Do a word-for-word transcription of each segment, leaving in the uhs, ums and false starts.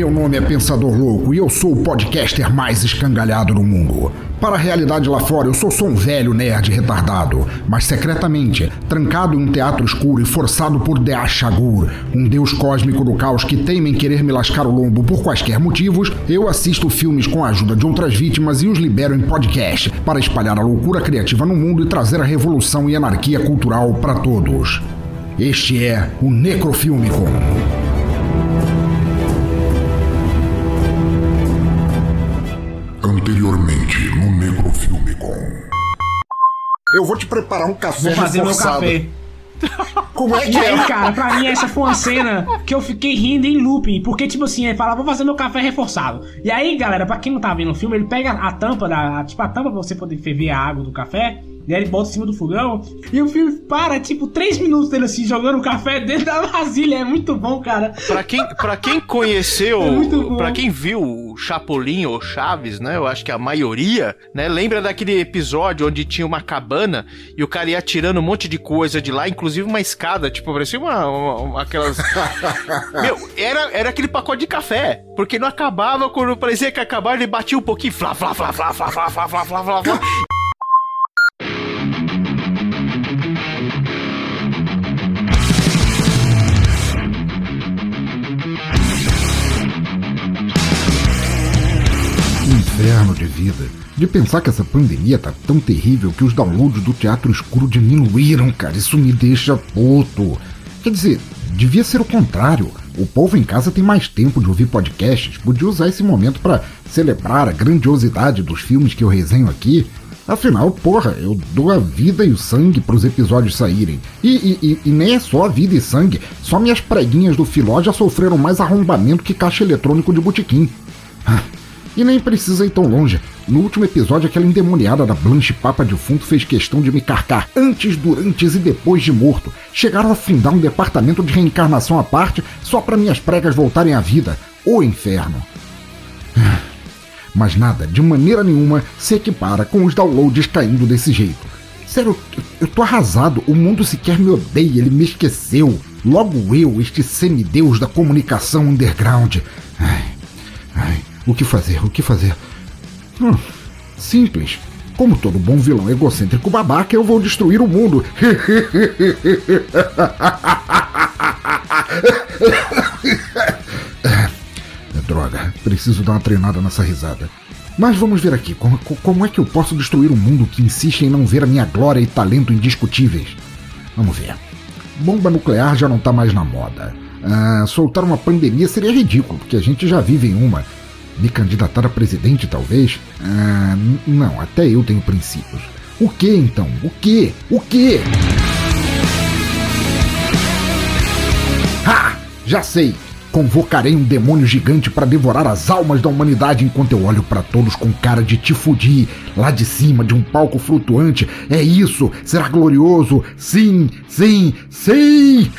Meu nome é Pensador Louco e eu sou o podcaster mais escangalhado do mundo. Para a realidade lá fora, eu sou só um velho nerd retardado, mas secretamente, trancado em um teatro escuro e forçado por Dea Shagur, um deus cósmico do caos que teima em querer me lascar o lombo por quaisquer motivos, eu assisto filmes com a ajuda de outras vítimas e os libero em podcast, para espalhar a loucura criativa no mundo e trazer a revolução e anarquia cultural para todos. Este é o Necrofilmicon. Anteriormente no Necrofilmicon. Eu vou te preparar um café Vou fazer reforçado. meu café. Como é que E aí, é? cara, pra mim essa foi uma cena que eu fiquei rindo em looping, porque tipo assim, ele fala, vou fazer meu café reforçado. E aí, galera, pra quem não tá vendo o filme, ele pega a tampa da, tipo a tampa pra você poder ferver a água do café, e aí ele bota em cima do fogão, e o filme para, tipo, três minutos dele assim, jogando o café dentro da vasilha. É muito bom, cara. Pra quem, pra quem conheceu, É pra quem viu o Chapolin ou Chaves, né, eu acho que a maioria, né, lembra daquele episódio onde tinha uma cabana e o cara ia tirando um monte de coisa de lá, inclusive uma escada, tipo, parecia uma, uma, uma aquelas... Meu, era, era aquele pacote de café, porque não acabava, quando parecia que ia acabar, ele batia um pouquinho, flá, flá, flá, flá, flá, flá, flá, flá, flá, flá, flá. Inferno de vida. De pensar que essa pandemia tá tão terrível que os downloads do Teatro Escuro diminuíram, cara. Isso me deixa puto. Quer dizer, devia ser o contrário. O povo em casa tem mais tempo de ouvir podcasts. Podia usar esse momento pra celebrar a grandiosidade dos filmes que eu resenho aqui. Afinal, porra, eu dou a vida e o sangue pros episódios saírem. E, e, e, e nem é só a vida e sangue. Só minhas preguinhas do Filó já sofreram mais arrombamento que caixa eletrônico de botequim. E nem precisa ir tão longe. No último episódio, aquela endemoniada da Blanche Papa Defunto fez questão de me carcar antes, durante e depois de morto. Chegaram a fundar um departamento de reencarnação à parte só para minhas pregas voltarem à vida. O inferno. Mas nada, de maneira nenhuma, se equipara com os downloads caindo desse jeito. Sério, eu tô arrasado. O mundo sequer me odeia, ele me esqueceu. Logo eu, este semideus da comunicação underground. Ai, ai. O que fazer? O que fazer? Hum, simples. Como todo bom vilão egocêntrico babaca, eu vou destruir o mundo. Droga, preciso dar uma treinada nessa risada. Mas vamos ver aqui, como, como é que eu posso destruir um mundo que insiste em não ver a minha glória e talento indiscutíveis? Vamos ver. Bomba nuclear já não tá mais na moda. Ah, soltar uma pandemia seria ridículo, porque a gente já vive em uma. Me candidatar a presidente, talvez? Ah, n- não, até eu tenho princípios. O que, então? O que? O que? Ha! Já sei! Convocarei um demônio gigante para devorar as almas da humanidade enquanto eu olho para todos com cara de te fudir, lá de cima de um palco flutuante. É isso! Será glorioso! Sim! Sim! Sim!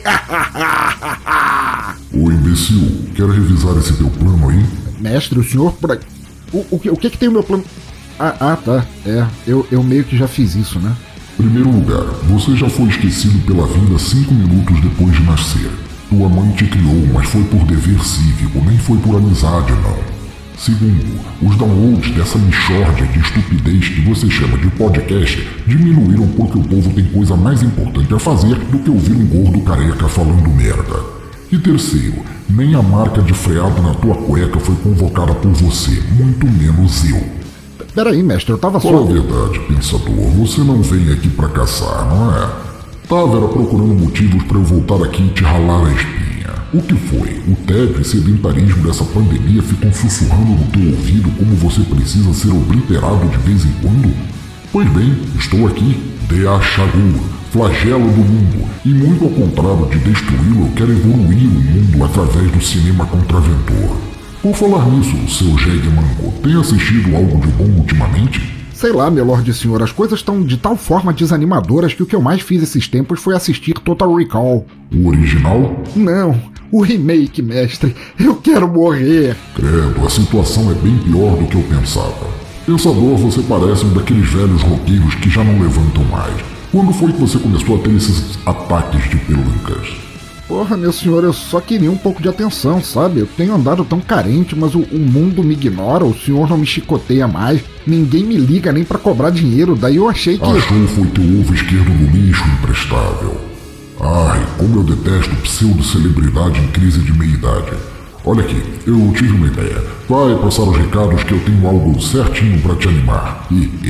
Ô imbecil, quer revisar esse teu plano aí? Mestre, o senhor... Por... O, o, que, o que que tem o meu plano... Ah, ah tá. É, eu, eu meio que já fiz isso, né? Primeiro lugar, você já foi esquecido pela vida cinco minutos depois de nascer. Tua mãe te criou, mas foi por dever cívico, nem foi por amizade, não. Segundo, os downloads dessa mixórdia de estupidez que você chama de podcast diminuíram porque o povo tem coisa mais importante a fazer do que ouvir um gordo careca falando merda. E terceiro, nem a marca de freada na tua cueca foi convocada por você, muito menos eu. Peraí, mestre, eu tava só... Fala a verdade, pensador, você não vem aqui pra caçar, não é? Tava era procurando motivos pra eu voltar aqui e te ralar a espinha. O que foi? O tédio e sedentarismo dessa pandemia ficam sussurrando no teu ouvido como você precisa ser obliterado de vez em quando? Pois bem, estou aqui, Dea Shagur, flagelo do mundo, e muito ao contrário de destruí-lo, eu quero evoluir o mundo através do cinema contraventor. Por falar nisso, seu jegue mango, tem assistido algo de bom ultimamente? Sei lá, meu lorde senhor, as coisas estão de tal forma desanimadoras que o que eu mais fiz esses tempos foi assistir Total Recall. O original? Não, o remake, mestre. Eu quero morrer. Credo, a situação é bem pior do que eu pensava. Pensador, você parece um daqueles velhos roqueiros que já não levantam mais. Quando foi que você começou a ter esses ataques de pelancas? Porra, meu senhor, eu só queria um pouco de atenção, sabe? Eu tenho andado tão carente, mas o, o mundo me ignora, o senhor não me chicoteia mais, ninguém me liga nem pra cobrar dinheiro, daí eu achei que... Achou foi teu ovo esquerdo no lixo, imprestável. Ai, como eu detesto pseudo-celebridade em crise de meia-idade. Olha aqui, eu tive uma ideia. Vai passar os recados que eu tenho algo certinho pra te animar.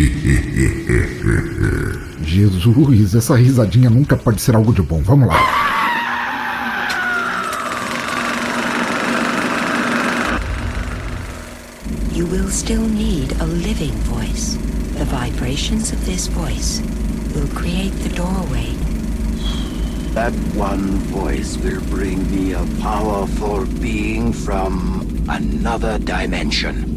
Jesus, essa risadinha nunca pode ser algo de bom. Vamos lá. You will still need a living voice. The vibrations of this voice will create the doorway. That one voice will bring me a powerful being from another dimension.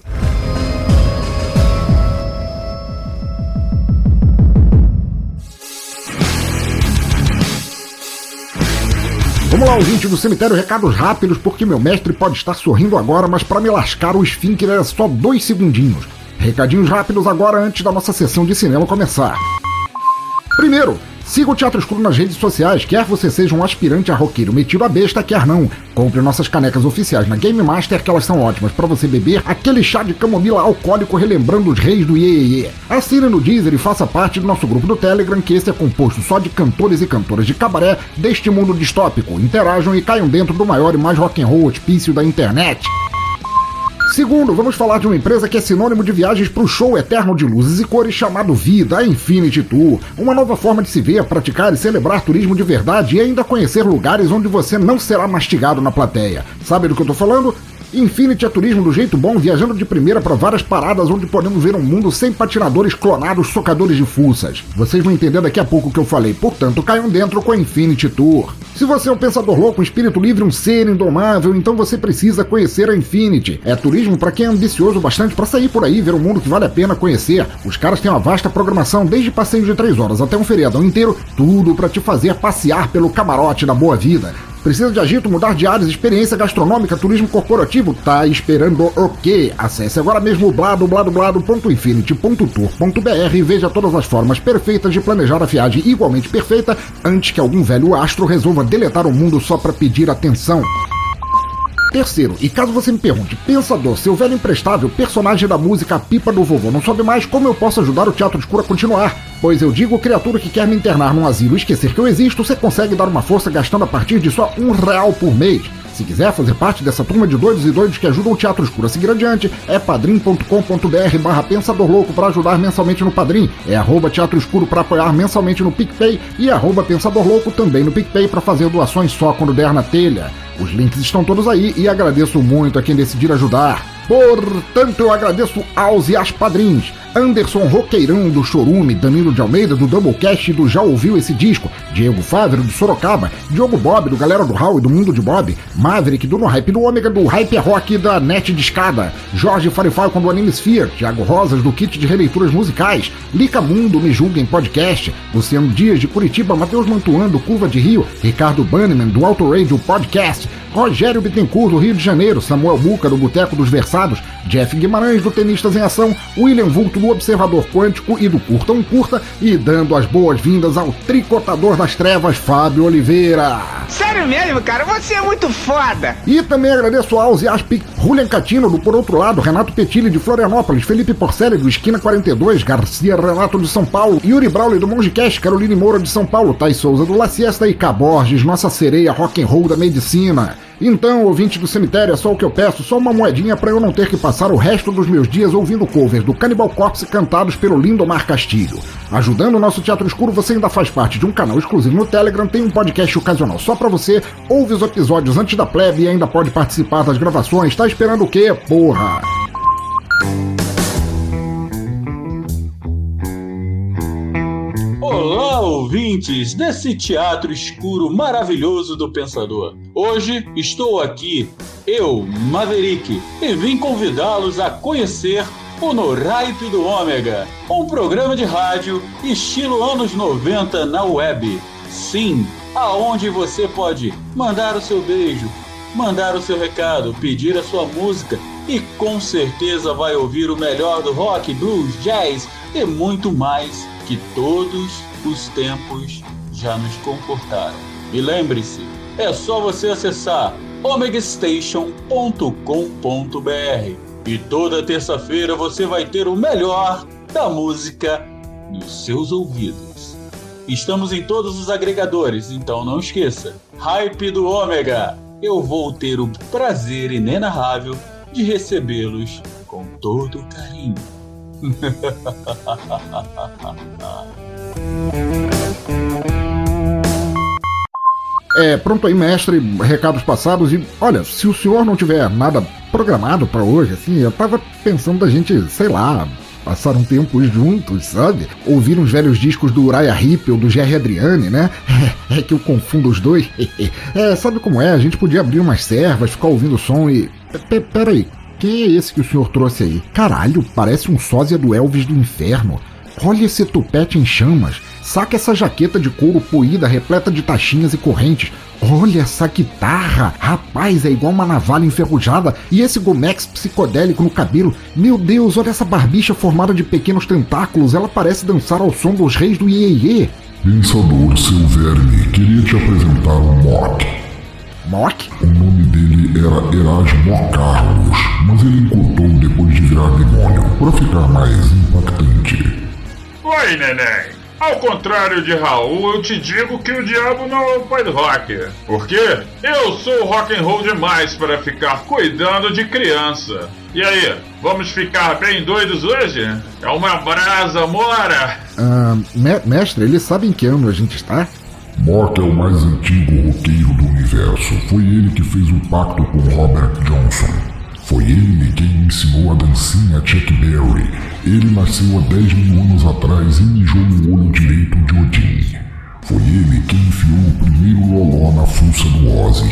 Vamos lá, ouvinte do cemitério, recados rápidos, porque meu mestre pode estar sorrindo agora, mas para me lascar o esfíncter é só dois segundinhos. Recadinhos rápidos agora antes da nossa sessão de cinema começar. Primeiro, siga o Teatro Escuro nas redes sociais, quer você seja um aspirante a roqueiro metido a besta, quer não. Compre nossas canecas oficiais na Game Master, que elas são ótimas para você beber aquele chá de camomila alcoólico relembrando os reis do iê iê iê. Assine no Deezer e faça parte do nosso grupo do Telegram, que esse é composto só de cantores e cantoras de cabaré deste mundo distópico. Interajam e caiam dentro do maior e mais rock'n'roll hospício da internet. Segundo, vamos falar de uma empresa que é sinônimo de viagens para o show eterno de luzes e cores chamado Vida, a Infinity Tour. Uma nova forma de se ver, praticar e celebrar turismo de verdade e ainda conhecer lugares onde você não será mastigado na plateia. Sabe do que eu tô falando? Infinity é turismo do jeito bom, viajando de primeira para várias paradas onde podemos ver um mundo sem patinadores clonados socadores de fuças. Vocês vão entender daqui a pouco o que eu falei, portanto caiam dentro com a Infinity Tour. Se você é um pensador louco, um espírito livre, um ser indomável, então você precisa conhecer a Infinity. É turismo para quem é ambicioso bastante para sair por aí, ver um mundo que vale a pena conhecer. Os caras têm uma vasta programação, desde passeios de três horas até um feriadão inteiro, tudo para te fazer passear pelo camarote da boa vida. Precisa de agito, mudar de áreas, experiência gastronômica, turismo corporativo? Tá esperando o quê? Acesse agora mesmo o blado blado blado ponto infinity ponto tour ponto b r e veja todas as formas perfeitas de planejar a viagem igualmente perfeita antes que algum velho astro resolva deletar o mundo só pra pedir atenção. Terceiro, e caso você me pergunte, pensador, seu velho imprestável, personagem da música A Pipa do Vovô não sobe mais, como eu posso ajudar o Teatro Escuro a continuar? Pois eu digo, criatura que quer me internar num asilo e esquecer que eu existo, você consegue dar uma força gastando a partir de só um real por mês. Se quiser fazer parte dessa turma de doidos e doidos que ajudam o Teatro Escuro a seguir adiante, é padrim ponto com ponto b r barra Pensador Louco para ajudar mensalmente no Padrim, é arroba Teatro Escuro para apoiar mensalmente no PicPay e arroba Pensador Louco também no PicPay para fazer doações só quando der na telha. Os links estão todos aí e agradeço muito a quem decidir ajudar. Portanto, eu agradeço aos e às padrinhos. Anderson Roqueirão, do Chorume, Danilo de Almeida, do Doublecast, do Já Ouviu Esse Disco, Diego Fávero, do Sorocaba, Diogo Bob, do Galera do Hall e do Mundo de Bob, Maverick, do No Hype do Ômega, do Hype Rock da Net de Escada, Jorge Farifalcon, do Anime Sphere, Thiago Rosas, do Kit de Releituras Musicais, Lica Mundo, Me Julguem Podcast, Luciano Dias, de Curitiba, Matheus Mantuan, do Curva de Rio, Ricardo Bannerman, do Auto Radio Podcast, Rogério Bittencourt, do Rio de Janeiro, Samuel Buca, do Boteco dos Versados, Jeff Guimarães, do Tenistas em Ação, William Vulto, do Observador Quântico e do Curta um Curta, e dando as boas-vindas ao tricotador das trevas, Fábio Oliveira. Sério mesmo, cara? Você é muito foda! E também agradeço aos e às Pic, Julian Catino, do Por Outro Lado, Renato Petilli, de Florianópolis, Felipe Porcelli, do Esquina quarenta e dois, Garcia Renato, de São Paulo, Yuri Brauli, do Mongecast, Caroline Moura, de São Paulo, Thais Souza, do La Siesta e Caborges, nossa sereia rock'n'roll da medicina. Então, ouvinte do cemitério, é só o que eu peço, só uma moedinha pra eu não ter que passar o resto dos meus dias ouvindo covers do Cannibal Corpse cantados pelo Lindomar Castilho. Ajudando o nosso Teatro Escuro, você ainda faz parte de um canal exclusivo no Telegram, tem um podcast ocasional só pra você, ouve os episódios antes da plebe e ainda pode participar das gravações. Tá esperando o quê, porra? Olá, ouvintes desse teatro escuro maravilhoso do Pensador. Hoje estou aqui, eu, Maverick, e vim convidá-los a conhecer o No Hype do Ômega, um programa de rádio estilo anos noventa na web. Sim, aonde você pode mandar o seu beijo, mandar o seu recado, pedir a sua música e com certeza vai ouvir o melhor do rock, blues, jazz e muito mais que todos os tempos já nos comportaram. E lembre-se, é só você acessar omega station ponto com ponto b r e toda terça-feira você vai ter o melhor da música nos seus ouvidos. Estamos em todos os agregadores, então não esqueça. Hype do Ômega! Eu vou ter o prazer inenarrável de recebê-los com todo carinho. É, pronto aí, mestre, recados passados. E olha, se o senhor não tiver nada programado pra hoje, assim, eu tava pensando da gente, sei lá, passar um tempo juntos, sabe? Ouvir uns velhos discos do Uriah Heep ou do Jerry Adriani, né? É que eu confundo os dois. É, sabe como é? A gente podia abrir umas servas, ficar ouvindo o som e... P- Pera aí, quem é esse que o senhor trouxe aí? Caralho, parece um sósia do Elvis do Inferno. Olha esse tupete em chamas. Saca essa jaqueta de couro poída repleta de taxinhas e correntes. Olha essa guitarra. Rapaz, é igual uma navalha enferrujada. E esse gomex psicodélico no cabelo. Meu Deus, olha essa barbicha formada de pequenos tentáculos. Ela parece dançar ao som dos reis do Iê-Iê. Pensador, seu verme, queria te apresentar o Mock. Mock? O nome dele era Erasmo Carlos, mas ele encurtou depois de virar demônio, para ficar mais impactante. Oi, neném. Ao contrário de Raul, eu te digo que o diabo não é o pai do rock. Por quê? Eu sou rock and roll demais para ficar cuidando de criança. E aí, vamos ficar bem doidos hoje? É uma brasa, mora? Ah, me- mestre, eles sabem que ano a gente está? Mock é o mais antigo roqueiro do universo. Foi ele que fez o pacto com Robert Johnson. Foi ele quem ensinou a dancinha a Chuck Berry. Ele nasceu há dez mil anos atrás e mijou no olho direito de Odin. Foi ele quem enfiou o primeiro loló na fuça do Ozzy.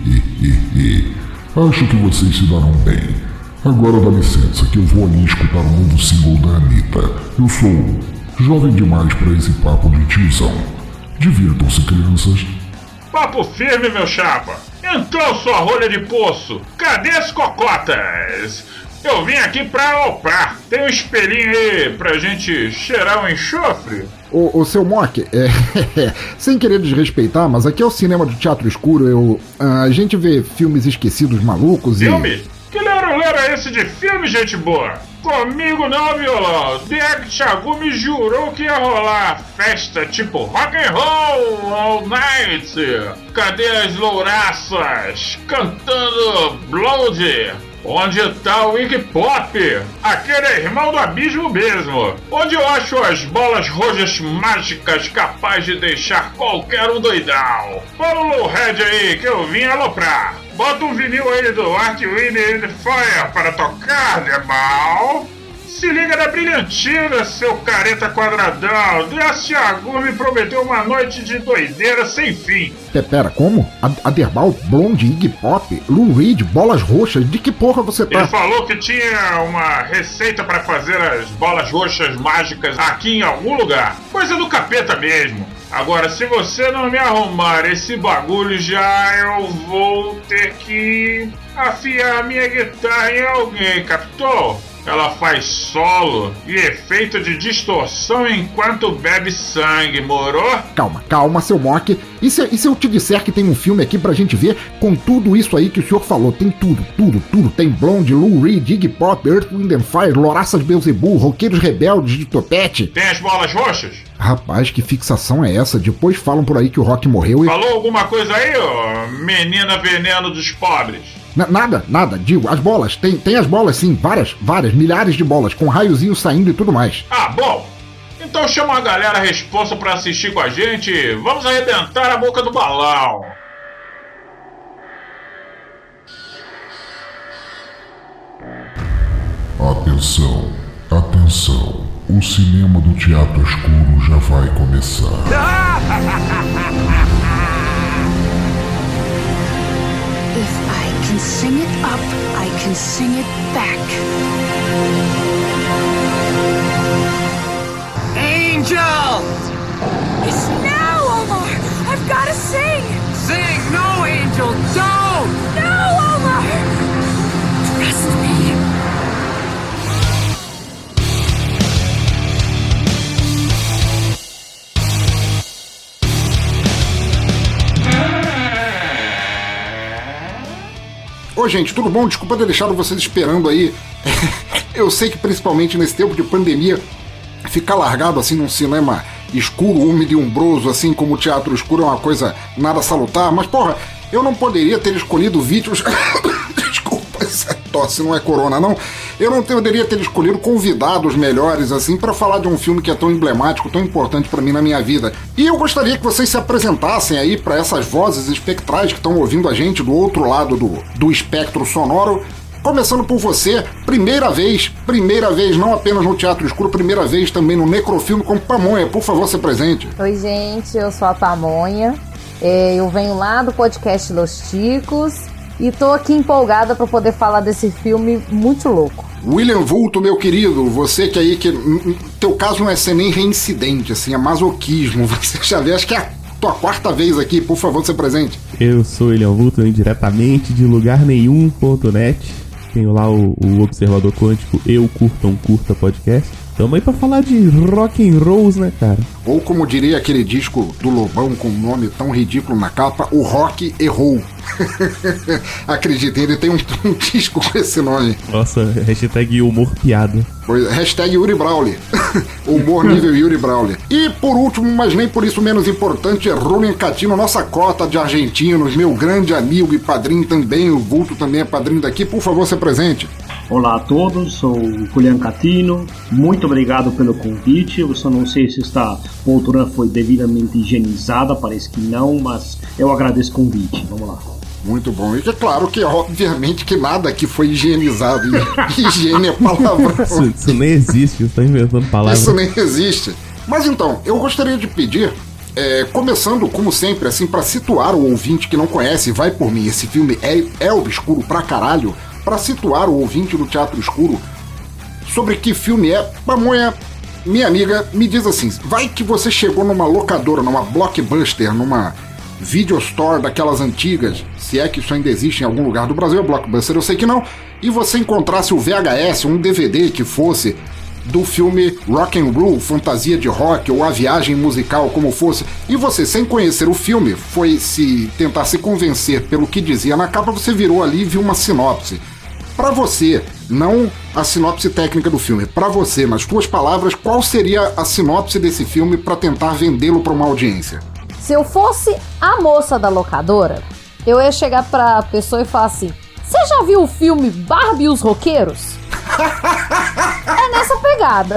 Acho que vocês se darão bem. Agora dá licença que eu vou ali escutar o novo single da Anitta. Eu sou jovem demais para esse papo de tiozão. Divirtam-se, crianças. Papo firme, meu chapa. Então, sua rolha de poço, cadê as cocotas? Eu vim aqui pra aloprar. Tem um espelhinho aí pra gente cheirar um enxofre? Ô, ô seu Mock, é, sem querer desrespeitar, mas aqui é o cinema do Teatro Escuro. Eu, a gente vê filmes esquecidos malucos e... Filme? Que lero-lero é esse de filme, gente boa? Comigo não, violão. Diego Chagu me jurou que ia rolar festa tipo rock and roll all night. Cadê as louraças cantando Blood? Onde tá o Iggy Pop? Aquele é irmão do abismo mesmo. Onde eu acho as bolas rojas mágicas capazes de deixar qualquer um doidão. Põe o Lowhead aí que eu vim aloprar. Bota um vinil aí do Art Wind and Fire para tocar, demão. Se liga na brilhantina, seu careta quadradão. Desse Agur me prometeu uma noite de doideira sem fim. Pera, como? Aderbal, Blonde, Iggy Pop, Lou Reed, bolas roxas? De que porra você tá? Ele falou que tinha uma receita para fazer as bolas roxas mágicas aqui em algum lugar. Coisa do capeta mesmo. Agora, se você não me arrumar esse bagulho já, eu vou ter que afiar minha guitarra em alguém, captou? Ela faz solo e efeito de distorção enquanto bebe sangue, morou? Calma, calma, seu Mock. E se, e se eu te disser que tem um filme aqui pra gente ver com tudo isso aí que o senhor falou? Tem tudo, tudo, tudo. Tem Blonde, Lou Reed, Iggy Pop, Earth, Wind and Fire, Louraças Beelzebub, Roqueiros Rebeldes de Topete. Tem as bolas roxas? Rapaz, que fixação é essa? Depois falam por aí que o Rock morreu e... Falou alguma coisa aí, ó? Menina veneno dos pobres. N- nada, nada, digo, as bolas, tem, tem as bolas sim, várias, várias, milhares de bolas, com raiozinho saindo e tudo mais. Ah, bom, então chama a galera responsa pra assistir com a gente, vamos arrebentar a boca do balão. Atenção, atenção, o cinema do Teatro Escuro já vai começar. If I can sing it up, I can sing it back. Angel! It's now, Omar! I've got to sing! Sing! No, Angel, don't! No, Omar! Trust me. Oi, gente, tudo bom? Desculpa ter deixado vocês esperando aí. Eu sei que principalmente nesse tempo de pandemia, ficar largado assim num cinema escuro, úmido e umbroso, assim como o teatro escuro, é uma coisa nada salutar, mas porra, eu não poderia ter escolhido vídeos... Desculpa, isso é tosse, não é corona não. Eu não poderia ter escolhido convidados melhores assim para falar de um filme que é tão emblemático, tão importante para mim na minha vida. E eu gostaria que vocês se apresentassem aí para essas vozes espectrais que estão ouvindo a gente do outro lado do, do espectro sonoro. Começando por você, primeira vez, primeira vez, não apenas no Teatro Escuro, primeira vez também no Necrofilme com Pamonha. Por favor, se presente. Oi, gente, eu sou a Pamonha. Eu venho lá do podcast Los Ticos e tô aqui empolgada para poder falar desse filme muito louco. William Vulto, meu querido, você que aí, que teu caso não é ser nem reincidente, assim, é masoquismo, você já vê, acho que é a tua quarta vez aqui, por favor, se presente. Eu sou William Vulto, venho diretamente de lugar nenhum ponto net, tenho lá o, o Observador Quântico, eu curta um curta podcast. Tamo aí pra falar de rock and rolls, né, cara? Ou como diria aquele disco do Lobão com um nome tão ridículo na capa, o Rock errou. Acreditem, ele tem um, um disco com esse nome. Nossa, hashtag humor piada. Pois, hashtag Yuri Brawley. Humor nível Yuri Brawley. E por último, mas nem por isso menos importante, é Julian Catino, nossa cota de argentinos, meu grande amigo e padrinho também, o Vulto também é padrinho daqui, por favor, se presente. Olá a todos, sou o Julian Catino, muito obrigado pelo convite. Eu só não sei se esta poltrona foi devidamente higienizada, parece que não, mas eu agradeço o convite, vamos lá. Muito bom, e é claro que obviamente que nada aqui foi higienizado, higiene é palavra. Isso, isso nem existe, você tá inventando palavras. Isso nem existe. Mas então, eu gostaria de pedir, é, começando como sempre, assim, pra situar o ouvinte que não conhece, vai por mim, esse filme é, é obscuro pra caralho, para situar o ouvinte do Teatro Escuro sobre que filme é. Pamonha, minha amiga, me diz assim, vai que você chegou numa locadora, numa Blockbuster, numa video store daquelas antigas, se é que isso ainda existe em algum lugar do Brasil, é Blockbuster, eu sei que não, e você encontrasse o V H S, um D V D que fosse do filme Rock and Roll, Fantasia de Rock, ou A Viagem Musical, como fosse, e você, sem conhecer o filme, foi se tentar se convencer pelo que dizia na capa, você virou ali e viu uma sinopse. Pra você, não a sinopse técnica do filme, pra você, nas tuas palavras, qual seria a sinopse desse filme pra tentar vendê-lo pra uma audiência? Se eu fosse a moça da locadora, eu ia chegar pra pessoa e falar assim, você já viu o filme Barbie e os Roqueiros? É nessa pegada.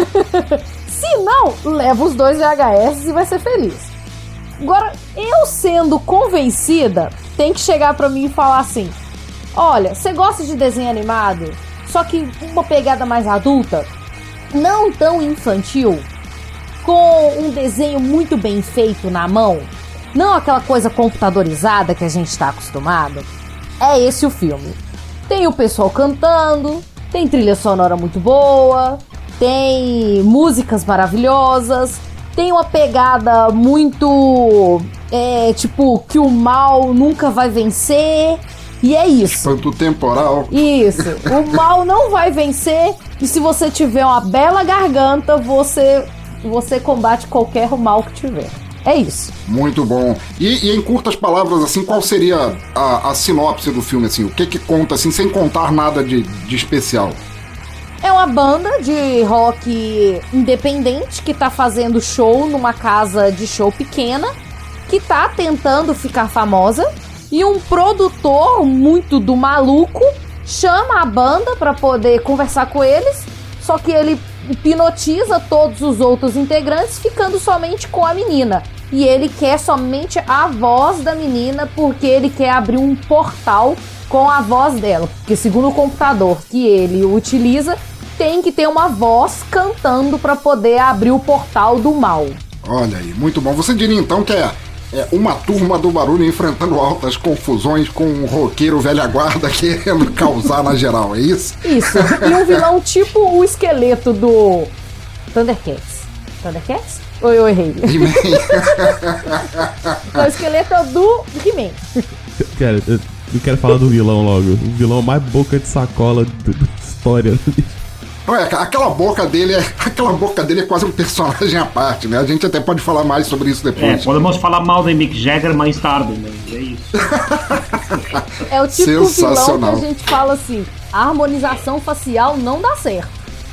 Se não, leva os dois V H S e vai ser feliz. Agora, eu sendo convencida, tem que chegar pra mim e falar assim, olha, você gosta de desenho animado, só que uma pegada mais adulta, não tão infantil, com um desenho muito bem feito na mão, não aquela coisa computadorizada que a gente está acostumado, é esse o filme. Tem o pessoal cantando, tem trilha sonora muito boa, tem músicas maravilhosas, tem uma pegada muito, é, tipo, que o mal nunca vai vencer. E é isso. Espanto temporal. Isso. O mal não vai vencer. E se você tiver uma bela garganta, você, você combate qualquer mal que tiver. É isso. Muito bom. E, e em curtas palavras, assim, qual seria a, a sinopse do filme, assim? O que que conta, assim, sem contar nada de, de especial? É uma banda de rock independente que tá fazendo show numa casa de show pequena, que tá tentando ficar famosa. E um produtor muito do maluco chama a banda pra poder conversar com eles, só que ele hipnotiza todos os outros integrantes, ficando somente com a menina. E ele quer somente a voz da menina, porque ele quer abrir um portal com a voz dela. Porque segundo o computador que ele utiliza, tem que ter uma voz cantando pra poder abrir o portal do mal. Olha aí, muito bom. Você diria então que é... É uma turma do barulho enfrentando altas confusões com um roqueiro velha guarda querendo causar na geral, é isso? Isso, e um vilão tipo o esqueleto do Thundercats. Thundercats? Ou eu errei? He-Man. O esqueleto é do He-Man. Cara, eu, eu quero falar do vilão logo. O vilão mais boca de sacola da história. Olha, aquela boca dele é, aquela boca dele é quase um personagem à parte, né? A gente até pode falar mais sobre isso depois. É, podemos falar mal de Mick Jagger mais tarde, né? É isso. É o tipo de vilão que a gente fala assim, a harmonização facial não dá certo.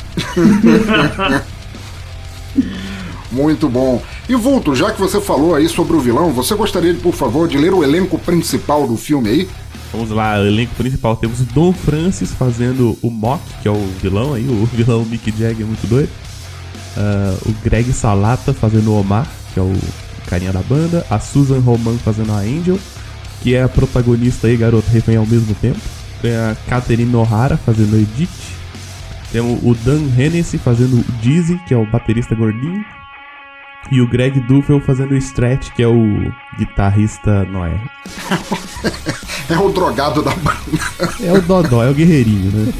Muito bom. E Vulto, já que você falou aí sobre o vilão, você gostaria, por favor, de ler o elenco principal do filme aí? Vamos lá, o elenco principal. Temos o Don Francis fazendo o Mock, que é o vilão aí, o vilão Mick Jagger muito doido. Uh, o Greg Salata fazendo o Omar, que é o carinha da banda. A Susan Roman fazendo a Angel, que é a protagonista e garota refém ao mesmo tempo. Tem a Catherine O'Hara fazendo a Edith. Temos o Dan Hennessy fazendo o Dizzy, que é o baterista gordinho. E o Greg Duffel fazendo o Stretch, que é o guitarrista Noé. É o drogado da banda. É o Dodó, é o guerreirinho, né?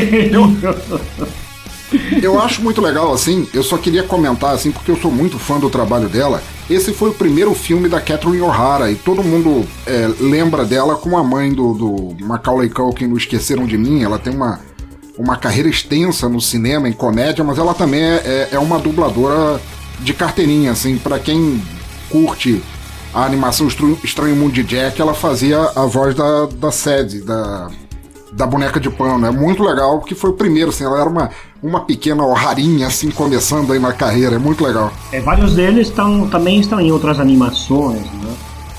eu, eu acho muito legal, assim, eu só queria comentar, assim, porque eu sou muito fã do trabalho dela. Esse foi o primeiro filme da Catherine O'Hara, e todo mundo é, lembra dela como a mãe do, do Macaulay Culkin no Esqueceram de Mim. Ela tem uma, uma carreira extensa no cinema, em comédia, mas ela também é, é, é uma dubladora de carteirinha, assim, pra quem curte a animação Estranho Mundo de Jack, ela fazia a voz da, da Sadie, da, da boneca de pano. É muito legal, porque foi o primeiro, assim, ela era uma, uma pequena rarinha, assim, começando aí na carreira, é muito legal. É, vários deles tão, também estão em outras animações, né?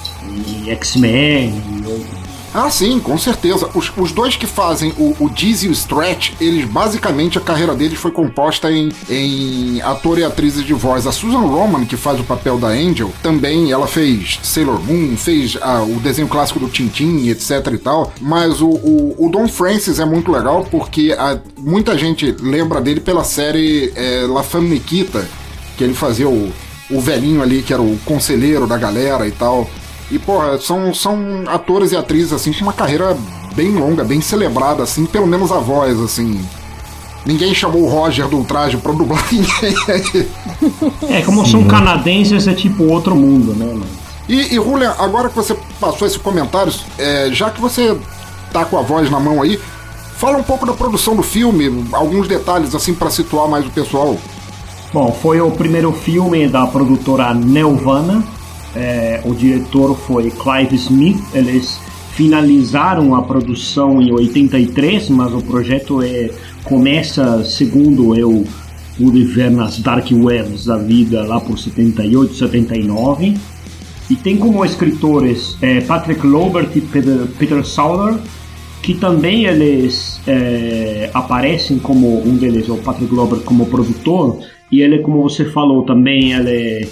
E X-Men e outros. Ah, sim, com certeza. Os, os dois que fazem o, o Dizzy e o Stretch, eles basicamente, a carreira deles foi composta em, em ator e atrizes de voz. A Susan Roman, que faz o papel da Angel, também ela fez Sailor Moon, fez ah, o desenho clássico do Tintin, etc e tal. Mas o, o, o Don Francis é muito legal porque a, muita gente lembra dele pela série é, La Femme Nikita, que ele fazia o, o velhinho ali, que era o conselheiro da galera e tal. E, porra, são, são atores e atrizes, assim, com uma carreira bem longa, bem celebrada, assim, pelo menos a voz, assim. Ninguém chamou o Roger do Ultraje pra dublar ninguém. É, como são canadenses, é tipo outro mundo, né, mano? E, e Julian, agora que você passou esse comentário, é, já que você tá com a voz na mão aí, fala um pouco da produção do filme, alguns detalhes, assim, pra situar mais o pessoal. Bom, foi o primeiro filme da produtora Nelvana. É, o diretor foi Clive Smith. Eles finalizaram a produção em oitenta e três, mas o projeto é, começa, segundo eu pude ver nas dark webs da vida, lá por setenta e oito, setenta e nove. E tem como escritores é, Patrick Lobert e Peter, Peter Sauder, que também eles é, aparecem como um deles, o Patrick Lobert como produtor, e ele, como você falou, também ele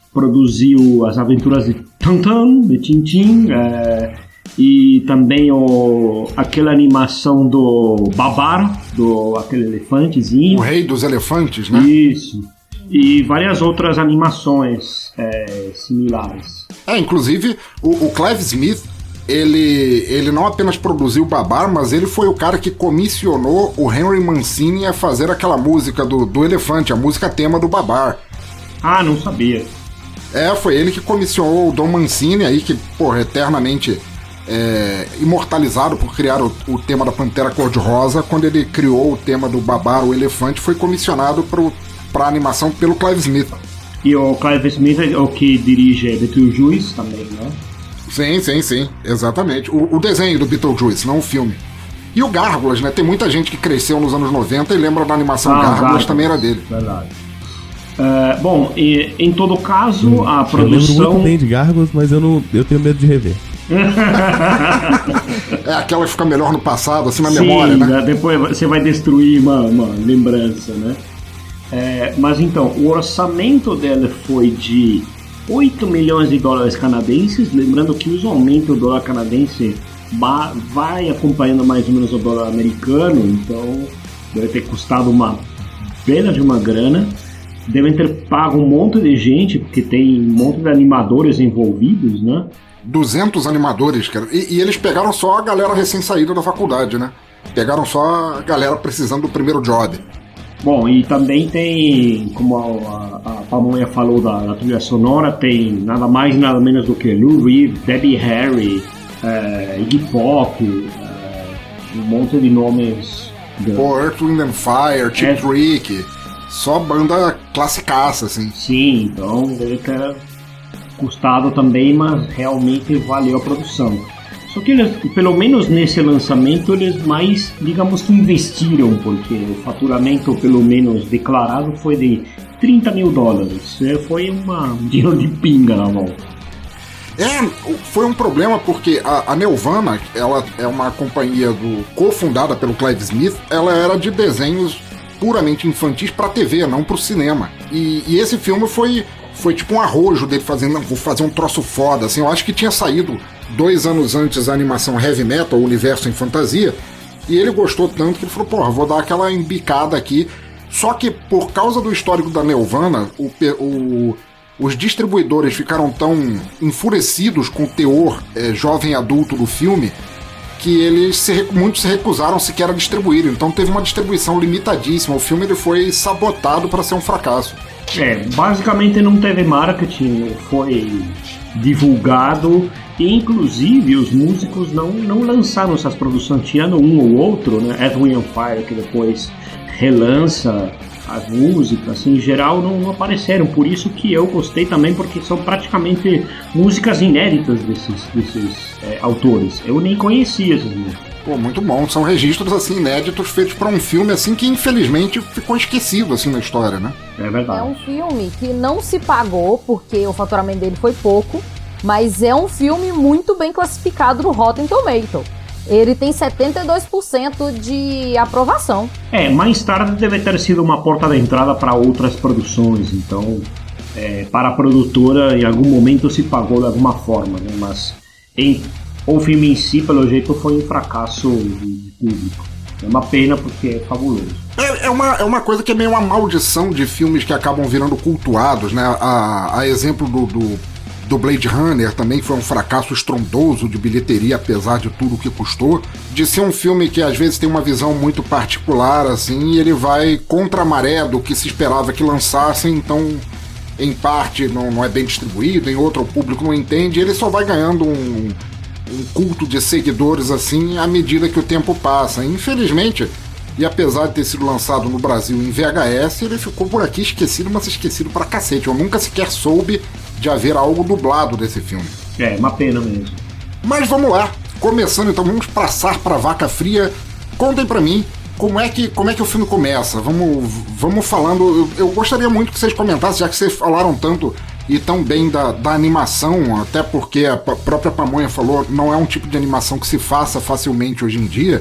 produziu As Aventuras de Tintin, de Tintin, é, e também o, aquela animação do Babar, do aquele elefantezinho. O Rei dos Elefantes, né? Isso. E várias outras animações é, similares. É, inclusive o, o Clive Smith, ele, ele não apenas produziu Babar, mas ele foi o cara que comissionou o Henry Mancini a fazer aquela música do, do elefante, a música tema do Babar. Ah, não sabia. É, foi ele que comissionou o Don Mancini aí, que, porra, eternamente é, imortalizado por criar o, o tema da Pantera Cor-de-Rosa. Quando ele criou o tema do Babar, o elefante, foi comissionado pro, pra animação pelo Clive Smith. E o Clive Smith é o que dirige Beetlejuice também, né? Sim, sim, sim, exatamente. O, o desenho do Beetlejuice, não o filme. E o Gárgulas, né? Tem muita gente que cresceu nos anos noventa e lembra da animação ah, Gárgulas, Gárgulas, também era dele. Verdade. Uh, bom, e, em todo caso, hum, a produção... Eu lembro muito bem de Gárgulas, mas eu, não, eu tenho medo de rever. É aquela que fica melhor no passado, assim, na Sim, memória, né? Depois você vai destruir uma, uma lembrança, né? É, mas então, o orçamento dela foi de oito milhões de dólares canadenses. Lembrando que usualmente o dólar canadense vai acompanhando mais ou menos o dólar americano, então deve ter custado uma bela de uma grana. Devem ter pago um monte de gente, porque tem um monte de animadores envolvidos, né? duzentos animadores, cara. E, e eles pegaram só a galera recém-saída da faculdade, né? Pegaram só a galera precisando do primeiro job. Bom, e também tem, como a, a, a Pamonha falou da, da trilha sonora, tem nada mais nada menos do que Lou Reed, Debbie Harry, é, Iggy Pop, é, um monte de nomes Pô, Earth, Wind and Fire, Cheap é. Trick, só banda classicaça, assim. Sim, então deve ter custado também, mas realmente valeu a produção. Só que eles, pelo menos nesse lançamento, eles mais, digamos que investiram, porque o faturamento, pelo menos declarado, foi de trinta mil dólares. Foi uma, um dinheiro de pinga na volta. É, foi um problema porque a, a Nelvana, ela é uma companhia do, cofundada pelo Clive Smith, ela era de desenhos puramente infantis pra T V, não pro cinema. E, e esse filme foi, foi tipo um arrojo dele fazendo, não, vou fazer um troço foda, assim, eu acho que tinha saído dois anos antes a animação Heavy Metal, o Universo em Fantasia, e ele gostou tanto que ele falou, porra, vou dar aquela embicada aqui. Só que por causa do histórico da Nelvana, o... o os distribuidores ficaram tão enfurecidos com o teor é, jovem adulto do filme que eles se, muitos se recusaram sequer a distribuir. Então teve uma distribuição limitadíssima. O filme ele foi sabotado para ser um fracasso. É, basicamente não teve marketing, foi divulgado e inclusive os músicos não, não lançaram essas produções, tirando um ou outro, né? Earth, Wind and Fire, que depois relança as músicas, em geral não, não apareceram, por isso que eu gostei também, porque são praticamente músicas inéditas desses, desses é, autores. Eu nem conhecia essas músicas. Pô, muito bom, são registros assim inéditos feitos para um filme assim que infelizmente ficou esquecido assim na história, né? É verdade. É um filme que não se pagou porque o faturamento dele foi pouco, mas é um filme muito bem classificado no Rotten Tomatoes. Ele tem setenta e dois por cento de aprovação. É, mais tarde deve ter sido uma porta de entrada para outras produções, então é, para a produtora em algum momento se pagou de alguma forma, né? Mas em, o filme em si, pelo jeito, foi um fracasso de público. É uma pena porque é fabuloso. É, é, uma, é uma coisa que é meio uma maldição de filmes que acabam virando cultuados, né? A, a exemplo do... do... do Blade Runner também foi um fracasso estrondoso de bilheteria, apesar de tudo que custou, de ser um filme que às vezes tem uma visão muito particular, assim, e ele vai contra a maré do que se esperava que lançassem, então em parte não, não é bem distribuído, em outro o público não entende, e ele só vai ganhando um, um culto de seguidores assim à medida que o tempo passa. Infelizmente, e apesar de ter sido lançado no Brasil em V H S, ele ficou por aqui esquecido, mas esquecido pra cacete. Eu nunca sequer soube de haver algo dublado desse filme. É, uma pena mesmo. Mas vamos lá, começando então, vamos passar pra vaca fria. Contem pra mim como é que, como é que o filme começa. Vamos, vamos falando, eu, eu gostaria muito que vocês comentassem, já que vocês falaram tanto e tão bem da, da animação, até porque a própria Pamonha falou, não é um tipo de animação que se faça facilmente hoje em dia.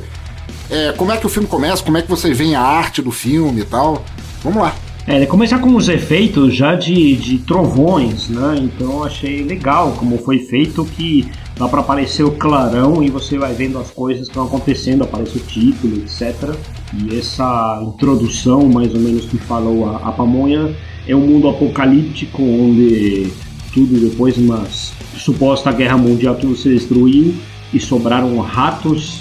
É, como é que o filme começa, como é que vocês veem a arte do filme e tal. Vamos lá. É, ele começa com os efeitos já de, de trovões, né? Então achei legal como foi feito, que dá pra aparecer o clarão e você vai vendo as coisas que estão acontecendo, aparece o título, etcétera. E essa introdução, mais ou menos, que falou a, a Pamonha, é um mundo apocalíptico onde tudo, depois de uma suposta guerra mundial, tudo se destruiu e sobraram ratos,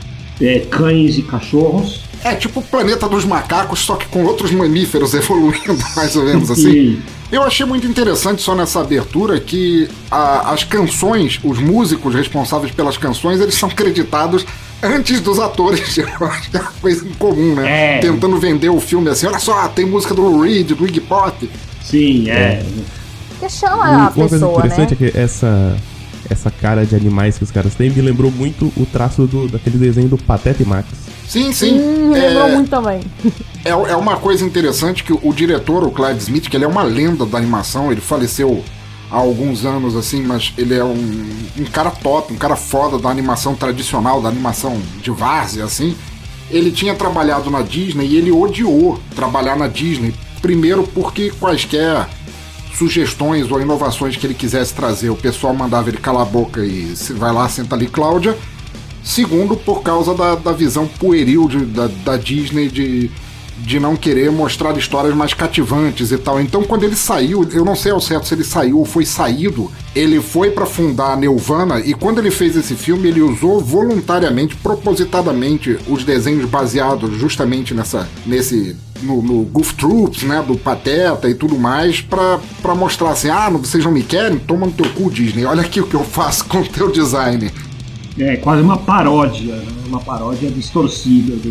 é, cães e cachorros. É tipo o planeta dos macacos, só que com outros mamíferos evoluindo, mais ou menos assim. Eu achei muito interessante só nessa abertura que a, as canções, os músicos responsáveis pelas canções, eles são creditados antes dos atores. Eu acho que é uma coisa incomum, né? É. Tentando vender o filme assim, olha só, tem música do Lou Reed, do Iggy Pop. Sim, é. Que chama a pessoa, né? Uma coisa interessante é que essa, essa cara de animais que os caras têm me lembrou muito o traço do, daquele desenho do Pateta e Max. Sim, sim. Hum, me lembrou é, muito também. É, é uma coisa interessante que o, o diretor, o Clive Smith, que ele é uma lenda da animação, ele faleceu há alguns anos, assim, mas ele é um, um cara top, um cara foda da animação tradicional, da animação de várzea, assim. Ele tinha trabalhado na Disney e ele odiou trabalhar na Disney. Primeiro porque quaisquer sugestões ou inovações que ele quisesse trazer, o pessoal mandava ele calar a boca e se vai lá, senta ali, Cláudia. Segundo, por causa da, da visão pueril de, da, da Disney de, de não querer mostrar histórias mais cativantes e tal. Então, quando ele saiu, eu não sei ao certo se ele saiu ou foi saído, ele foi para fundar a Nelvana, e quando ele fez esse filme, ele usou voluntariamente, propositadamente, os desenhos baseados justamente nessa, nesse, no, no Goof Troops, né, do Pateta e tudo mais, pra, pra mostrar assim, ah, vocês não me querem? Toma no teu cu, Disney, olha aqui o que eu faço com o teu design. É quase uma paródia, né? Uma paródia distorcida do,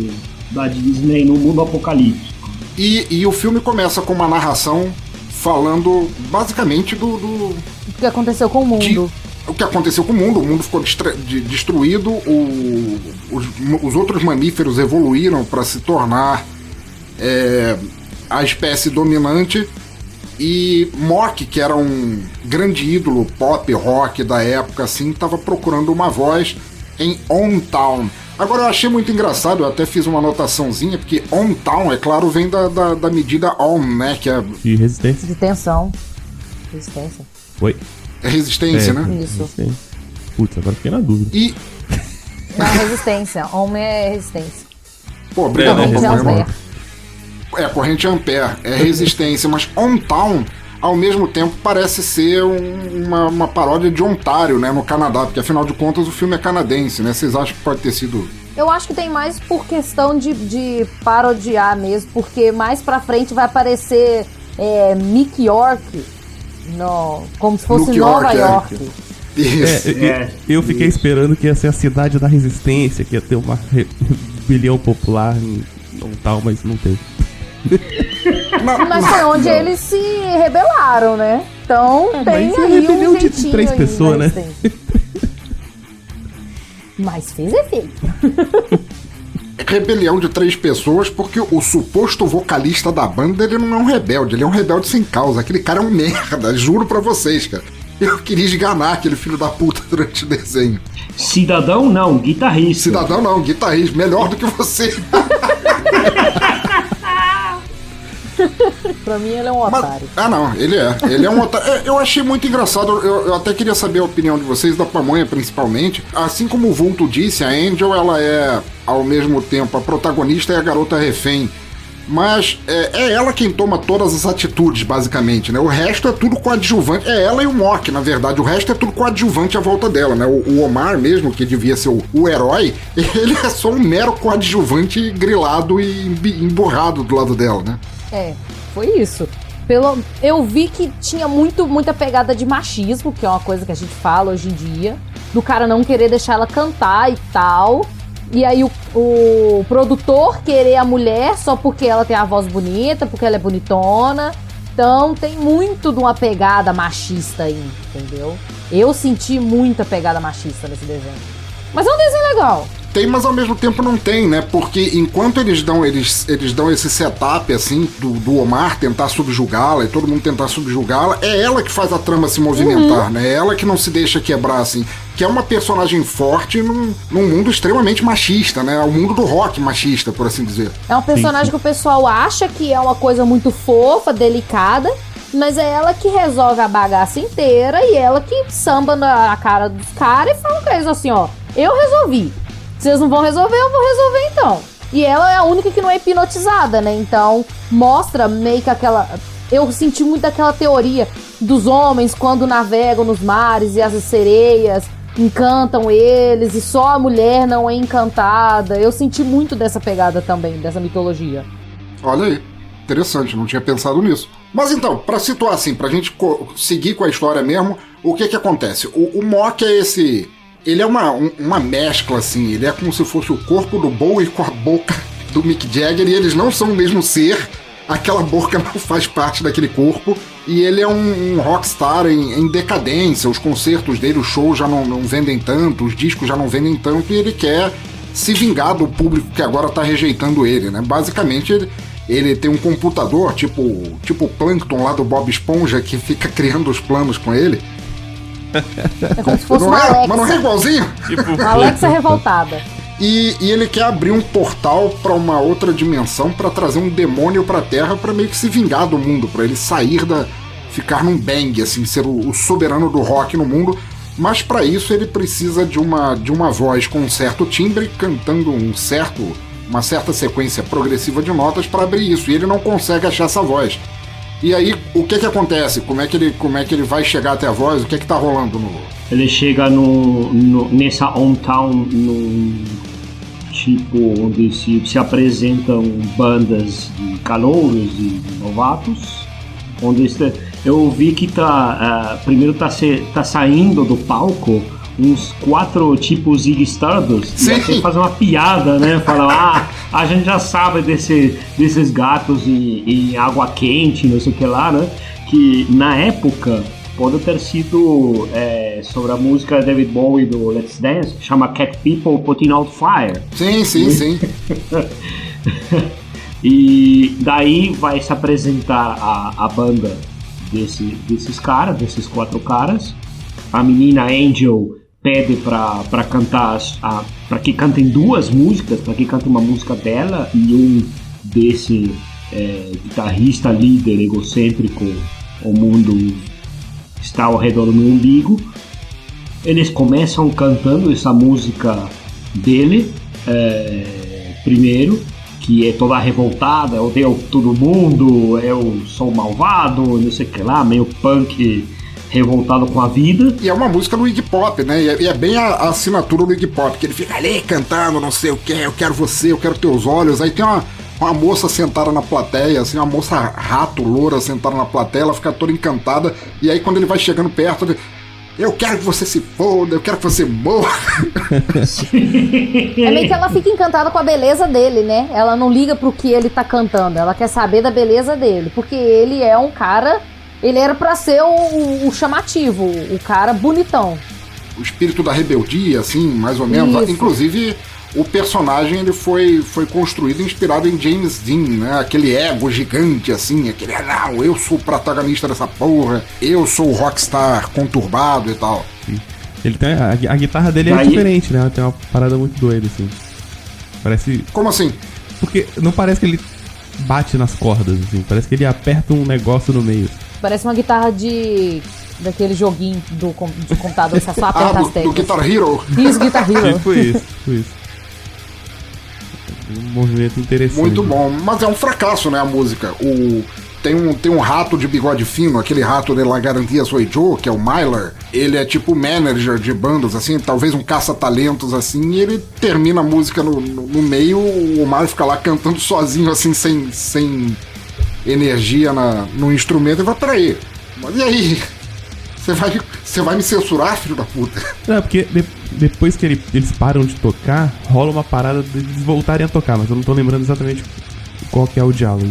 da Disney no mundo apocalíptico. E, e o filme começa com uma narração falando basicamente do... do o que aconteceu com o mundo. De, o que aconteceu com o mundo. O mundo ficou destra, de, destruído, o, os, os outros mamíferos evoluíram para se tornar é, a espécie dominante. E Mork, que era um grande ídolo pop, rock da época, assim, estava procurando uma voz em Hometown. Agora eu achei muito engraçado, eu até fiz uma anotaçãozinha, porque Hometown, é claro, vem da, da, da medida Ohm, né? Que é... De resistência. De tensão. Resistência. Oi? É resistência, é, né? Isso. Resistência. Putz, agora fiquei na dúvida. E... Não, resistência. Ohm é resistência. Pô, obrigado. É, né? É, corrente Ampere, é resistência, mas Hometown, ao mesmo tempo, parece ser um, uma, uma paródia de Ontário, né, no Canadá, porque afinal de contas o filme é canadense, né? Vocês acham que pode ter sido... Eu acho que tem mais por questão de, de parodiar mesmo, porque mais pra frente vai aparecer é, Mick York, no, como se fosse Nuke Nova York. York. É. Isso. É, eu, É, eu fiquei isso. esperando que ia ser a cidade da resistência, que ia ter uma rebelião popular em Hometown, mas não teve. Mas foi onde eles se rebelaram, né? Então É, tem mas é aí rebelião um de jeitinho três aí, pessoas, né? tem. Mas fez efeito. Rebelião de três pessoas, porque o suposto vocalista da banda, ele não é um rebelde, ele é um rebelde sem causa. Aquele cara é um merda, juro pra vocês, cara. Eu queria esganar aquele filho da puta durante o desenho. Cidadão não, guitarrista. Cidadão não, guitarrista, melhor do que você. Pra mim ele é um otário. Mas, ah não, ele é, ele é um otário. É, eu achei muito engraçado, eu, eu até queria saber a opinião de vocês, da Pamonha principalmente. Assim como o Vulto disse, a Angel, ela é ao mesmo tempo a protagonista e a garota refém. Mas é, é ela quem toma todas as atitudes, basicamente, né? O resto é tudo coadjuvante. É ela e o Mork, na verdade. O resto é tudo coadjuvante à volta dela, né? O, o Omar mesmo, que devia ser o, o herói, ele é só um mero coadjuvante grilado e emburrado do lado dela, né? É, foi isso. Pelo, eu vi que tinha muito, muita pegada de machismo, que é uma coisa que a gente fala hoje em dia. Do cara não querer deixar ela cantar e tal. E aí o, o produtor querer a mulher só porque ela tem a voz bonita, porque ela é bonitona. Então tem muito de uma pegada machista aí, entendeu? Eu senti muita pegada machista nesse desenho. Mas é um desenho legal. Tem, mas ao mesmo tempo não tem, né? Porque enquanto eles dão, eles, eles dão esse setup, assim, do, do Omar tentar subjugá-la e todo mundo tentar subjugá-la, é ela que faz a trama se movimentar, uhum. né? É ela que não se deixa quebrar, assim. Que é uma personagem forte num, num mundo extremamente machista, né? O mundo do rock machista, por assim dizer. É um personagem sim, sim. que o pessoal acha que é uma coisa muito fofa, delicada, mas é ela que resolve a bagaça inteira e ela que samba na cara dos caras e fala com eles assim, ó, eu resolvi. Vocês não vão resolver, eu vou resolver então. E ela é a única que não é hipnotizada, né? Então, mostra meio que aquela... Eu senti muito aquela teoria dos homens quando navegam nos mares e as sereias encantam eles e só a mulher não é encantada. Eu senti muito dessa pegada também, dessa mitologia. Olha aí, interessante, não tinha pensado nisso. Mas então, pra situar assim, pra gente co- seguir com a história mesmo, o que que acontece? O, o Mork é esse... Ele é uma, um, uma mescla, assim, ele é como se fosse o corpo do Bowie com a boca do Mick Jagger, e eles não são o mesmo ser, aquela boca não faz parte daquele corpo, e ele é um, um rockstar em, em decadência, os concertos dele, os shows já não, não vendem tanto, os discos já não vendem tanto, e ele quer se vingar do público que agora tá rejeitando ele, né? Basicamente, ele, ele tem um computador, tipo, tipo o Plankton lá do Bob Esponja, que fica criando os planos com ele. É como se fosse não uma é? Alexa. Mas não é igualzinho? Tipo, uma Alexa revoltada. E, e ele quer abrir um portal pra uma outra dimensão pra trazer um demônio pra Terra pra meio que se vingar do mundo, pra ele sair da... ficar num bang, assim, ser o, o soberano do rock no mundo. Mas pra isso ele precisa de uma, de uma voz com um certo timbre, cantando um certo, uma certa sequência progressiva de notas pra abrir isso. E ele não consegue achar essa voz. E aí, o que que acontece? Como é que ele, como é que ele vai chegar até a voz? O que que tá rolando no... Ele chega no, no, nessa hometown, num tipo onde se, se apresentam bandas de calouros e novatos. Onde este, eu vi que tá, uh, primeiro tá, se, tá saindo do palco uns quatro tipos Ziggy Stardust. Sim. E até fazer uma piada, né? Falar, ah, a gente já sabe desse, desses gatos em, em água quente, não sei o que lá, né? Que na época pode ter sido é, sobre a música David Bowie do Let's Dance, que chama Cat People Putting Out Fire. Sim, sim, sim. E daí vai se apresentar a, a banda desse, desses caras, desses quatro caras. A menina Angel pede pra, pra cantar, a, pra que cantem duas músicas, pra que cantem uma música dela e um desse é, guitarrista líder egocêntrico, o mundo está ao redor do meu umbigo. Eles começam cantando essa música dele é, primeiro, que é toda revoltada, eu odeio todo mundo, eu sou malvado, não sei o que lá, meio punk revoltado com a vida. E é uma música do Iggy Pop, né? E é, e é bem a, a assinatura do Iggy Pop, que ele fica ali cantando, não sei o que, eu quero você, eu quero teus olhos. Aí tem uma, uma moça sentada na plateia, assim, uma moça rato, loura, sentada na plateia, ela fica toda encantada. E aí quando ele vai chegando perto, ele, eu quero que você se foda, eu quero que você morra. É meio que ela fica encantada com a beleza dele, né? Ela não liga pro que ele tá cantando, ela quer saber da beleza dele, porque ele é um cara, ele era pra ser o, o chamativo, o cara bonitão. O espírito da rebeldia, assim, mais ou menos. Isso. Inclusive, o personagem ele foi, foi construído inspirado em James Dean, né? Aquele ego gigante, assim, aquele, ah, não, eu sou o protagonista dessa porra, eu sou o rockstar conturbado e tal. Sim. Ele tem, a, a guitarra dele é Daí... diferente, né? Ela tem uma parada muito doida, assim. Parece... Como assim? Porque não parece que ele bate nas cordas, assim. Parece que ele aperta um negócio no meio. Parece uma guitarra de... daquele joguinho do, do computador, que só aperta ah, as teclas. Do Guitar Hero? Isso, Guitar Hero. Tipo isso, tipo isso. Um movimento interessante. Muito bom, mas é um fracasso, né, a música. O... Tem um, tem um rato de bigode fino, aquele rato de La Garantia Soy Joe, que é o Myler. Ele é tipo manager de bandas, assim, talvez um caça-talentos, assim, e ele termina a música no, no, no meio, o Myler fica lá cantando sozinho, assim, sem, sem energia na, no instrumento, e vai, peraí, mas e aí? Você vai, você vai me censurar, filho da puta? Não, porque de, depois que ele, eles param de tocar, rola uma parada de eles voltarem a tocar, mas eu não tô lembrando exatamente qual que é o diálogo.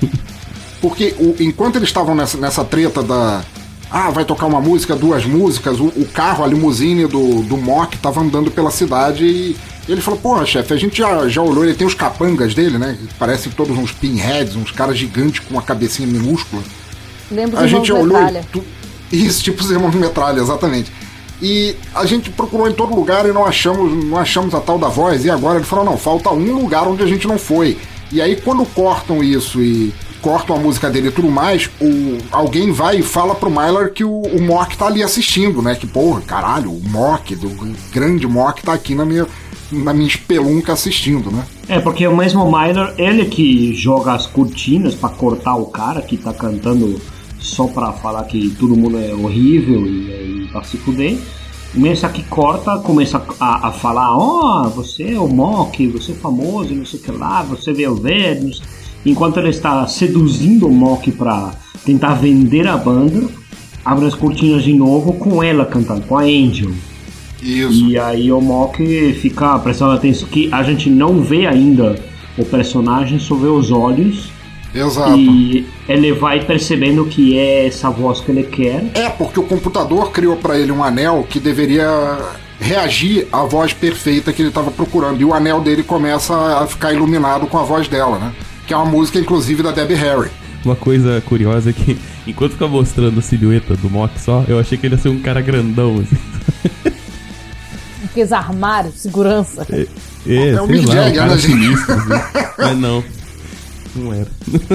Porque o, enquanto eles estavam nessa, nessa treta da... Ah, vai tocar uma música, duas músicas, o, o carro, a limusine do, do Mock tava andando pela cidade e ele falou, porra, chefe, a gente já, já olhou, ele tem os capangas dele, né? Parecem todos uns pinheads, uns caras gigantes com uma cabecinha minúscula. Lembro a dos gente irmãos olhou Metralha. Tu, isso, tipo os irmãos Metralha, exatamente. E a gente procurou em todo lugar e não achamos, não achamos a tal da voz. E agora ele falou, não, falta um lugar onde a gente não foi. E aí quando cortam isso e cortam a música dele e tudo mais, o, alguém vai e fala pro Myler que o, o Mock tá ali assistindo, né? Que, porra, caralho, o Mock, do grande Mock tá aqui na minha, na minha espelunca assistindo, né? É, porque o mesmo Myler, ele que joga as cortinas pra cortar o cara que tá cantando só pra falar que todo mundo é horrível e, e pra se fuder. Começa que corta, começa a, a falar, ó, oh, você é o Mock, você é famoso, não sei o que lá, você veio ver, não sei. Enquanto ele está seduzindo o Mock para tentar vender a banda, abre as cortinas de novo com ela cantando, com a Angel. Isso. E aí o Mock fica prestando atenção que a gente não vê ainda o personagem, só vê os olhos. Exato. E ele vai percebendo que é essa voz que ele quer. É, porque o computador criou para ele um anel que deveria reagir à voz perfeita que ele estava procurando. E o anel dele começa a ficar iluminado com a voz dela, né? Que é uma música, inclusive, da Debbie Harry. Uma coisa curiosa é que, enquanto fica mostrando a silhueta do Mock só, eu achei que ele ia ser um cara grandão, assim. Aqueles armários, segurança. É, é, é um sei Mick lá, Jagger, um cara né, gente? sinistro, assim. Mas não, não era.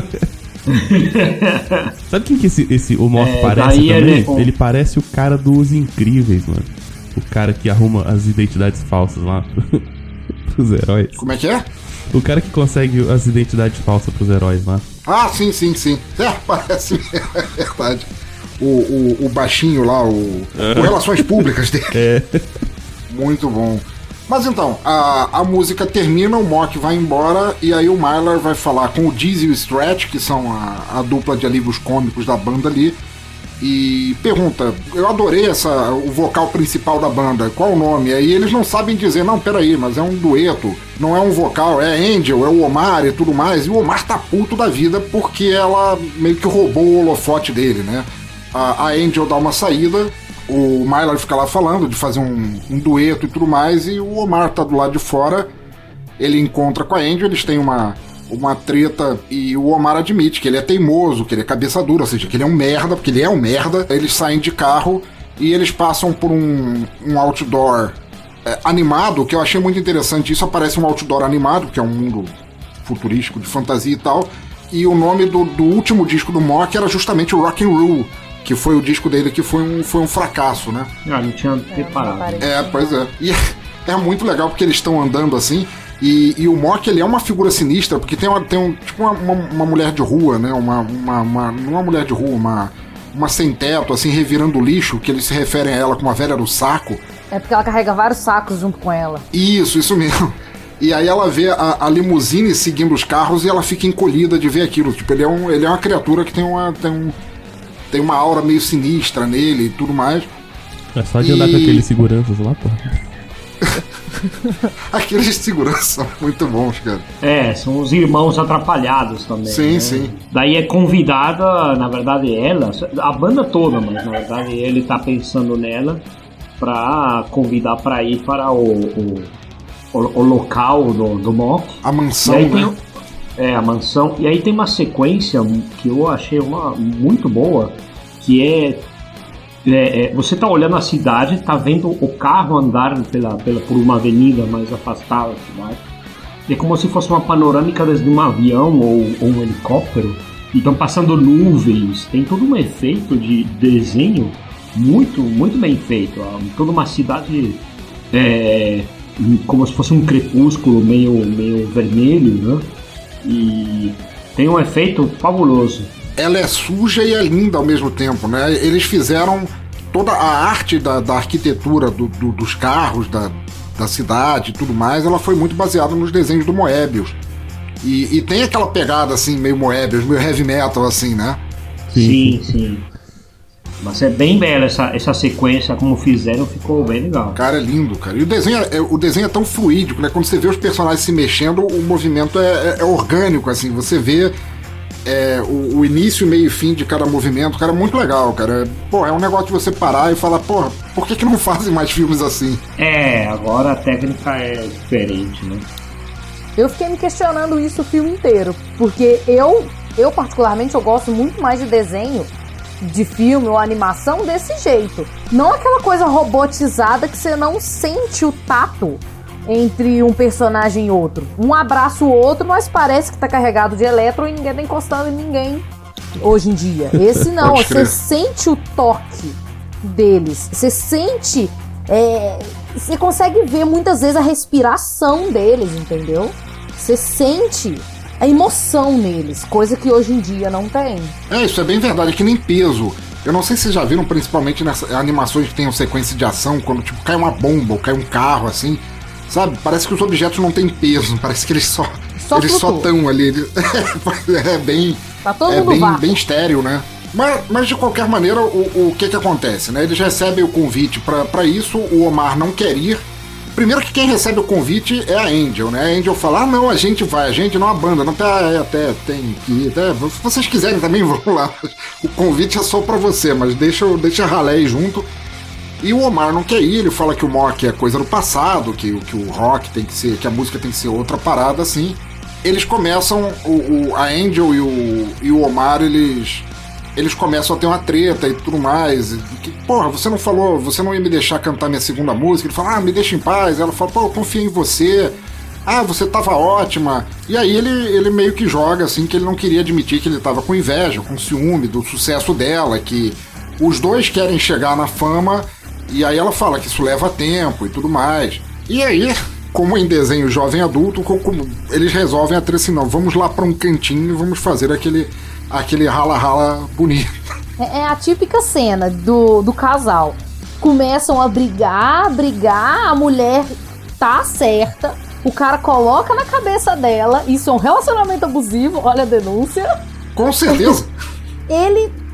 Sabe quem que esse, esse o Mock é, parece também? Ele, ele parece o cara dos Incríveis, mano. O cara que arruma as identidades falsas lá pros heróis. Como é que é? O cara que consegue as identidades falsas pros heróis lá. Ah, sim, sim, sim. É, parece, é verdade. O, o, o baixinho lá, o, o Relações Públicas dele. É. Muito bom. Mas então, a, a música termina, o Mock vai embora e aí o Myler vai falar com o Dizzy e o Stretch, que são a, a dupla de alívios cômicos da banda ali, e pergunta, eu adorei essa, o vocal principal da banda, qual o nome? Aí eles não sabem dizer, não, peraí, mas é um dueto, não é um vocal, é Angel, é o Omar e tudo mais, e o Omar tá puto da vida porque ela meio que roubou o holofote dele, né? A, a Angel dá uma saída, o Mylar fica lá falando de fazer um, um dueto e tudo mais, e o Omar tá do lado de fora, ele encontra com a Angel, eles têm uma... uma treta e o Omar admite que ele é teimoso, que ele é cabeça dura, ou seja, que ele é um merda, porque ele é um merda. Eles saem de carro e eles passam por um, um outdoor é, animado, que eu achei muito interessante. Isso aparece um outdoor animado, que é um mundo futurístico de fantasia e tal, e o nome do, do último disco do Mock era justamente o Rock and Roll, que foi o disco dele que foi um, foi um fracasso, né? Ah, não tinha preparado. É, pois é. E é muito legal porque eles estão andando assim. E, e o Mock, ele é uma figura sinistra, porque tem, uma, tem um, tipo uma, uma, uma mulher de rua, né? Uma, uma, uma, não uma mulher de rua, uma, uma sem-teto, assim, revirando lixo, que eles se referem a ela como a velha do saco. É porque ela carrega vários sacos junto com ela. Isso, isso mesmo. E aí ela vê a, a limusine seguindo os carros e ela fica encolhida de ver aquilo. Tipo, ele é, um, ele é uma criatura que tem uma, tem, um, tem uma aura meio sinistra nele e tudo mais. É só de e... andar com aqueles seguranças lá, pô. Aqueles de segurança são muito bons, cara. É, são os irmãos atrapalhados também. Sim, né? sim. Daí é convidada, na verdade, ela, a banda toda, mas na verdade ele tá pensando nela pra convidar pra ir para o, o, o, o local do, do Mock. A mansão, né? Tem, é, a mansão. E aí tem uma sequência que eu achei uma, muito boa, que é. É, é, você tá olhando a cidade, tá vendo o carro andar pela, pela, por uma avenida mais afastada da cidade. É como se fosse uma panorâmica desde um avião ou, ou um helicóptero. E estão passando nuvens. Tem todo um efeito de desenho muito, muito bem feito. Toda uma cidade é, como se fosse um crepúsculo meio, meio vermelho, né? E tem um efeito fabuloso. Ela é suja e é linda ao mesmo tempo, né? Eles fizeram toda a arte da, da arquitetura do, do, dos carros, da, da cidade e tudo mais, ela foi muito baseada nos desenhos do Moebius. E, e tem aquela pegada assim, meio Moebius, meio heavy metal assim, né? Sim, sim. Mas é bem bela essa, essa sequência, como fizeram, ficou bem legal. Cara, é lindo, cara. E o desenho é, o desenho é tão fluídico, né? Quando você vê os personagens se mexendo, o movimento é, é, é orgânico, assim. Você vê é, o, o início, meio e fim de cada movimento. Cara, é muito legal, cara. Pô, é um negócio de você parar e falar, pô, por que que não fazem mais filmes assim? É, agora a técnica é diferente, né? Eu fiquei me questionando isso o filme inteiro, porque eu, eu particularmente, eu gosto muito mais de desenho de filme ou animação desse jeito. Não aquela coisa robotizada que você não sente o tato entre um personagem e outro. Um abraça o outro, mas parece que tá carregado de elétron e ninguém tá encostando em ninguém hoje em dia. Esse não, você sente o toque deles. Você sente... É, você consegue ver muitas vezes a respiração deles, entendeu? Você sente a emoção neles, coisa que hoje em dia não tem. É, isso é bem verdade, é que nem peso. Eu não sei se vocês já viram, principalmente nessas animações que tem sequência de ação, quando tipo cai uma bomba ou cai um carro, assim, sabe? Parece que os objetos não têm peso, parece que eles só só eles só estão ali. É bem, tá todo é mundo bem, bem estéril, né? Mas, mas de qualquer maneira, o, o que que acontece, né? Eles recebem o convite pra, pra isso, o Omar não quer ir. Primeiro que quem recebe o convite é a Angel, né? A Angel fala, ah, não, a gente vai, a gente não, a banda, não, até, até tem que ir, até, se vocês quiserem também, vão lá. O convite é só pra você, mas deixa, deixa a Raleigh junto. E o Omar não quer ir, ele fala que o Mock é coisa do passado, que, que o rock tem que ser, que a música tem que ser outra parada, assim. Eles começam, o, o, a Angel e o, e o Omar, eles... Eles começam a ter uma treta e tudo mais. E que, porra, você não falou, você não ia me deixar cantar minha segunda música. Ele fala, ah, me deixa em paz. Ela fala, pô, eu confio em você. Ah, você tava ótima. E aí ele, ele meio que joga, assim, que ele não queria admitir que ele tava com inveja, com ciúme do sucesso dela, que os dois querem chegar na fama. E aí ela fala que isso leva tempo e tudo mais. E aí, como em desenho jovem adulto, como, eles resolvem a treta assim, não, vamos lá pra um cantinho e vamos fazer aquele... aquele rala-rala bonito. É, é a típica cena do, do casal. Começam a brigar, brigar, a mulher tá certa, o cara coloca na cabeça dela, isso é um relacionamento abusivo, olha a denúncia. Com certeza. Ele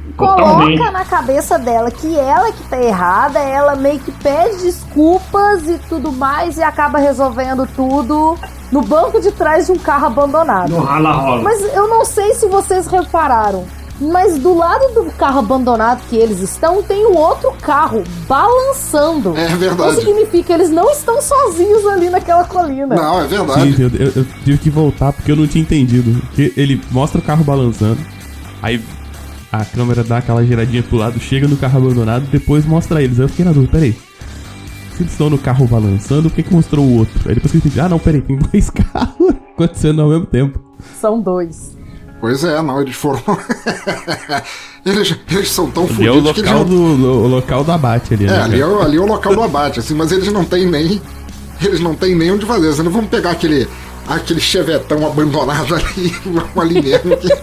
coloca na cabeça dela que ela que tá errada, ela meio que pede desculpas e tudo mais e acaba resolvendo tudo no banco de trás de um carro abandonado. No rala-rola. Mas eu não sei se vocês repararam, mas do lado do carro abandonado que eles estão, tem um outro carro balançando. É verdade. Isso significa que eles não estão sozinhos ali naquela colina. Não, é verdade. Sim, eu, eu, eu tive que voltar porque eu não tinha entendido. Porque ele mostra o carro balançando, aí a câmera dá aquela giradinha pro lado, chega no carro abandonado, depois mostra eles. Aí eu fiquei na dúvida, peraí. Se eles estão no carro balançando, por que que mostrou o outro? Aí depois eu entendi, ah não, peraí, tem dois carros acontecendo ao mesmo tempo. São dois. Pois é, não, eles foram... eles, eles são tão ali fodidos é o local que eles não... do, do, o local do abate ali, É, né, ali é, ali é o local do abate, assim, mas eles não têm nem... Eles não têm nem onde fazer. Vocês não vão pegar aquele, aquele chevetão abandonado ali, vamos ali mesmo. Que...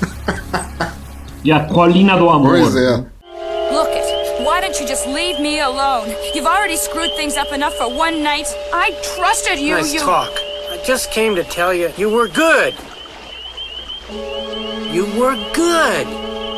E a colina do amor. Pois é. Look it, why don't you just leave me alone? You've already screwed things up enough for one night. I trusted you, nice you... talk. I just came to tell you you were good. You were good.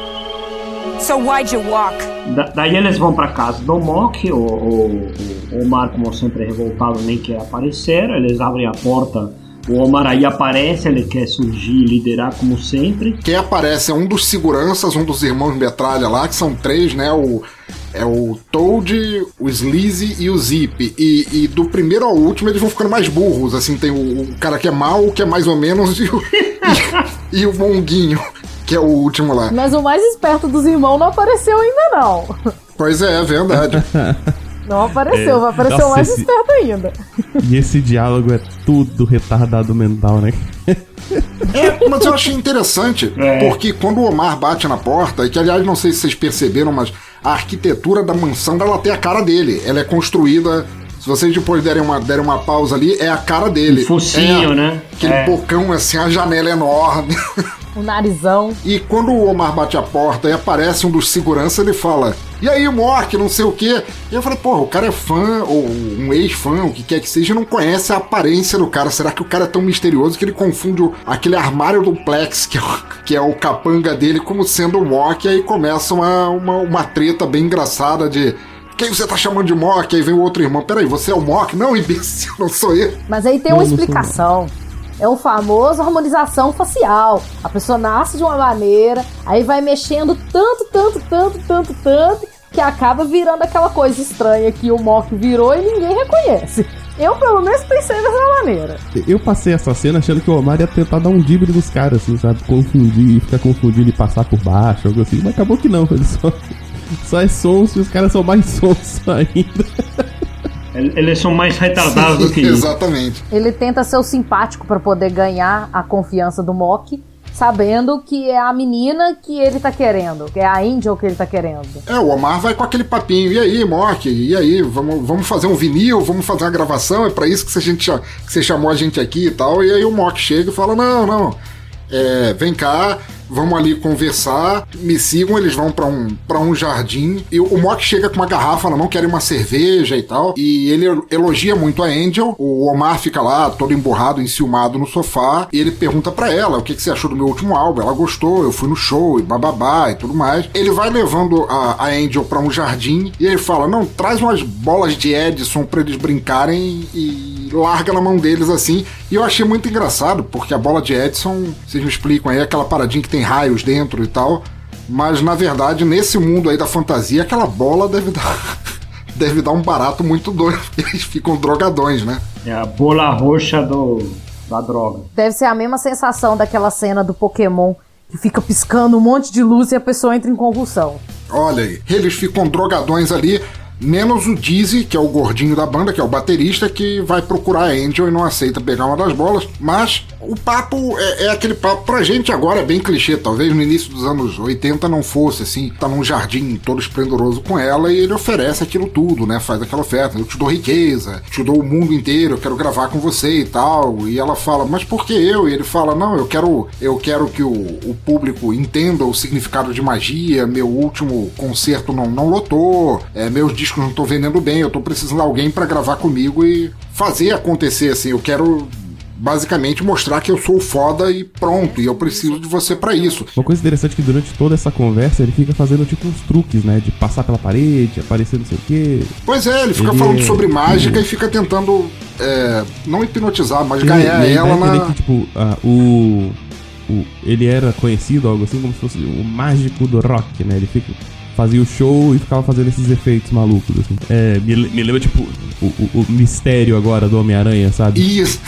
So why'd you walk? Da, daí eles vão pra casa do Mock, o, o, o Omar, como sempre, revoltado, nem quer aparecer. Eles abrem a porta, o Omar aí aparece, ele quer surgir e liderar como sempre. Quem aparece é um dos seguranças, um dos irmãos Metralha lá, que são três, né? O, é o Toad, o Sleazy e o Zip. E, e do primeiro ao último eles vão ficando mais burros, assim, tem o, o cara que é mau, que é mais ou menos, e o, e, e o Monguinho, que é o último lá. Mas o mais esperto dos irmãos não apareceu ainda não. Pois é, é verdade. Não apareceu, É, vai aparecer nossa, o mais esse- esperto ainda. E esse diálogo é tudo retardado mental, né? É, mas eu achei interessante, porque quando o Omar bate na porta, e que aliás não sei se vocês perceberam, mas a arquitetura da mansão, ela tem a cara dele. Ela é construída, se vocês depois derem uma, derem uma pausa ali, é a cara dele. Um focinho, é, né? Aquele É. bocão assim, a janela enorme. O narizão. E quando o Omar bate a porta e aparece um dos seguranças, ele fala: e aí, Mork, não sei o quê. E eu falei, porra, o cara é fã, ou um ex-fã, o que quer que seja, não conhece a aparência do cara. Será que o cara é tão misterioso que ele confunde o, aquele armário do Plex, que é, o, que é o capanga dele, como sendo o Mork? E aí começa uma, uma, uma treta bem engraçada de... Quem você tá chamando de Mork? Aí vem o outro irmão. Peraí, você é o Mork? Não, imbecil, não sou eu. Mas aí tem uma explicação. É o famoso harmonização facial. A pessoa nasce de uma maneira, aí vai mexendo tanto, tanto, tanto, tanto, tanto, que acaba virando aquela coisa estranha que o Mock virou e ninguém reconhece. Eu, pelo menos, pensei dessa maneira. Eu passei essa cena achando que o Omar ia tentar dar um drible nos caras, assim, sabe? Confundir, ficar confundindo e passar por baixo, algo assim. Mas acabou que não, ele só, só é sonso e os caras são mais sonsos ainda. Eles são mais retardados do que isso. Exatamente. Ele tenta ser o simpático pra poder ganhar a confiança do Mock, sabendo que é a menina que ele tá querendo, que é a Angel que ele tá querendo. É, o Omar vai com aquele papinho. E aí, Mork? E aí, vamos, vamos fazer um vinil? Vamos fazer uma gravação? É pra isso que, a gente, cha- que você chamou a gente aqui e tal. E aí o Mork chega e fala, não, não, é, vem cá, vamos ali conversar, me sigam, eles vão pra um, pra um jardim. E o Mork chega com uma garrafa na mão, quer uma cerveja e tal. E ele elogia muito a Angel. O Omar fica lá, todo emburrado, enciumado no sofá. E ele pergunta pra ela, o que, que você achou do meu último álbum? Ela gostou, eu fui no show e bababá e tudo mais. Ele vai levando a, a Angel pra um jardim e ele fala, não, traz umas bolas de Edison pra eles brincarem e larga na mão deles assim. E eu achei muito engraçado, porque a bola de Edison, vocês me explicam aí, é aquela paradinha que tem raios dentro e tal, mas na verdade nesse mundo aí da fantasia aquela bola deve dar deve dar um barato muito doido, porque eles ficam drogadões, né? É a bola roxa do, da droga. Deve ser a mesma sensação daquela cena do Pokémon que fica piscando um monte de luz e a pessoa entra em convulsão. Olha aí, eles ficam drogadões ali, menos o Dizzy, que é o gordinho da banda, que é o baterista, que vai procurar a Angel e não aceita pegar uma das bolas. Mas o papo é, é aquele papo, pra gente agora é bem clichê, talvez no início dos anos oitenta não fosse assim, tá num jardim todo esplendoroso com ela e ele oferece aquilo tudo, né, faz aquela oferta, eu te dou riqueza, te dou o mundo inteiro, eu quero gravar com você e tal, e ela fala, mas por que eu? E ele fala, não, eu quero, eu quero que o, o público entenda o significado de magia, meu último concerto não, não lotou, é, meus discos não estão vendendo bem, eu tô precisando de alguém pra gravar comigo e fazer acontecer, assim, eu quero basicamente mostrar que eu sou foda e pronto, e eu preciso de você pra isso. Uma coisa interessante é que durante toda essa conversa ele fica fazendo tipo uns truques, né? De passar pela parede, aparecer não sei o quê. Pois é, ele fica ele falando é... sobre mágica ele... e fica tentando, é, não hipnotizar, mas ele, ganhar ele ela na... Que, tipo, uh, o, o... ele era conhecido, algo assim, como se fosse o mágico do rock, né? Ele fica... fazia o show e ficava fazendo esses efeitos malucos, assim. É, me, me lembra, tipo, o, o, o mistério agora do Homem-Aranha, sabe? Isso!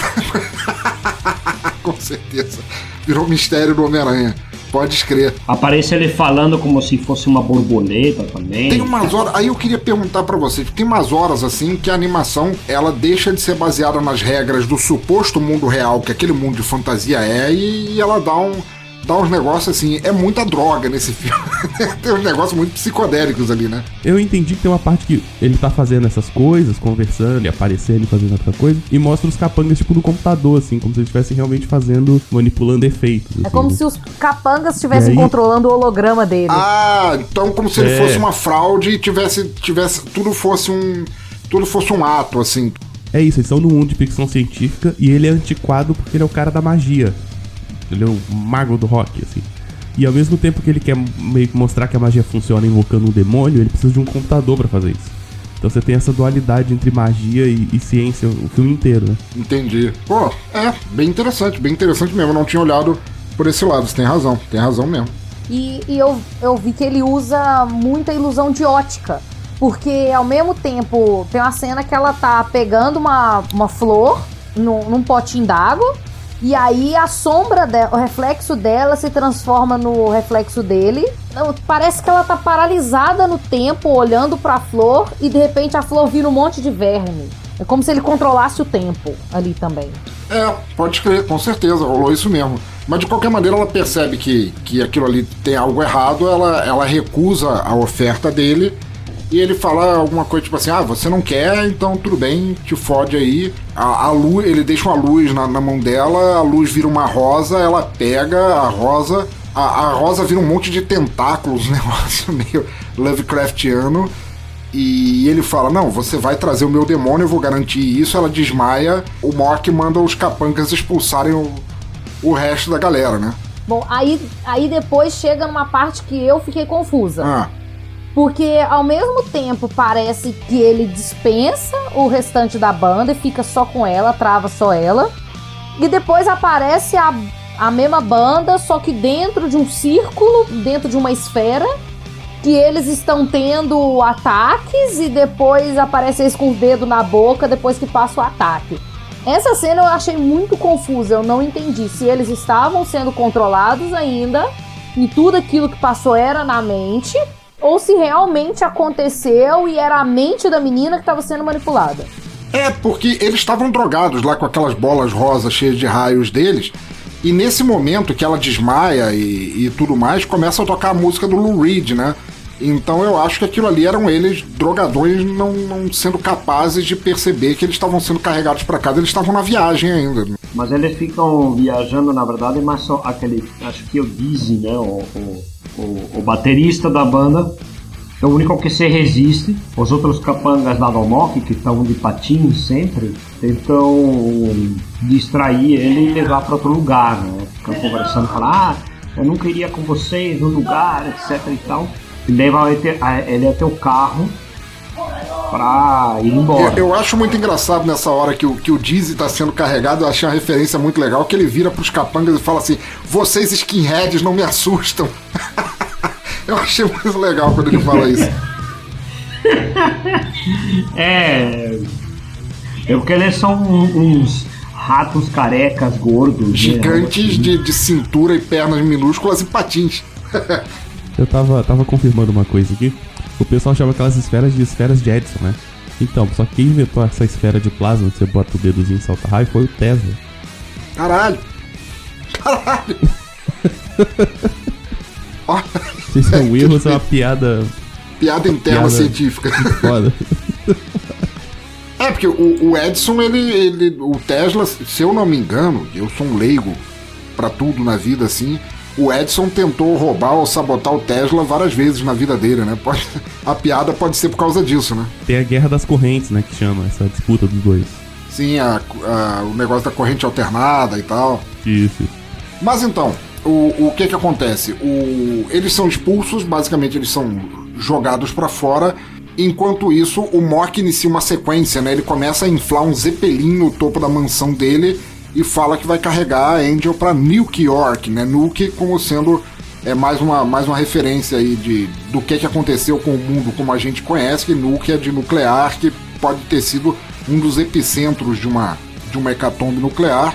Com certeza. Virou o mistério do Homem-Aranha. Pode escrever. Aparece ele falando como se fosse uma borboleta também. Tem umas horas... Aí eu queria perguntar pra vocês. Tem umas horas, assim, que a animação, ela deixa de ser baseada nas regras do suposto mundo real, que aquele mundo de fantasia é, e ela dá um... dá uns negócios assim, é muita droga nesse filme. Tem uns negócios muito psicodélicos ali, né? Eu entendi que tem uma parte que ele tá fazendo essas coisas, conversando e aparecendo e fazendo outra coisa, e mostra os capangas tipo no computador, assim, como se eles estivessem realmente fazendo, manipulando efeitos. É assim, como né? se os capangas estivessem aí... controlando o holograma dele. Ah, então como se ele é. fosse uma fraude e tivesse, tivesse, tudo fosse um, tudo fosse um ato, assim. É isso, eles estão no mundo de ficção científica e ele é antiquado porque ele é o cara da magia. Ele é o mago do rock, assim. E ao mesmo tempo que ele quer meio que mostrar que a magia funciona invocando um demônio, ele precisa de um computador pra fazer isso. Então você tem essa dualidade entre magia e, e ciência o filme inteiro, né? Entendi. Pô, é, bem interessante, bem interessante mesmo. Eu não tinha olhado por esse lado, você tem razão, tem razão mesmo. E, e eu, eu vi que ele usa muita ilusão de ótica. Porque ao mesmo tempo tem uma cena que ela tá pegando uma, uma flor num, num potinho d'água. E aí a sombra dela, o reflexo dela se transforma no reflexo dele. Parece que ela tá paralisada no tempo, olhando pra flor, e de repente a flor vira um monte de verme. É como se ele controlasse o tempo ali também. É, pode crer, com certeza, rolou isso mesmo. Mas de qualquer maneira ela percebe que, que aquilo ali tem algo errado, ela, ela recusa a oferta dele. E ele fala alguma coisa tipo assim, ah, você não quer, então tudo bem, te fode aí. A, a luz, ele deixa uma luz na, na mão dela, a luz vira uma rosa, ela pega a rosa, a, a rosa vira um monte de tentáculos, um negócio meio Lovecraftiano. E ele fala, não, você vai trazer o meu demônio, eu vou garantir isso. Ela desmaia, o Mork manda os capangas expulsarem o, o resto da galera, né? Bom, aí, aí depois chega numa parte que eu fiquei confusa. Ah. Porque ao mesmo tempo parece que ele dispensa o restante da banda e fica só com ela, trava só ela. E depois aparece a, a mesma banda, só que dentro de um círculo, dentro de uma esfera, que eles estão tendo ataques e depois aparece eles com o dedo na boca depois que passa o ataque. Essa cena eu achei muito confusa, eu não entendi se eles estavam sendo controlados ainda e tudo aquilo que passou era na mente, ou se realmente aconteceu e era a mente da menina que estava sendo manipulada. É, porque eles estavam drogados lá com aquelas bolas rosas cheias de raios deles, e nesse momento que ela desmaia e, e tudo mais, começa a tocar a música do Lou Reed, né? Então eu acho que aquilo ali eram eles, drogadões, não, não sendo capazes de perceber que eles estavam sendo carregados para casa, eles estavam na viagem ainda. Mas eles ficam viajando, na verdade, mas só aquele, acho que é o Dizzy, né, o, o, o, o baterista da banda, é o único que se resiste. Os outros capangas da Domok, que estão de patins sempre, tentam distrair ele e levar para outro lugar, né? Ficam conversando, falar, ah, eu nunca iria com vocês no lugar, etc e tal. E leva ele até o carro pra ir embora. Eu, eu acho muito engraçado nessa hora que o, que o Dizzy tá sendo carregado. Eu achei uma referência muito legal, que ele vira pros capangas e fala assim, vocês skinheads não me assustam. Eu achei muito legal quando ele fala isso. É, é porque eles são uns ratos carecas gordos, gigantes, né? de, de cintura e pernas minúsculas e patins. Eu tava, tava confirmando uma coisa aqui. O pessoal chama aquelas esferas de esferas de Edison, né? Então, só que quem inventou essa esfera de plasma que você bota o dedozinho e solta raio foi o Tesla. Caralho! Caralho! Se isso é um erro, isso é uma piada... Piada interna piada científica. Foda. É, porque o, o Edison, ele, ele... O Tesla, se eu não me engano, eu sou um leigo pra tudo na vida, assim... O Edison tentou roubar ou sabotar o Tesla várias vezes na vida dele, né? Pode, a piada pode ser por causa disso, né? Tem a guerra das correntes, né? Que chama essa disputa dos dois. Sim, a, a, o negócio da corrente alternada e tal. Isso. Mas então, o, o que que acontece? O, eles são expulsos, basicamente eles são jogados pra fora. Enquanto isso, o Mork inicia uma sequência, né? Ele começa a inflar um zeppelin no topo da mansão dele e fala que vai carregar a Angel pra Nuke York, né? Nuke como sendo é, mais, uma, mais uma referência aí de, do que, que aconteceu com o mundo como a gente conhece, que Nuke é de nuclear, que pode ter sido um dos epicentros de uma, de uma hecatombe nuclear.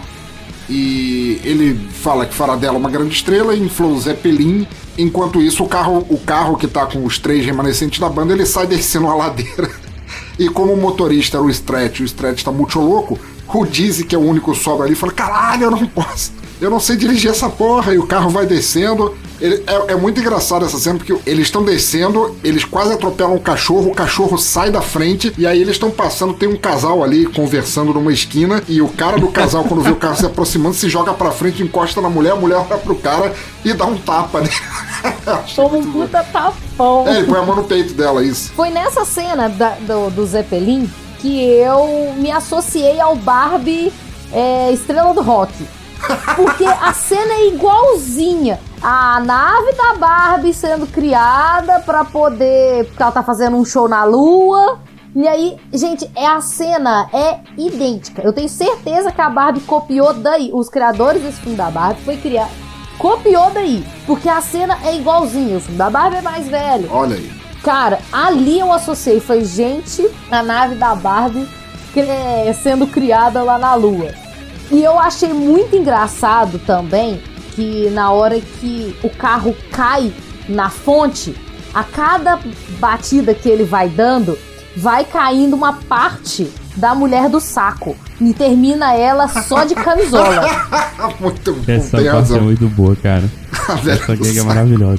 E ele fala que fará dela uma grande estrela e inflou o Zeppelin. Enquanto isso, o carro, o carro que tá com os três remanescentes da banda, ele sai descendo a ladeira. E como o motorista era o Stretch, o Stretch tá muito louco, o Dizzy, que é o único sobra ali, fala: caralho, eu não posso, eu não sei dirigir essa porra. E o carro vai descendo. Ele, é, é muito engraçado essa cena, porque eles estão descendo, eles quase atropelam o cachorro, o cachorro sai da frente, e aí eles estão passando, tem um casal ali conversando numa esquina, e o cara do casal, quando vê o carro se aproximando, se joga pra frente, encosta na mulher, a mulher olha pro cara e dá um tapa, né? Toma um puta tapão. É, ele põe a mão no peito dela, isso. Foi nessa cena da, do, do Zeppelin que eu me associei ao Barbie é, Estrela do Rock. Porque a cena é igualzinha. A nave da Barbie sendo criada pra poder... Porque ela tá fazendo um show na lua. E aí, gente, é a cena é idêntica. Eu tenho certeza que a Barbie copiou daí. Os criadores desse filme da Barbie foi criar... Copiou daí. Porque a cena é igualzinha. O filme da Barbie é mais velho. Olha aí. Cara, ali eu associei. Foi, gente, a nave da Barbie é, sendo criada lá na lua. E eu achei muito engraçado também que na hora que o carro cai na fonte, a cada batida que ele vai dando, vai caindo uma parte da mulher do saco. E termina ela só de camisola. Muito bom. Essa parte é muito boa, cara. Essa gag é maravilhosa.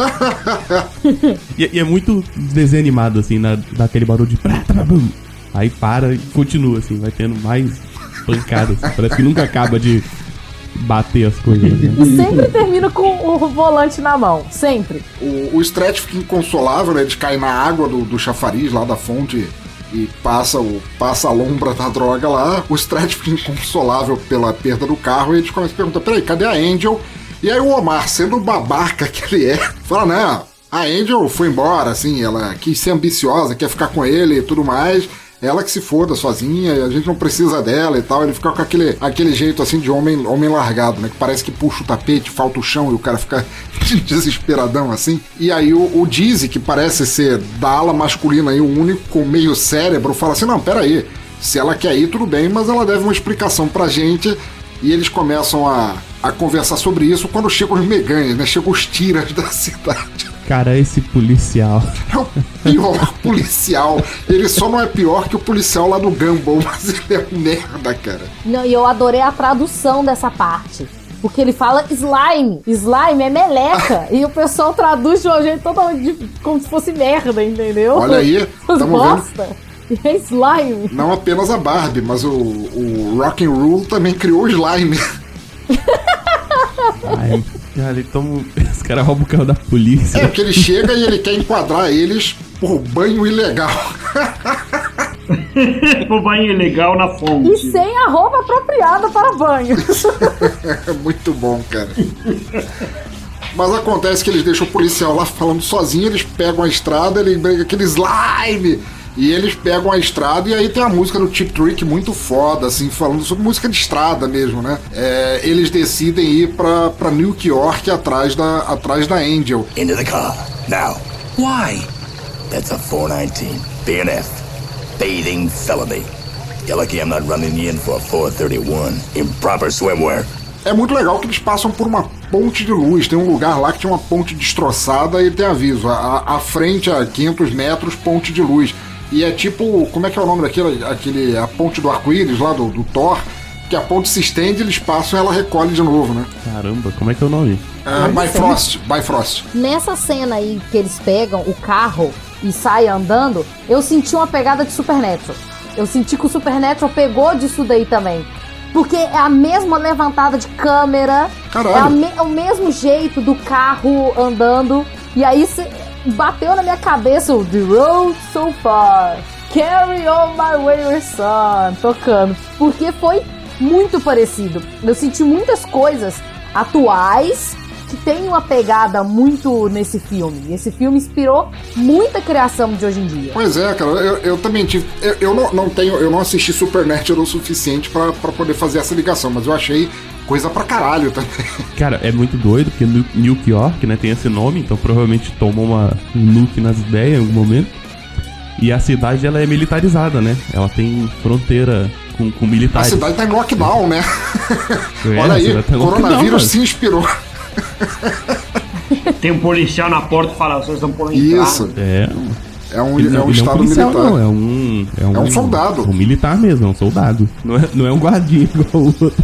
e, e é muito desenho animado, assim, na, daquele barulho de prata, babum. Aí para e continua, assim, vai tendo mais pancadas. Parece que nunca acaba de bater as coisas. Né? E sempre termina com o volante na mão. Sempre. O, o Stretch fica inconsolável, né? Ele cai na água do, do chafariz lá da fonte e passa, o, passa a lombra da droga lá. O Stretch fica inconsolável pela perda do carro e eles começam a perguntar: peraí, cadê a Angel? E aí o Omar, sendo o babaca que ele é, fala: não, a Angel foi embora, assim, ela quis ser ambiciosa, quer ficar com ele e tudo mais. Ela que se foda sozinha, a gente não precisa dela e tal. Ele fica com aquele, aquele jeito assim de homem, homem largado, né? Que parece que puxa o tapete, falta o chão e o cara fica desesperadão assim. E aí o, o Dizzy, que parece ser da ala masculina aí, o único com meio cérebro, fala assim: não, peraí, se ela quer ir, tudo bem, mas ela deve uma explicação pra gente. E eles começam a, a conversar sobre isso quando chegam os meganhas, né? Chegam os tiras da cidade. Cara, esse policial é o pior policial. Ele só não é pior que o policial lá do Gumball, mas ele é um merda, cara. Não, e eu adorei a tradução dessa parte. Porque ele fala slime. Slime é meleca. E o pessoal traduz de um jeito totalmente como se fosse merda, entendeu? Olha aí, estamos vendo. É slime. Não apenas a Barbie, mas o, o Rock'n'Roll também criou o slime. Ai, cara, ele toma... Esse cara rouba o carro da polícia. É, porque ele chega e ele quer enquadrar eles por banho ilegal. O banho ilegal na fonte. E sem a roupa apropriada para banho. É muito bom, cara. Mas acontece que eles deixam o policial lá falando sozinho, eles pegam a estrada, ele briga aquele slime... E eles pegam a estrada e aí tem a música do Cheap Trick muito foda, assim, falando sobre música de estrada mesmo, né? É, eles decidem ir pra, pra Nuke York atrás da, atrás da Angel. Into the car, now. Why? That's a four nineteen, B N F, bathing felony. You're lucky I'm not running you in for a four thirty-one, improper swimwear. É muito legal que eles passam por uma ponte de luz. Tem um lugar lá que tinha uma ponte destroçada e tem aviso. À, à frente, a quinhentos metros, ponte de luz. E é tipo, como é que é o nome daquele, aquele, a ponte do arco-íris lá do, do Thor, que a ponte se estende, eles passam e ela recolhe de novo, né? Caramba, como é que é o nome? É, Bifrost, Bifrost. Nessa cena aí que eles pegam o carro e saem andando, eu senti uma pegada de Supernatural. Eu senti que o Supernatural pegou disso daí também. Porque é a mesma levantada de câmera, é, a me, é o mesmo jeito do carro andando, e aí cê, bateu na minha cabeça o The Road So Far. Carry on my wayward son, tocando. Porque foi muito parecido. Eu senti muitas coisas atuais que tem uma pegada muito nesse filme. Esse filme inspirou muita criação de hoje em dia. Pois é, cara, eu, eu também tive. Eu, eu não, não tenho, eu não assisti Supernatural o suficiente pra, pra poder fazer essa ligação, mas eu achei coisa pra caralho também. Cara, é muito doido, porque New York, né, tem esse nome, então provavelmente tomou uma um nuke nas ideias em algum momento. E a cidade, ela é militarizada, né? Ela tem fronteira com, com militares. A cidade tá em lockdown, né? É, olha aí, tá o coronavírus se inspirou. Tem um policial na porta e fala, vocês não podem entrar. Isso. É. É um, Ele é um não, estado é um policial, militar. Não, é um, é um. É um soldado. Um militar mesmo, é um soldado. Não é, não é um guardinha igual o outro.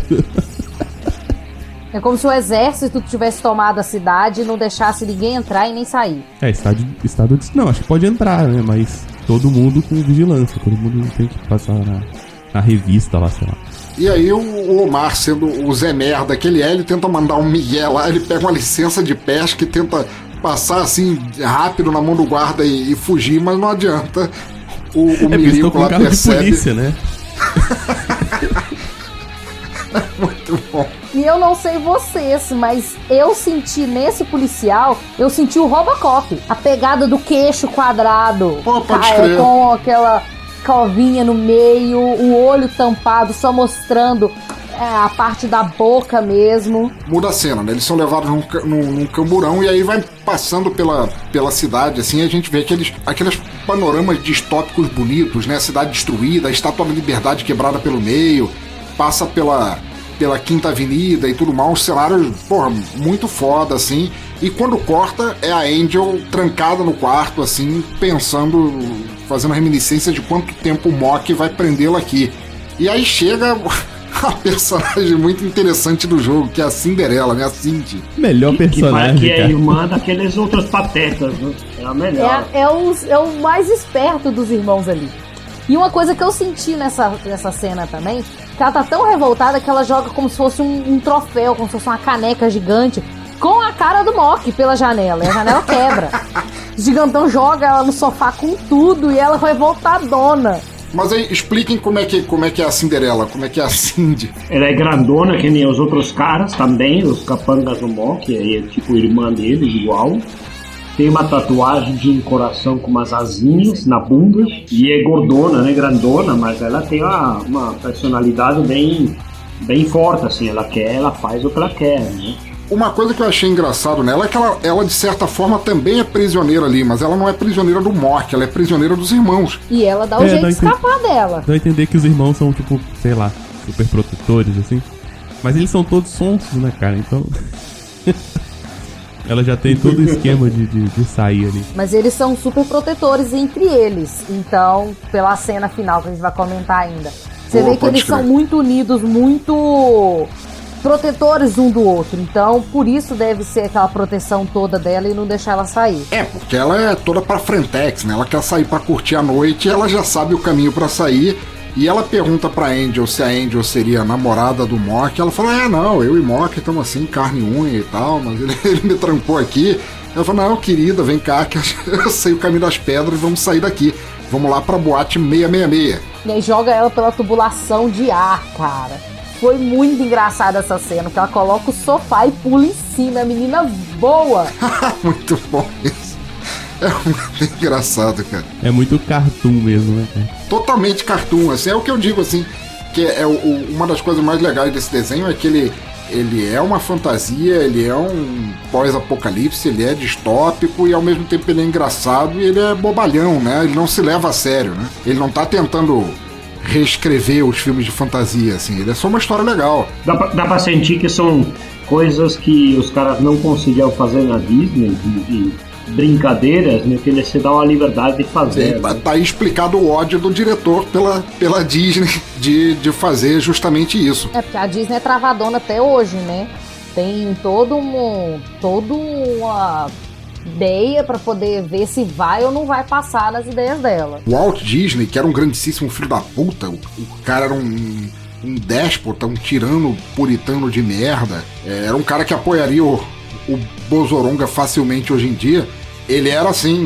É como se o exército tivesse tomado a cidade e não deixasse ninguém entrar e nem sair. É, estado, estado de... Não, acho que pode entrar, né? Mas todo mundo com vigilância. Todo mundo tem que passar na, na revista lá, sei lá. E aí o Omar, sendo o Zé Merda que ele é, ele tenta mandar um migué lá, ele pega uma licença de pesca e tenta passar assim rápido na mão do guarda e, e fugir, mas não adianta. O, o é milico com lá carro percebe. De polícia, né? Muito bom. E eu não sei vocês, mas eu senti nesse policial, eu senti o Robocop. A pegada do queixo quadrado. Pô, pode tá, crer. Com aquela covinha no meio, o olho tampado, só mostrando é, a parte da boca mesmo. Muda a cena, né? Eles são levados num, num, num camburão e aí vai passando pela, pela cidade, assim, a gente vê aqueles, aqueles panoramas distópicos bonitos, né? A cidade destruída, a Estátua da Liberdade quebrada pelo meio, passa pela, pela Quinta Avenida e tudo mais, um cenário, porra, muito foda, assim. E quando corta, é a Angel trancada no quarto, assim, pensando, fazendo reminiscência de quanto tempo o Mock vai prendê-la aqui. E aí chega a personagem muito interessante do jogo, que é a Cinderela, né? A Cindy. Melhor personagem, que, que é cara. irmã daqueles outros patetas, né? É a melhor. É, é, o, é o mais esperto dos irmãos ali. E uma coisa que eu senti nessa, nessa cena também, que ela tá tão revoltada que ela joga como se fosse um, um troféu, como se fosse uma caneca gigante, com a cara do Mock pela janela. E a janela quebra. O gigantão joga ela no sofá com tudo e ela revoltadona. Mas aí, expliquem como é, que, como é que é a Cinderela, como é que é a Cindy. Ela é grandona, que nem os outros caras também, os capangas do Mock, é tipo irmã deles, igual. Tem uma tatuagem de um coração com umas asinhas na bunda. E é gordona, né, grandona, mas ela tem uma, uma personalidade bem, bem forte, assim. Ela quer, ela faz o que ela quer, né. Uma coisa que eu achei engraçado nela é que ela, ela, de certa forma, também é prisioneira ali, mas ela não é prisioneira do Mock, ela é prisioneira dos irmãos. E ela dá o É, jeito dá de a entender- escapar dela. Dá a entender que os irmãos são, tipo, sei lá, super protetores, assim. Mas eles são todos sonsos, né, cara? Então... ela já tem todo o esquema de, de, de sair ali. Mas eles são super protetores entre eles. Então, pela cena final que a gente vai comentar ainda, você Pô, vê que pode eles crer. são muito unidos, muito protetores um do outro. Então, por isso deve ser aquela proteção toda dela e não deixar ela sair. É, porque ela é toda pra frentex, né? Ela quer sair pra curtir a noite, ela já sabe o caminho pra sair. E ela pergunta pra Angel se a Angel seria a namorada do Mock. Ela fala, é, não, eu e Mock estamos assim, carne e unha e tal, mas ele, ele me trancou aqui. Ela fala, não, querida, vem cá, que eu sei o caminho das pedras, vamos sair daqui. Vamos lá pra boate seiscentos e sessenta e seis. E aí joga ela pela tubulação de ar, cara. Foi muito engraçada essa cena, porque ela coloca o sofá e pula em cima. A menina voa. Muito bom isso. É muito engraçado, cara. É muito cartoon mesmo, né, cara? Totalmente cartoon, assim, é o que eu digo, assim, que é o, o- uma das coisas mais legais desse desenho é que ele, ele é uma fantasia, ele é um pós-apocalipse, ele é distópico e ao mesmo tempo ele é engraçado e ele é bobalhão, né? Ele não se leva a sério, né? Ele não tá tentando reescrever os filmes de fantasia, assim, ele é só uma história legal. Dá pra, dá pra sentir que são coisas que os caras não conseguiam fazer na Disney, de, de brincadeiras, né, que eles se dão a liberdade de fazer. Tá, tá aí explicado o ódio do diretor pela, pela Disney de, de fazer justamente isso. É, porque a Disney é travadona até hoje, né? Tem todo um, todo uma ideia pra poder ver se vai ou não vai passar nas ideias dela. O Walt Disney, que era um grandíssimo filho da puta, o, o cara era um, um déspota, um tirano puritano de merda, é, era um cara que apoiaria o, o Bozoronga facilmente hoje em dia. Ele era assim,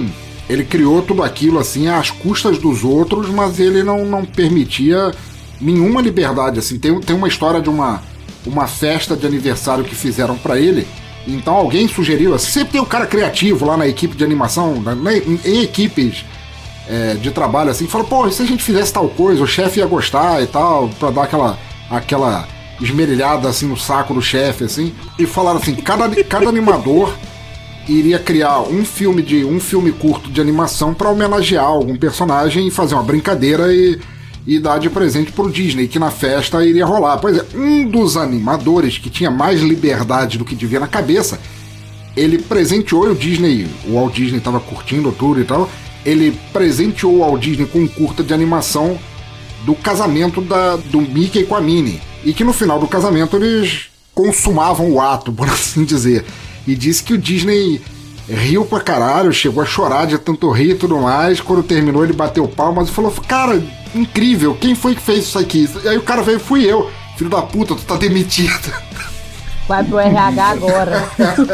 ele criou tudo aquilo assim às custas dos outros, mas ele não, não permitia nenhuma liberdade, assim. Tem, tem uma história de uma, uma festa de aniversário que fizeram pra ele, então alguém sugeriu, assim, sempre tem um cara criativo lá na equipe de animação, na, na, em, em equipes é, de trabalho, assim, fala, pô, se a gente fizesse tal coisa, o chefe ia gostar e tal, pra dar aquela, aquela esmerilhada, assim, no saco do chefe, assim, e falaram assim, cada, cada animador iria criar um filme de um filme curto de animação pra homenagear algum personagem e fazer uma brincadeira e, e dar de presente pro Disney, que na festa iria rolar. Pois é, um dos animadores que tinha mais liberdade do que devia na cabeça, ele presenteou o Disney, o Walt Disney tava curtindo tudo e tal, ele presenteou o Walt Disney com um curta de animação do casamento da, do Mickey com a Minnie, e que no final do casamento eles consumavam o ato, por assim dizer. E disse que o Disney riu pra caralho, chegou a chorar de tanto rir e tudo mais. Quando terminou, ele bateu palmas e falou, cara, incrível, quem foi que fez isso aqui? E aí o cara veio, fui eu. Filho da puta, tu tá demitido. Vai pro R H agora.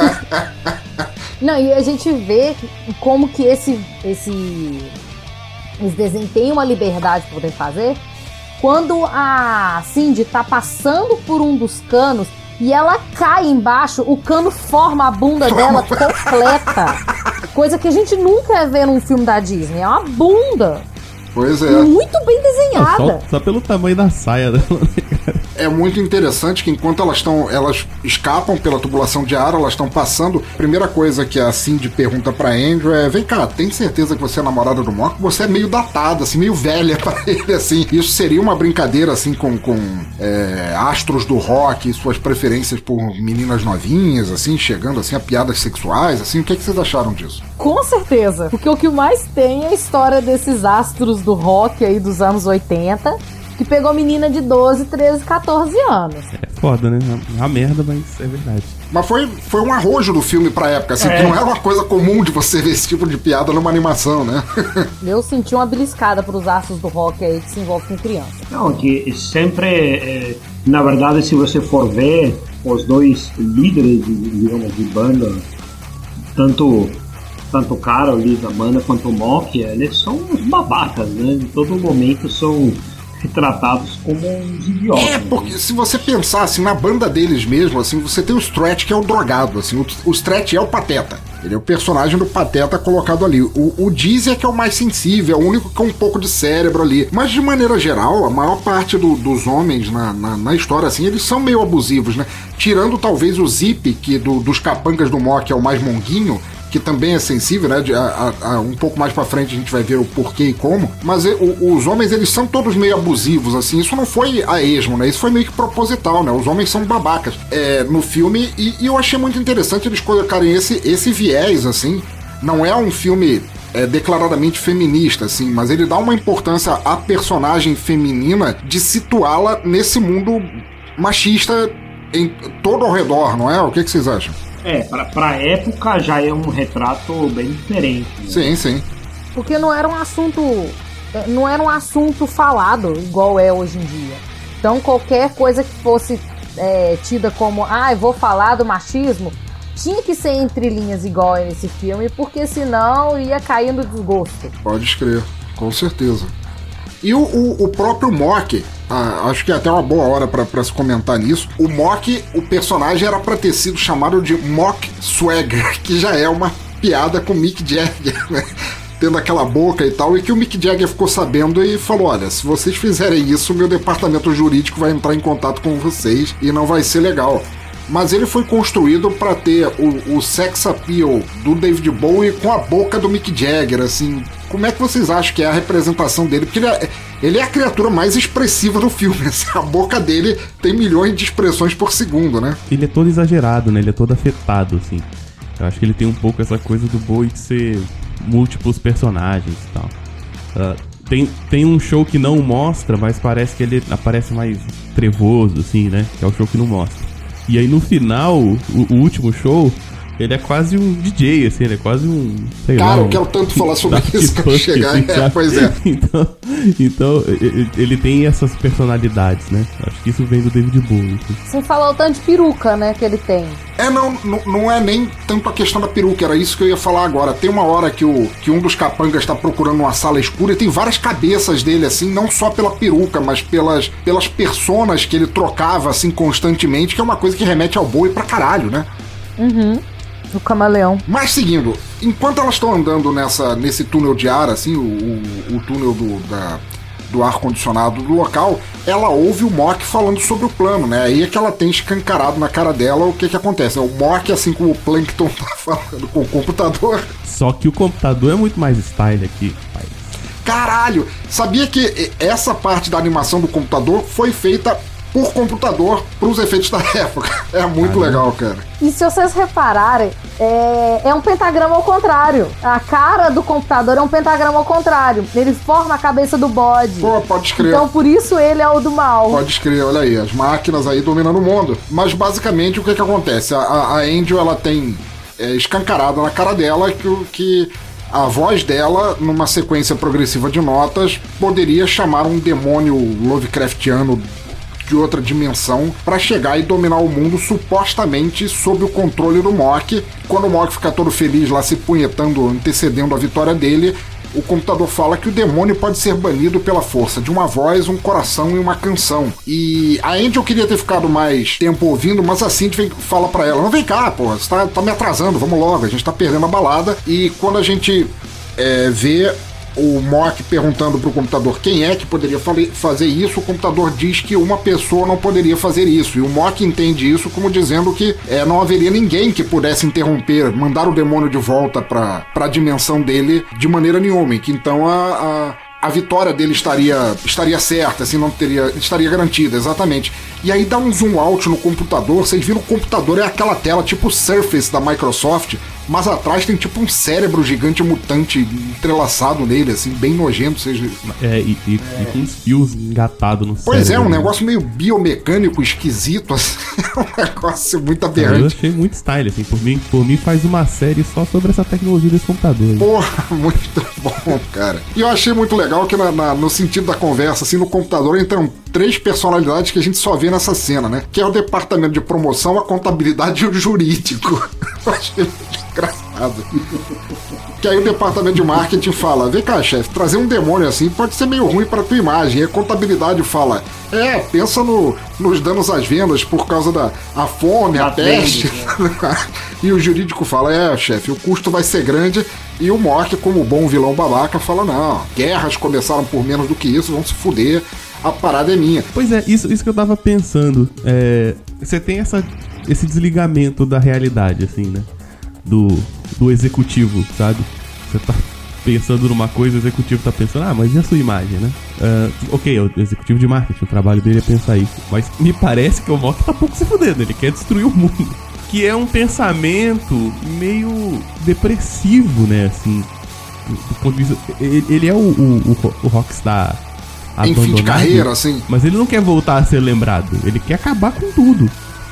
Não, e a gente vê como que esse, esse, esse desenho tem uma liberdade pra poder fazer. Quando a Cindy tá passando por um dos canos e ela cai embaixo, o cano forma a bunda dela completa. Coisa que a gente nunca vê num filme da Disney. É uma bunda. Pois é. Muito bem desenhada. Não, só, só pelo tamanho da saia dela. É muito interessante que enquanto elas estão, elas escapam pela tubulação de ar, elas estão passando. A primeira coisa que a Cindy pergunta pra Andrew é: vem cá, tem certeza que você é namorada do Mock? Você é meio datada, assim, meio velha pra ele, assim. Isso seria uma brincadeira, assim, com, com é, astros do rock e suas preferências por meninas novinhas, assim, chegando, assim, a piadas sexuais, assim. O que, é que vocês acharam disso? Com certeza, porque o que mais tem é a história desses astros do rock aí dos anos oitenta, que pegou menina de doze, treze, catorze anos. É foda, né? É uma merda, mas é verdade. Mas foi, foi um arrojo do filme pra época, assim, é. Que não era uma coisa comum de você ver esse tipo de piada numa animação, né? Eu senti uma beliscada pros astros do rock aí que se envolve com criança. Não, que sempre, é, na verdade, se você for ver, os dois líderes, digamos, de banda, tanto... tanto o cara, o líder da banda, quanto o Mock, eles são uns babacas, né? Em todo momento são retratados como uns idiotas. É, porque se você pensar assim, na banda deles mesmo, assim, você tem o Stretch, que é o drogado, assim, o, o Stretch é o Pateta. Ele é o personagem do Pateta colocado ali. O, o Dizzy é que é o mais sensível, é o único que é um pouco de cérebro ali. Mas, de maneira geral, a maior parte do, dos homens na, na, na história, assim, eles são meio abusivos, né? Tirando, talvez, o Zip, que do, dos capangas do Mock é o mais monguinho, que também é sensível, né? De, a, a, um pouco mais pra frente a gente vai ver o porquê e como. Mas e, o, os homens, eles são todos meio abusivos, assim. Isso não foi a esmo, né? Isso foi meio que proposital, né? Os homens são babacas é, no filme. E, e eu achei muito interessante eles colocarem esse, esse viés, assim. Não é um filme é, declaradamente feminista, assim, mas ele dá uma importância à personagem feminina de situá-la nesse mundo machista em todo ao redor, não é? O que, que vocês acham? É, pra, pra época já é um retrato bem diferente. Né? Sim, sim. Porque não era um assunto. Não era um assunto falado igual é hoje em dia. Então qualquer coisa que fosse é, tida como, ah, eu vou falar do machismo, tinha que ser entre linhas igual é nesse filme, porque senão ia cair no desgosto. Pode escrever, com certeza. E o, o, o próprio Mock, ah, acho que é até uma boa hora pra, pra se comentar nisso. O Mock, o personagem era pra ter sido chamado de Mock Swagger, que já é uma piada com o Mick Jagger, né? Tendo aquela boca e tal, e que o Mick Jagger ficou sabendo e falou: olha, se vocês fizerem isso, meu departamento jurídico vai entrar em contato com vocês e não vai ser legal. Mas ele foi construído para ter o, o sex appeal do David Bowie com a boca do Mick Jagger, assim. Como é que vocês acham que é a representação dele? Porque ele é, ele é a criatura mais expressiva do filme. Assim, a boca dele tem milhões de expressões por segundo, né? Ele é todo exagerado, né? Ele é todo afetado, assim. Eu acho que ele tem um pouco essa coisa do Bowie de ser múltiplos personagens e tal. Uh, tem, tem um show que não mostra, mas parece que ele aparece mais trevoso, assim, né? Que é o show que não mostra. E aí no final, o, o último show, Ele é quase um D J, assim, ele é quase um... Sei Cara, lá, eu um... quero tanto falar sobre isso quando chegar. Assim, é, pois é. Então, então, ele tem essas personalidades, né? Acho que isso vem do David Bowie. Você falou o tanto de peruca, né, que ele tem. É, não, não, não é nem tanto a questão da peruca, era isso que eu ia falar agora. Tem uma hora que, o, que um dos capangas tá procurando uma sala escura e tem várias cabeças dele, assim, não só pela peruca, mas pelas, pelas personas que ele trocava, assim, constantemente, que é uma coisa que remete ao Bowie pra caralho, né? Uhum. O camaleão. Mas seguindo, enquanto elas estão andando nessa, nesse túnel de ar, assim, o, o, o túnel do, da, do ar-condicionado do local, ela ouve o Mork falando sobre o plano, né? Aí é que ela tem escancarado na cara dela o que que acontece, né? O Mork, assim como o Plankton tá falando com o computador. Só que o computador é muito mais style aqui, pai. Caralho! Sabia que essa parte da animação do computador foi feita por computador pros efeitos da época. É muito Caramba. legal, cara. E se vocês repararem, é, é um pentagrama ao contrário. A cara do computador é um pentagrama ao contrário. Ele forma a cabeça do bode. Pô, pode escrever. Então por isso ele é o do mal. Pode escrever, olha aí, as máquinas aí dominando o mundo. Mas basicamente o que que acontece? A, a Angel, ela tem é, escancarada na cara dela que, que a voz dela, numa sequência progressiva de notas, poderia chamar um demônio Lovecraftiano de outra dimensão para chegar e dominar o mundo supostamente sob o controle do Mork. Quando o Mork fica todo feliz lá se punhetando, antecedendo a vitória dele, o computador fala que o demônio pode ser banido pela força de uma voz, um coração e uma canção. E a Angel queria ter ficado mais tempo ouvindo, mas a Cindy fala pra ela, não, vem cá, pô, você tá, tá me atrasando, vamos logo, a gente tá perdendo a balada. E quando a gente é, vê o Mork perguntando pro computador quem é que poderia fazer isso, o computador diz que uma pessoa não poderia fazer isso, e o Mork entende isso como dizendo que é, não haveria ninguém que pudesse interromper, mandar o demônio de volta pra, pra dimensão dele de maneira nenhuma, e que então a, a, a vitória dele estaria, estaria certa, assim, não teria, estaria garantida, exatamente. E aí dá um zoom out no computador, vocês viram o computador é aquela tela tipo Surface da Microsoft, mas atrás tem tipo um cérebro gigante mutante entrelaçado nele, assim, bem nojento. Seja... É, e, e, é. e com uns fios engatados no pois cérebro. Pois é, um negócio meio biomecânico, esquisito, assim. É um negócio muito aberrante. Eu achei muito style, assim. Por mim, por mim faz uma série só sobre essa tecnologia desse computador. Porra, muito bom, cara. E eu achei muito legal que na, na, no sentido da conversa, assim, no computador entram três personalidades que a gente só vê nessa cena, né? Que é o departamento de promoção, a contabilidade e o jurídico. Eu achei muito engraçado. Que aí o departamento de marketing fala, vem cá, chefe, trazer um demônio assim pode ser meio ruim pra tua imagem. E a contabilidade fala, é, pensa no, nos danos às vendas por causa da a fome, a peste. E o jurídico fala, é, chefe, o custo vai ser grande. E o Mork, como bom vilão babaca, fala, não, guerras começaram por menos do que isso, vão se fuder, a parada é minha. Pois é, isso, isso que eu tava pensando. É, você tem essa, esse desligamento da realidade, assim, né? Do, do executivo, sabe? Você tá pensando numa coisa, o executivo tá pensando, ah, mas e a sua imagem, né? Uh, ok, o executivo de marketing, o trabalho dele é pensar isso. Mas me parece que o Mork tá pouco se fudendo, ele quer destruir o mundo. Que é um pensamento meio depressivo, né, assim. Do ponto de vista... Ele, ele é o, o, o, o Rockstar em fim de carreira, assim. Mas ele não quer voltar a ser lembrado, ele quer acabar com tudo.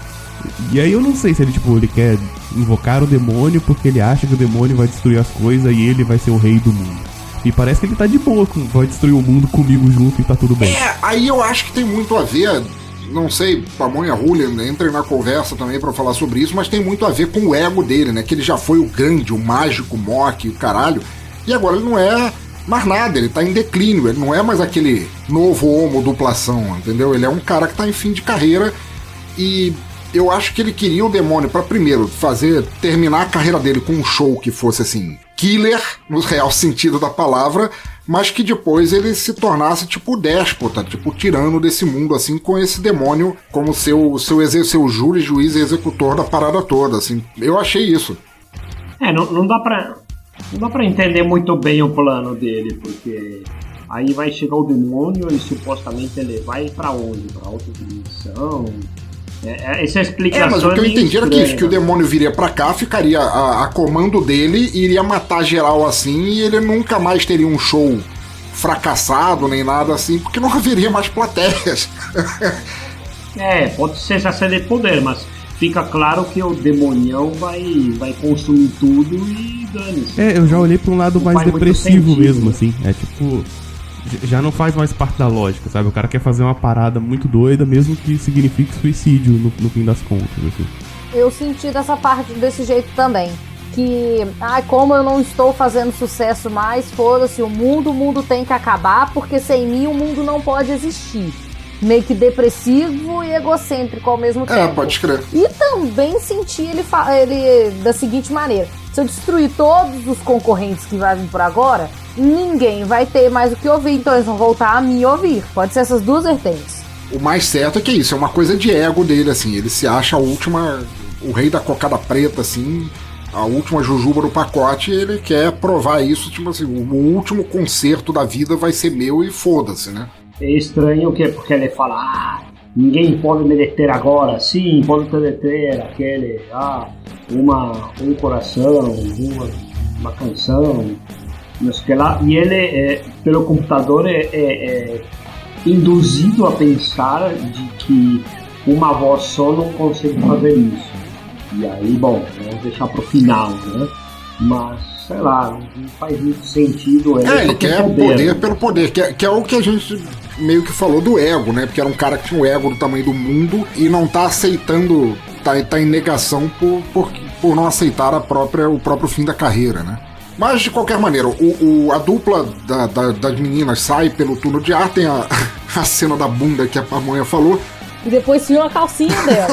E aí eu não sei se ele, tipo, ele quer invocar o demônio porque ele acha que o demônio vai destruir as coisas e ele vai ser o rei do mundo. E parece que ele tá de boa, com, vai destruir o mundo comigo junto e tá tudo bem. É, aí eu acho que tem muito a ver, não sei, Pamonha Julian, entrem na conversa também pra falar sobre isso, mas tem muito a ver com o ego dele, né? Que ele já foi o grande, o mágico, o Mork, o caralho, e agora ele não é mais nada, ele tá em declínio, ele não é mais aquele novo homo duplação, entendeu? Ele é um cara que tá em fim de carreira e eu acho que ele queria o demônio pra primeiro fazer, terminar a carreira dele com um show que fosse assim, killer, no real sentido da palavra, mas que depois ele se tornasse tipo déspota, tipo tirano desse mundo, assim, com esse demônio como seu, seu, seu, seu júri, juiz e executor da parada toda, assim. Eu achei isso. É, não, não dá pra... Não dá pra entender muito bem o plano dele, porque aí vai chegar o demônio e supostamente ele vai pra onde? Pra outra dimensão? É, essa explicação é, mas o que eu entendi era que, que o né? demônio viria pra cá, ficaria a, a comando dele, iria matar geral assim, e ele nunca mais teria um show fracassado, nem nada assim, porque não haveria mais plateias. É, pode ser essa série de poder, mas fica claro que o demonião vai, vai consumir tudo e dane-se. É, eu já olhei pra um lado Não mais faz muito depressivo sentido, mesmo, né? assim. É tipo, j- já não faz mais parte da lógica, sabe? O cara quer fazer uma parada muito doida, mesmo que signifique suicídio no, no fim das contas, assim. Eu senti dessa parte desse jeito também. Que, ai, como eu não estou fazendo sucesso mais, foda-se, o mundo, o mundo tem que acabar, porque sem mim o mundo não pode existir. Meio que depressivo e egocêntrico ao mesmo tempo. É, pode escrever. E também senti ele, fa- ele da seguinte maneira: se eu destruir todos os concorrentes que vai vir por agora, ninguém vai ter mais o que ouvir, então eles vão voltar a me ouvir. Pode ser essas duas vertentes. O mais certo é que é isso, é uma coisa de ego dele, assim. Ele se acha a última, o rei da cocada preta, assim, a última jujuba do pacote, e ele quer provar isso, tipo assim, o último concerto da vida vai ser meu e foda-se, né? É estranho que porque ele fala, ah, ninguém pode me deter agora, sim, pode te deter aquele, ah, uma, um coração, uma, uma canção, não sei o que lá, e ele, é, pelo computador, é, é, é induzido a pensar de que uma voz só não consegue fazer isso. E aí, bom, vamos deixar pro final, né? Mas, sei lá, não faz muito sentido. É, ele quer poder, poder pelo poder, que é, que é o que a gente meio que falou do ego, né? Porque era um cara que tinha um ego do tamanho do mundo e não tá aceitando, tá, tá em negação por, por, por não aceitar a própria, o próprio fim da carreira, né? Mas, de qualquer maneira, o, o, a dupla da, da, das meninas sai pelo túnel de ar, tem a, a cena da bunda que a Pamonha falou. E depois tinha uma calcinha dela.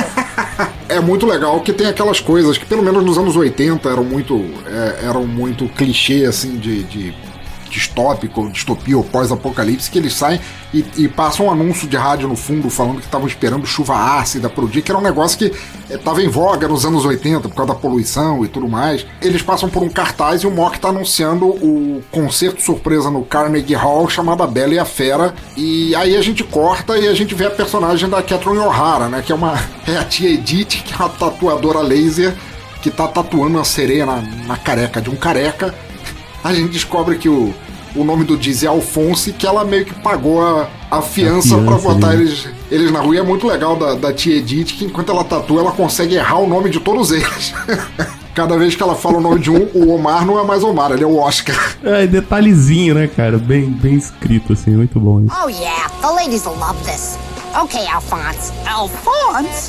É muito legal que tem aquelas coisas que, pelo menos nos anos oitenta, eram muito, é, eram muito clichê, assim, de, de distópico, distopia ou pós-apocalipse, que eles saem e, e passam um anúncio de rádio no fundo falando que estavam esperando chuva ácida pro dia, que era um negócio que estava em voga nos anos oitenta por causa da poluição e tudo mais. Eles passam por um cartaz e o Mock tá anunciando o concerto surpresa no Carnegie Hall chamado A Bela e a Fera, e aí a gente corta e a gente vê a personagem da Catherine O'Hara, né, que é uma é a tia Edith, que é uma tatuadora laser que tá tatuando uma sereia na, na careca de um careca. A gente descobre que o, o nome do Diz é Alphonse, que ela meio que pagou a, a fiança, a fiança pra botar eles, eles na rua. E é muito legal da, da tia Edith, que enquanto ela tatua, ela consegue errar o nome de todos eles. Cada vez que ela fala o nome de um, o Omar não é mais Omar, ele é o Oscar. É, detalhezinho, né, cara? Bem, bem escrito, assim, muito bom isso. Oh yeah, the ladies will love this. Okay, Alphonse. Alphonse?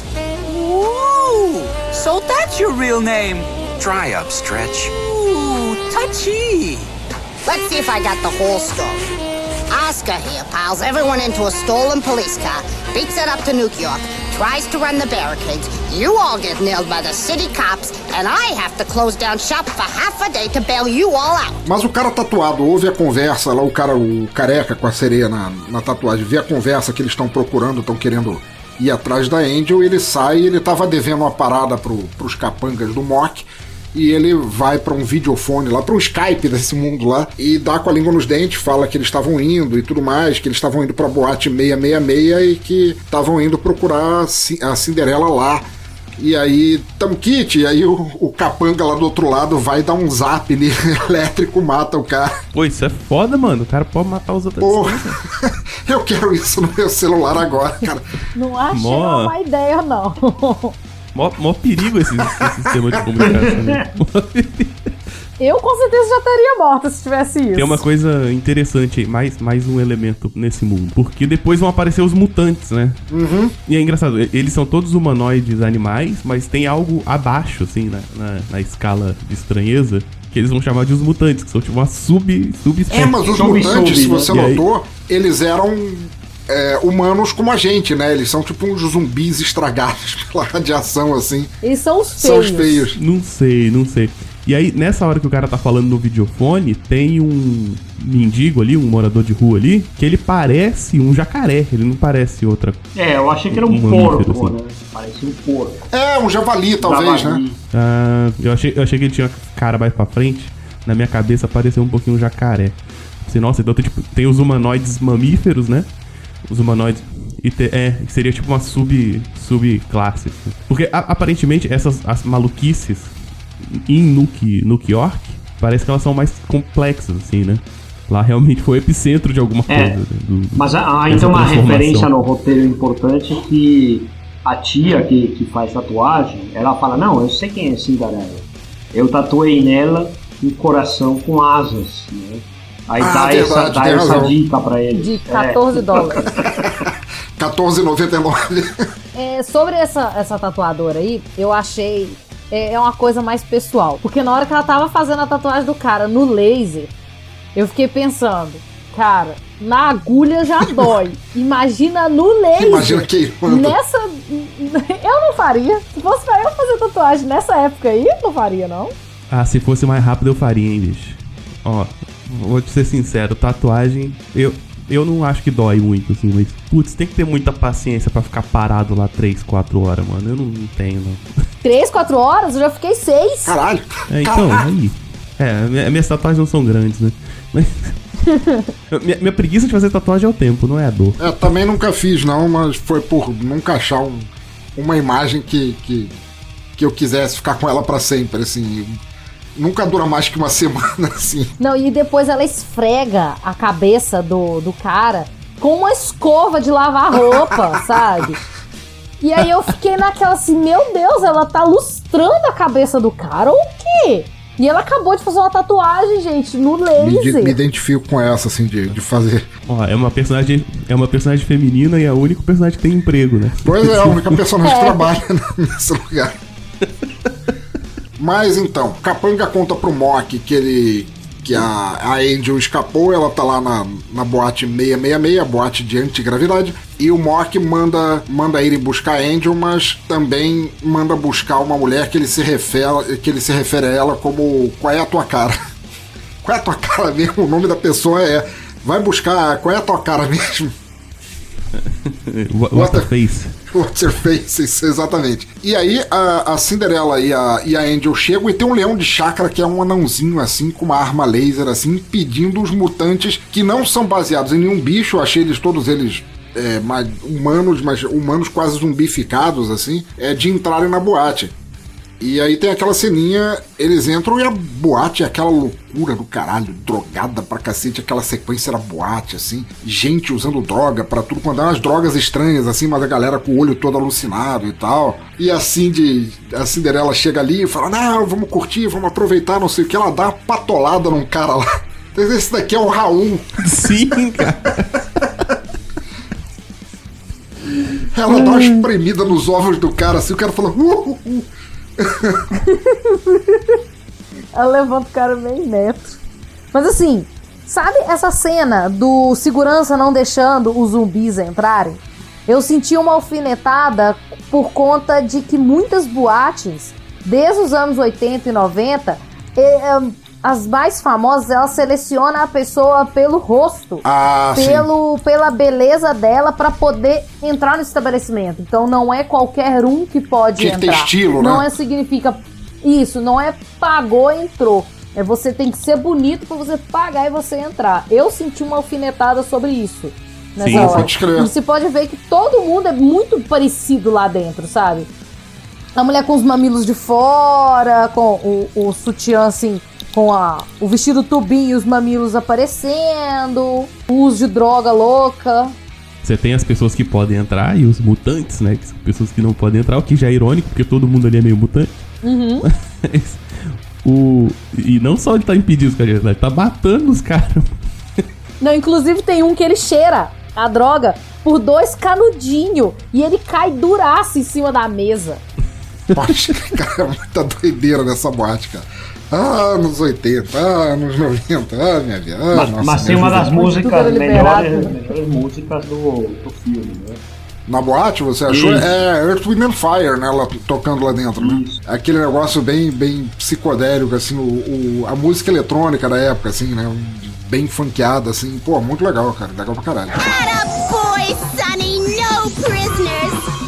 Ooh, so that's your real name. Dry up, Stretch. Ooh, touchy. Let's see if I got the whole story. Oscar here piles everyone into a stolen police car, beats it up to New York, tries to run the barricades. You all get nailed by the city cops, and I have to close down shop for half a day to bail you all out. Mas o cara tatuado ouve a conversa lá, o cara, o careca com a sereia na, na tatuagem, vê a conversa que eles estão procurando, estão querendo ir atrás da Angel, ele sai, ele tava devendo uma parada pro, pros capangas do Mock, e ele vai pra um videofone lá, pra um Skype desse mundo lá, e dá com a língua nos dentes, fala que eles estavam indo e tudo mais, que eles estavam indo pra boate seiscentos e sessenta e seis e que estavam indo procurar a Cinderela lá. E aí, tamo kit, e aí o, o capanga lá do outro lado vai dar um zap nele, elétrico, mata o cara. Pô, isso é foda, mano. O cara pode matar os outros. Pô, eu quero isso no meu celular agora, cara. Não achei Mó... uma má ideia, não. Mó, mó perigo esse, esse sistema de comunicação. Né? Eu com certeza já teria morto se tivesse isso. Tem uma coisa interessante aí, mais, mais um elemento nesse mundo. Porque depois vão aparecer os mutantes, né? Uhum. E é engraçado, eles são todos humanoides animais, mas tem algo abaixo, assim, na, na, na escala de estranheza, que eles vão chamar de os mutantes, que são tipo uma sub, subespécie. É, mas os sub, mutantes, sub, se você né? notou, aí... eles eram é, humanos como a gente, né? Eles são tipo uns zumbis estragados pela radiação, assim. Eles são os feios. São os feios. Não sei, não sei. E aí, nessa hora que o cara tá falando no videofone, tem um mendigo ali, um morador de rua ali, que ele parece um jacaré, ele não parece outra... É, eu achei que era um, um porco, assim. Né? Parecia um porco. É, um javali, talvez, javali. Né? Ah, eu achei, eu achei que ele tinha cara mais pra frente. Na minha cabeça pareceu um pouquinho um jacaré. Assim, nossa, então tem, tipo, tem os humanoides mamíferos, né? Os humanoides... E te, é, seria tipo uma sub, subclasse. Assim. Porque, a, aparentemente, essas as maluquices... em Nuke, Nuke York, parece que elas são mais complexas, assim, né? Lá realmente foi o epicentro de alguma coisa. É, né? do, mas há ainda uma referência no roteiro importante que a tia que, que faz tatuagem, ela fala, não, eu sei quem é Cinderela. Eu tatuei nela um coração com asas, né? Aí ah, dá, verdade, essa, dá essa dica pra ele. De quatorze é. dólares. quatorze reais e noventa e nove centavos. É, sobre essa, essa tatuadora aí, eu achei... É, é uma coisa mais pessoal. Porque na hora que ela tava fazendo a tatuagem do cara no laser, eu fiquei pensando, cara, na agulha já dói. Imagina no laser. Imagina que nessa... Eu não faria. Se fosse pra eu fazer tatuagem nessa época aí, eu não faria, não. Ah, se fosse mais rápido eu faria, hein, bicho. Ó, vou te ser sincero, tatuagem, eu, eu não acho que dói muito, assim, mas, putz, tem que ter muita paciência pra ficar parado lá três, quatro horas, mano. Eu não, não tenho, não. três, quatro horas? Eu já fiquei seis. Caralho. É, então, Caralho. aí. É, minhas tatuagens não são grandes, né? Mas... minha, minha preguiça de fazer tatuagem é o tempo, não é a dor. É, também nunca fiz, não, mas foi por nunca achar um, uma imagem que, que, que eu quisesse ficar com ela pra sempre, assim. Nunca dura mais que uma semana, assim. Não, e depois ela esfrega a cabeça do, do cara com uma escova de lavar roupa, sabe? E aí eu fiquei naquela assim, meu Deus, ela tá lustrando a cabeça do cara ou o quê? E ela acabou de fazer uma tatuagem, gente, no laser. Me, me identifico com essa, assim, de, de fazer. Ó, é uma personagem, é uma personagem feminina e é a única personagem que tem emprego, né? Pois é, a única personagem é. que trabalha nesse lugar. Mas então, Capanga conta pro Mock que ele. que a, a Angel escapou, ela tá lá na, na boate seiscentos e sessenta e seis, a boate de antigravidade, e o Mock manda, manda ir buscar a Angel, mas também manda buscar uma mulher que ele se refere, que ele se refere a ela como qual é a tua cara? Qual é a tua cara mesmo? O nome da pessoa é vai buscar qual é a tua cara mesmo? What, what the face? What's your face, isso, exatamente. E aí a, a Cinderela e a, e a Angel chegam e tem um leão de chácara que é um anãozinho assim, com uma arma laser assim, impedindo os mutantes que não são baseados em nenhum bicho, eu achei eles todos eles é, mais humanos, mas humanos quase zumbificados assim, é, de entrarem na boate. E aí tem aquela ceninha, eles entram e a boate é aquela loucura do caralho, drogada pra cacete, aquela sequência da boate, assim, gente usando droga pra tudo, quando é umas drogas estranhas, assim, mas a galera com o olho todo alucinado e tal. E assim, de, a Cinderela chega ali e fala, não, vamos curtir, vamos aproveitar, não sei o que, ela dá uma patolada num cara lá. Esse daqui é o Raul. Sim, cara. Ela dá uma espremida nos ovos do cara, assim, o cara fala, uh, uh, uh. Ela levanta o cara meio metro. Mas assim, sabe essa cena do segurança não deixando os zumbis entrarem? Eu senti uma alfinetada por conta de que muitas boates, desde os anos oitenta e noventa, as mais famosas, elas selecionam a pessoa pelo rosto, ah, pelo, pela beleza dela pra poder entrar no estabelecimento. Então não é qualquer um que pode que entrar. Tem estilo, não né? é significa isso, não é pagou entrou. É você tem que ser bonito pra você pagar e você entrar. Eu senti uma alfinetada sobre isso nessa Sim, hora. Pode crer. E você pode ver que todo mundo é muito parecido lá dentro, sabe? A mulher com os mamilos de fora, com o, o sutiã assim, com a, o vestido tubinho e os mamilos aparecendo, o uso de droga louca. Você tem as pessoas que podem entrar e os mutantes, né? Que são pessoas que não podem entrar, o que já é irônico, porque todo mundo ali é meio mutante. Uhum. Mas, o, e não só ele tá impedindo os caras, ele tá matando os caras. Não, inclusive tem um que ele cheira a droga por dois canudinhos e ele cai duraço em cima da mesa. Poxa, cara, é muita doideira nessa boate, cara. Ah, anos oitenta, ah, anos noventa, ah, minha vida. Ah, mas nossa, mas tem uma das músicas, liberado, melhores, né? melhores músicas do, do filme, né? Na boate, você achou? Isso. É Earth, Wind and Fire, né? Ela tocando lá dentro, né? Isso. Aquele negócio bem, bem psicodélico, assim, o, o, a música eletrônica da época, assim, né? Bem funkeada, assim. Pô, muito legal, cara. Legal pra caralho. Atta boy, Sonny, no prisoners.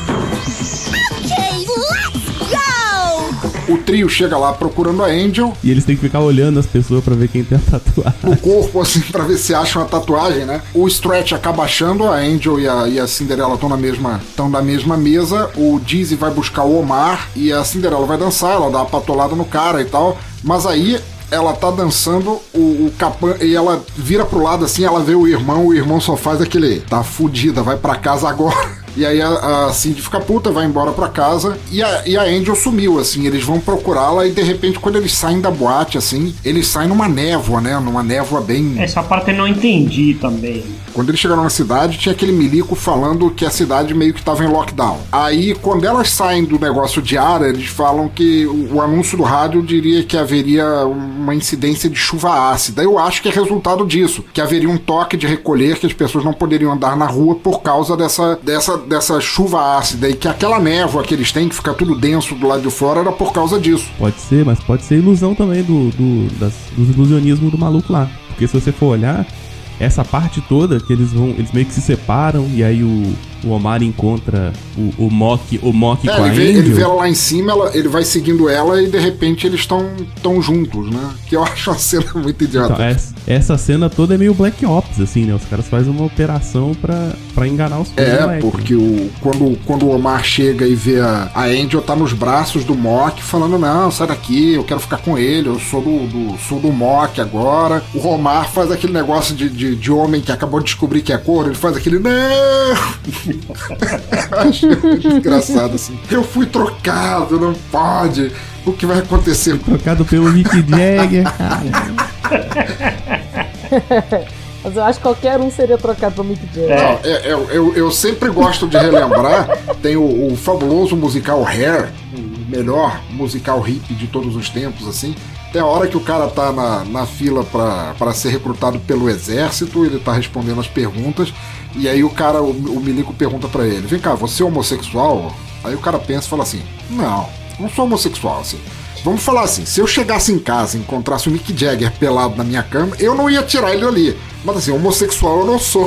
Okay, let's go! O trio chega lá procurando a Angel. E eles têm que ficar olhando as pessoas pra ver quem tem a tatuagem. No corpo, assim, pra ver se acham a tatuagem, né? O Stretch acaba achando, a Angel e a, e a Cinderela estão na mesma estão na mesma mesa. O Dizzy vai buscar o Omar e a Cinderela vai dançar, ela dá uma patolada no cara e tal. Mas aí ela tá dançando, o, o Capan... e ela vira pro lado assim, ela vê o irmão, o irmão só faz aquele, tá fudida, vai pra casa agora. E aí a, a Cindy fica puta, vai embora pra casa e a, e a Angel sumiu, assim, eles vão procurá-la e de repente quando eles saem da boate, assim, eles saem numa névoa, né, numa névoa bem... Essa parte eu não entendi também. Quando eles chegaram na cidade, tinha aquele milico falando que a cidade meio que tava em lockdown. Aí, quando elas saem do negócio de ar, eles falam que o, o anúncio do rádio diria que haveria uma incidência de chuva ácida. Eu acho que é resultado disso, que haveria um toque de recolher, que as pessoas não poderiam andar na rua por causa dessa, dessa, dessa chuva ácida, e que aquela névoa que eles têm, que fica tudo denso do lado de fora, era por causa disso. Pode ser, mas pode ser ilusão também do, do, das, dos ilusionismos do maluco lá. Porque se você for olhar, essa parte toda que eles vão, eles meio que se separam e aí o, o Omar encontra o, o Mock, o Mock é, com a ele vê, Angel. ele vê ela lá em cima, ela, ele vai seguindo ela e de repente eles estão tão juntos, né? Que eu acho uma cena muito idiota. Então, essa, essa cena toda é meio Black Ops, assim, né? Os caras fazem uma operação pra, pra enganar os É, moleques, porque o, quando, quando o Omar chega e vê a, a Angel tá nos braços do Mock falando, não, sai daqui, eu quero ficar com ele, eu sou do, do, sou do Mock agora. O Omar faz aquele negócio de, de, de homem que acabou de descobrir que é cor, ele faz aquele, não! Acho engraçado assim. Eu fui trocado, não pode. O que vai acontecer? Trocado pelo Mick Jagger, cara. Mas eu acho que qualquer um seria trocado pelo Mick Jagger. Não, é, é, eu, eu sempre gosto de relembrar. Tem o, o fabuloso musical Hair, o melhor musical hippie de todos os tempos, assim. Tem a hora que o cara tá na, na fila pra, pra ser recrutado pelo exército, ele tá respondendo as perguntas, e aí o cara, o, o milico pergunta pra ele, vem cá, você é homossexual? Aí o cara pensa e fala assim, não, não sou homossexual, assim. Vamos falar assim, se eu chegasse em casa e encontrasse o Mick Jagger pelado na minha cama, eu não ia tirar ele ali. Mas assim, homossexual eu não sou.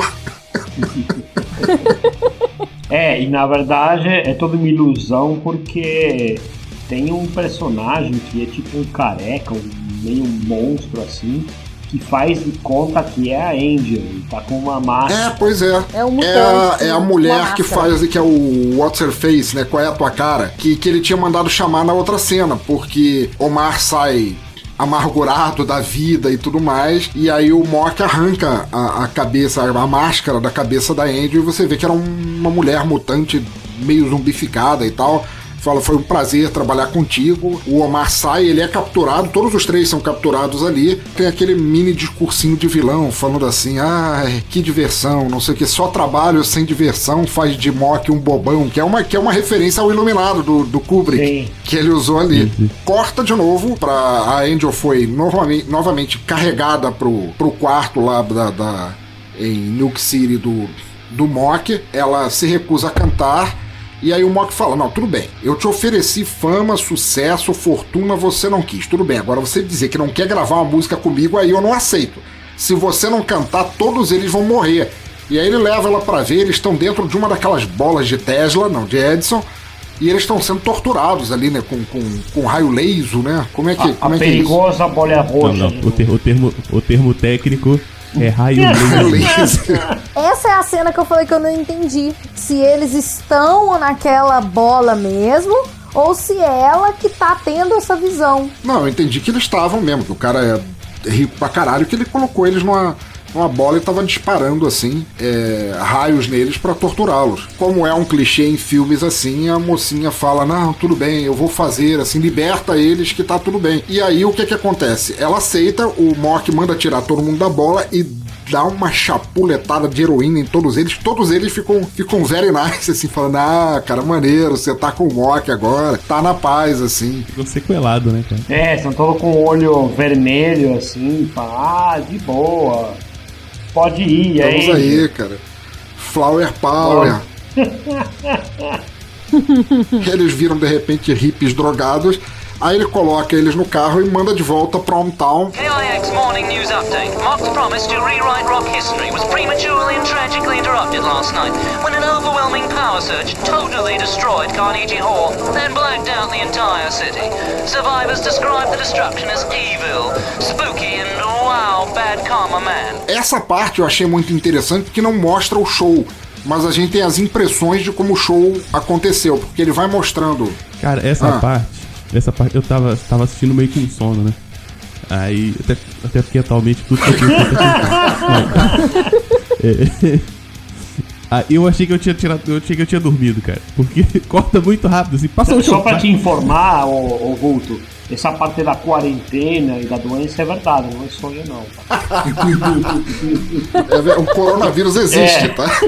É, e na verdade é toda uma ilusão porque tem um personagem que é tipo um careca, um meio monstro assim, que faz de conta que é a Angel, e tá com uma máscara. É, pois é. É, um é, a, é a mulher máscara. que faz, que é o What's Her Face, né? Qual é a tua cara? Que, que ele tinha mandado chamar na outra cena, porque Omar sai amargurado da vida e tudo mais, e aí o Mock arranca a, a cabeça, a máscara da cabeça da Angel, e você vê que era um, uma mulher mutante meio zumbificada e tal. Fala, foi um prazer trabalhar contigo. O Omar sai, ele é capturado, todos os três são capturados ali. Tem aquele mini discursinho de vilão, falando assim, ai, que diversão, não sei o que, só trabalho sem diversão faz de Mock um bobão, que é uma, que é uma referência ao Iluminado do, do Kubrick, sim, que ele usou ali. Sim. Corta de novo, pra, a Angel foi novamente, novamente carregada pro, pro quarto lá da, da, em Nuke City do, do Mock. Ela se recusa a cantar. E aí o Mock fala, não, tudo bem, eu te ofereci fama, sucesso, fortuna, você não quis, tudo bem, agora você dizer que não quer gravar uma música comigo, aí eu não aceito. Se você não cantar, todos eles vão morrer. E aí ele leva ela pra ver, eles estão dentro de uma daquelas bolas de Tesla, não, de Edison, e eles estão sendo torturados ali, né, com, com, com raio laser, né, como é que, a, como a é que perigosa é bolha roxa. Não, não, o, ter, o, termo, o termo técnico é raio laser. Essa é a cena que eu falei que eu não entendi. Se eles estão naquela bola mesmo, ou se é ela que tá tendo essa visão. Não, eu entendi que eles estavam mesmo, que o cara é rico pra caralho, que ele colocou eles numa, numa bola e tava disparando, assim, é, raios neles pra torturá-los. Como é um clichê em filmes assim, a mocinha fala, não, tudo bem, eu vou fazer, assim, liberta eles que tá tudo bem. E aí o que que acontece? Ela aceita, o Mock manda tirar todo mundo da bola e dá uma chapuletada de heroína em todos eles. Todos eles ficam, ficam very nice, assim, falando, ah, cara, maneiro, você tá com o Mock agora, tá na paz, assim. Ficou sequelado, né, cara? É, estão todos com o olho vermelho, assim, falam, ah, de boa, pode ir, aí. Vamos aí, cara. Flower Power. Eles viram, de repente, hippies drogados. Aí ele coloca eles no carro e manda de volta pra Hometown. K I X Morning News Update. Mock's promise to rewrite rock history was prematurely and tragically interrupted last night when an overwhelming power surge totally destroyed Carnegie Hall, then blacked out the entire city. Survivors describe the destruction as evil, spooky and wow, bad karma man. Essa parte eu achei muito interessante porque não mostra o show, mas a gente tem as impressões de como o show aconteceu, porque ele vai mostrando. Cara, essa ah. parte Essa parte eu tava, tava assistindo meio com sono, né? Aí, até, até porque atualmente tudo que eu tenho é, Ah, eu achei que eu tinha tirado, eu achei que eu tinha dormido, cara. Porque corta muito rápido, assim, passa o Só pra te informar, ô, ô Vulto, essa parte da quarentena e da doença é verdade, não é sonho não. Tá? É, o coronavírus existe, é. Tá?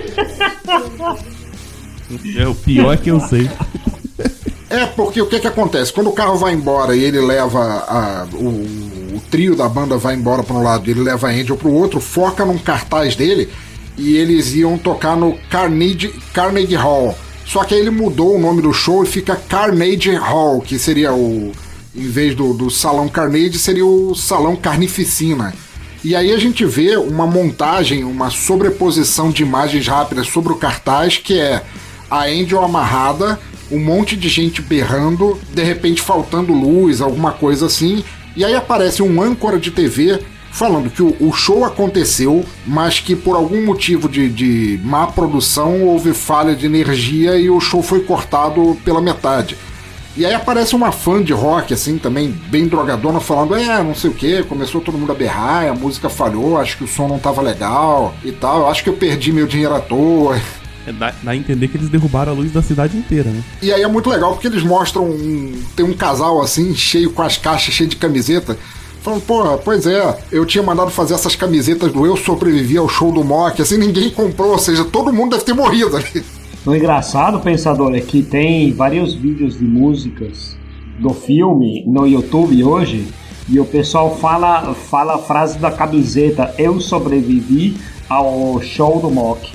É o pior que eu sei. É, porque o que que acontece? Quando o carro vai embora e ele leva a, o, o trio da banda vai embora para um lado e ele leva a Angel pro outro, foca num cartaz dele e eles iam tocar no Carnegie, Carnegie Hall. Só que aí ele mudou o nome do show e fica Carnegie Hall, que seria o... Em vez do, do Salão Carnegie, seria o Salão Carnificina. E aí a gente vê uma montagem, uma sobreposição de imagens rápidas sobre o cartaz, que é a Angel amarrada, um monte de gente berrando, de repente faltando luz, alguma coisa assim, e aí aparece um âncora de T V falando que o, o show aconteceu, mas que por algum motivo de, de má produção houve falha de energia e o show foi cortado pela metade. E aí aparece uma fã de rock, assim, também bem drogadona, falando, é, não sei o que, começou todo mundo a berrar, a música falhou, acho que o som não tava legal e tal, acho que eu perdi meu dinheiro à toa. É, dá, dá a entender que eles derrubaram a luz da cidade inteira, né? E aí é muito legal porque eles mostram um, tem um casal assim, cheio com as caixas, cheio de camiseta, falando, porra, pois é, eu tinha mandado fazer essas camisetas do Eu Sobrevivi ao Show do Mock, assim, ninguém comprou, ou seja, todo mundo deve ter morrido ali. O engraçado, pensador, é que tem vários vídeos de músicas do filme no YouTube hoje e o pessoal fala, fala a frase da camiseta Eu Sobrevivi ao Show do Mock.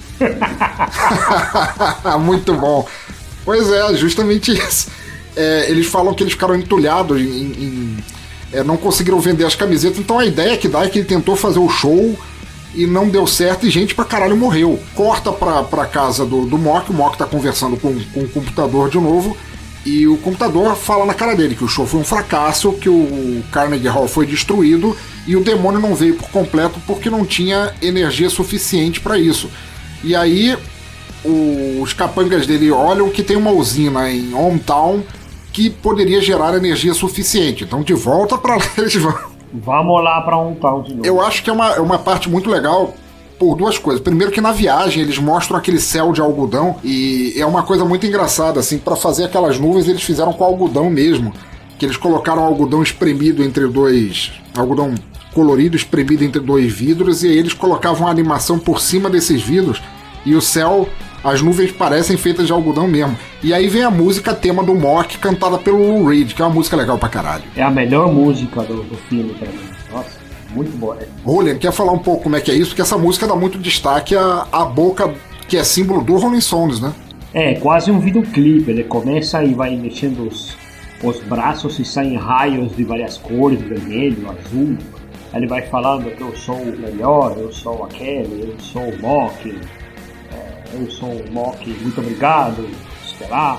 Muito bom. Pois é, justamente isso. É, eles falam que eles ficaram entulhados em, em, é, não conseguiram vender as camisetas, então a ideia que dá é que ele tentou fazer o show e não deu certo e gente pra caralho morreu. Corta pra, pra casa do, do Mock, o Mock tá conversando com, com o computador de novo e o computador fala na cara dele que o show foi um fracasso, que o Carnegie Hall foi destruído e o demônio não veio por completo porque não tinha energia suficiente pra isso. E aí o, os capangas dele olham que tem uma usina em Hometown que poderia gerar energia suficiente. Então de volta pra lá eles vão. Vamos lá pra Hometown de novo. Eu acho que é uma, é uma parte muito legal por duas coisas. Primeiro que na viagem eles mostram aquele céu de algodão e é uma coisa muito engraçada, assim, pra fazer aquelas nuvens eles fizeram com algodão mesmo. Que eles colocaram algodão espremido entre dois... algodão colorido espremido entre dois vidros e aí eles colocavam a animação por cima desses vidros e o céu, as nuvens parecem feitas de algodão mesmo. E aí vem a música tema do Mock, cantada pelo Lou Reed, que é uma música legal pra caralho. É a melhor música do, do filme pra mim. Nossa, muito boa. Julian, quer falar um pouco como é que é isso? Porque essa música dá muito destaque à, à boca, que é símbolo do Rolling Stones, né? É, quase um videoclipe. Ele começa e vai mexendo os, os braços e saem raios de várias cores, vermelho, azul. Ele vai falando que eu sou o melhor, eu sou aquele, eu sou o Mock, eu sou o Mock, muito obrigado, sei lá.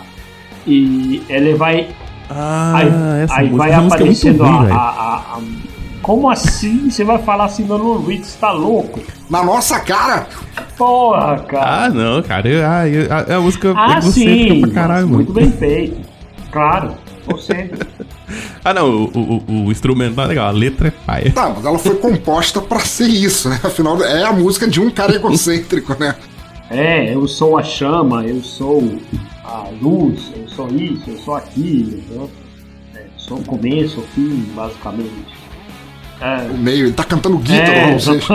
E ele vai. Ah, aí essa aí vai música aparecendo é muito ruim, a, a, a, a. Como assim? Você vai falar assim do Lou Reed? Você tá louco? Na nossa cara? Porra, cara. Ah, não, cara. Eu, ah, eu, a, a música ah, é sim, pra caralho, muito mano. bem feito. Claro, você. Ah, não, o, o, o instrumento é legal, a letra é paia. Tá, mas ela foi composta pra ser isso, né? Afinal, é a música de um cara egocêntrico, né? É, eu sou a chama, eu sou a luz, eu sou isso, eu sou aquilo, né? É, sou o começo, o fim, basicamente. É, o meio, ele tá cantando guitarra, é, ou seja.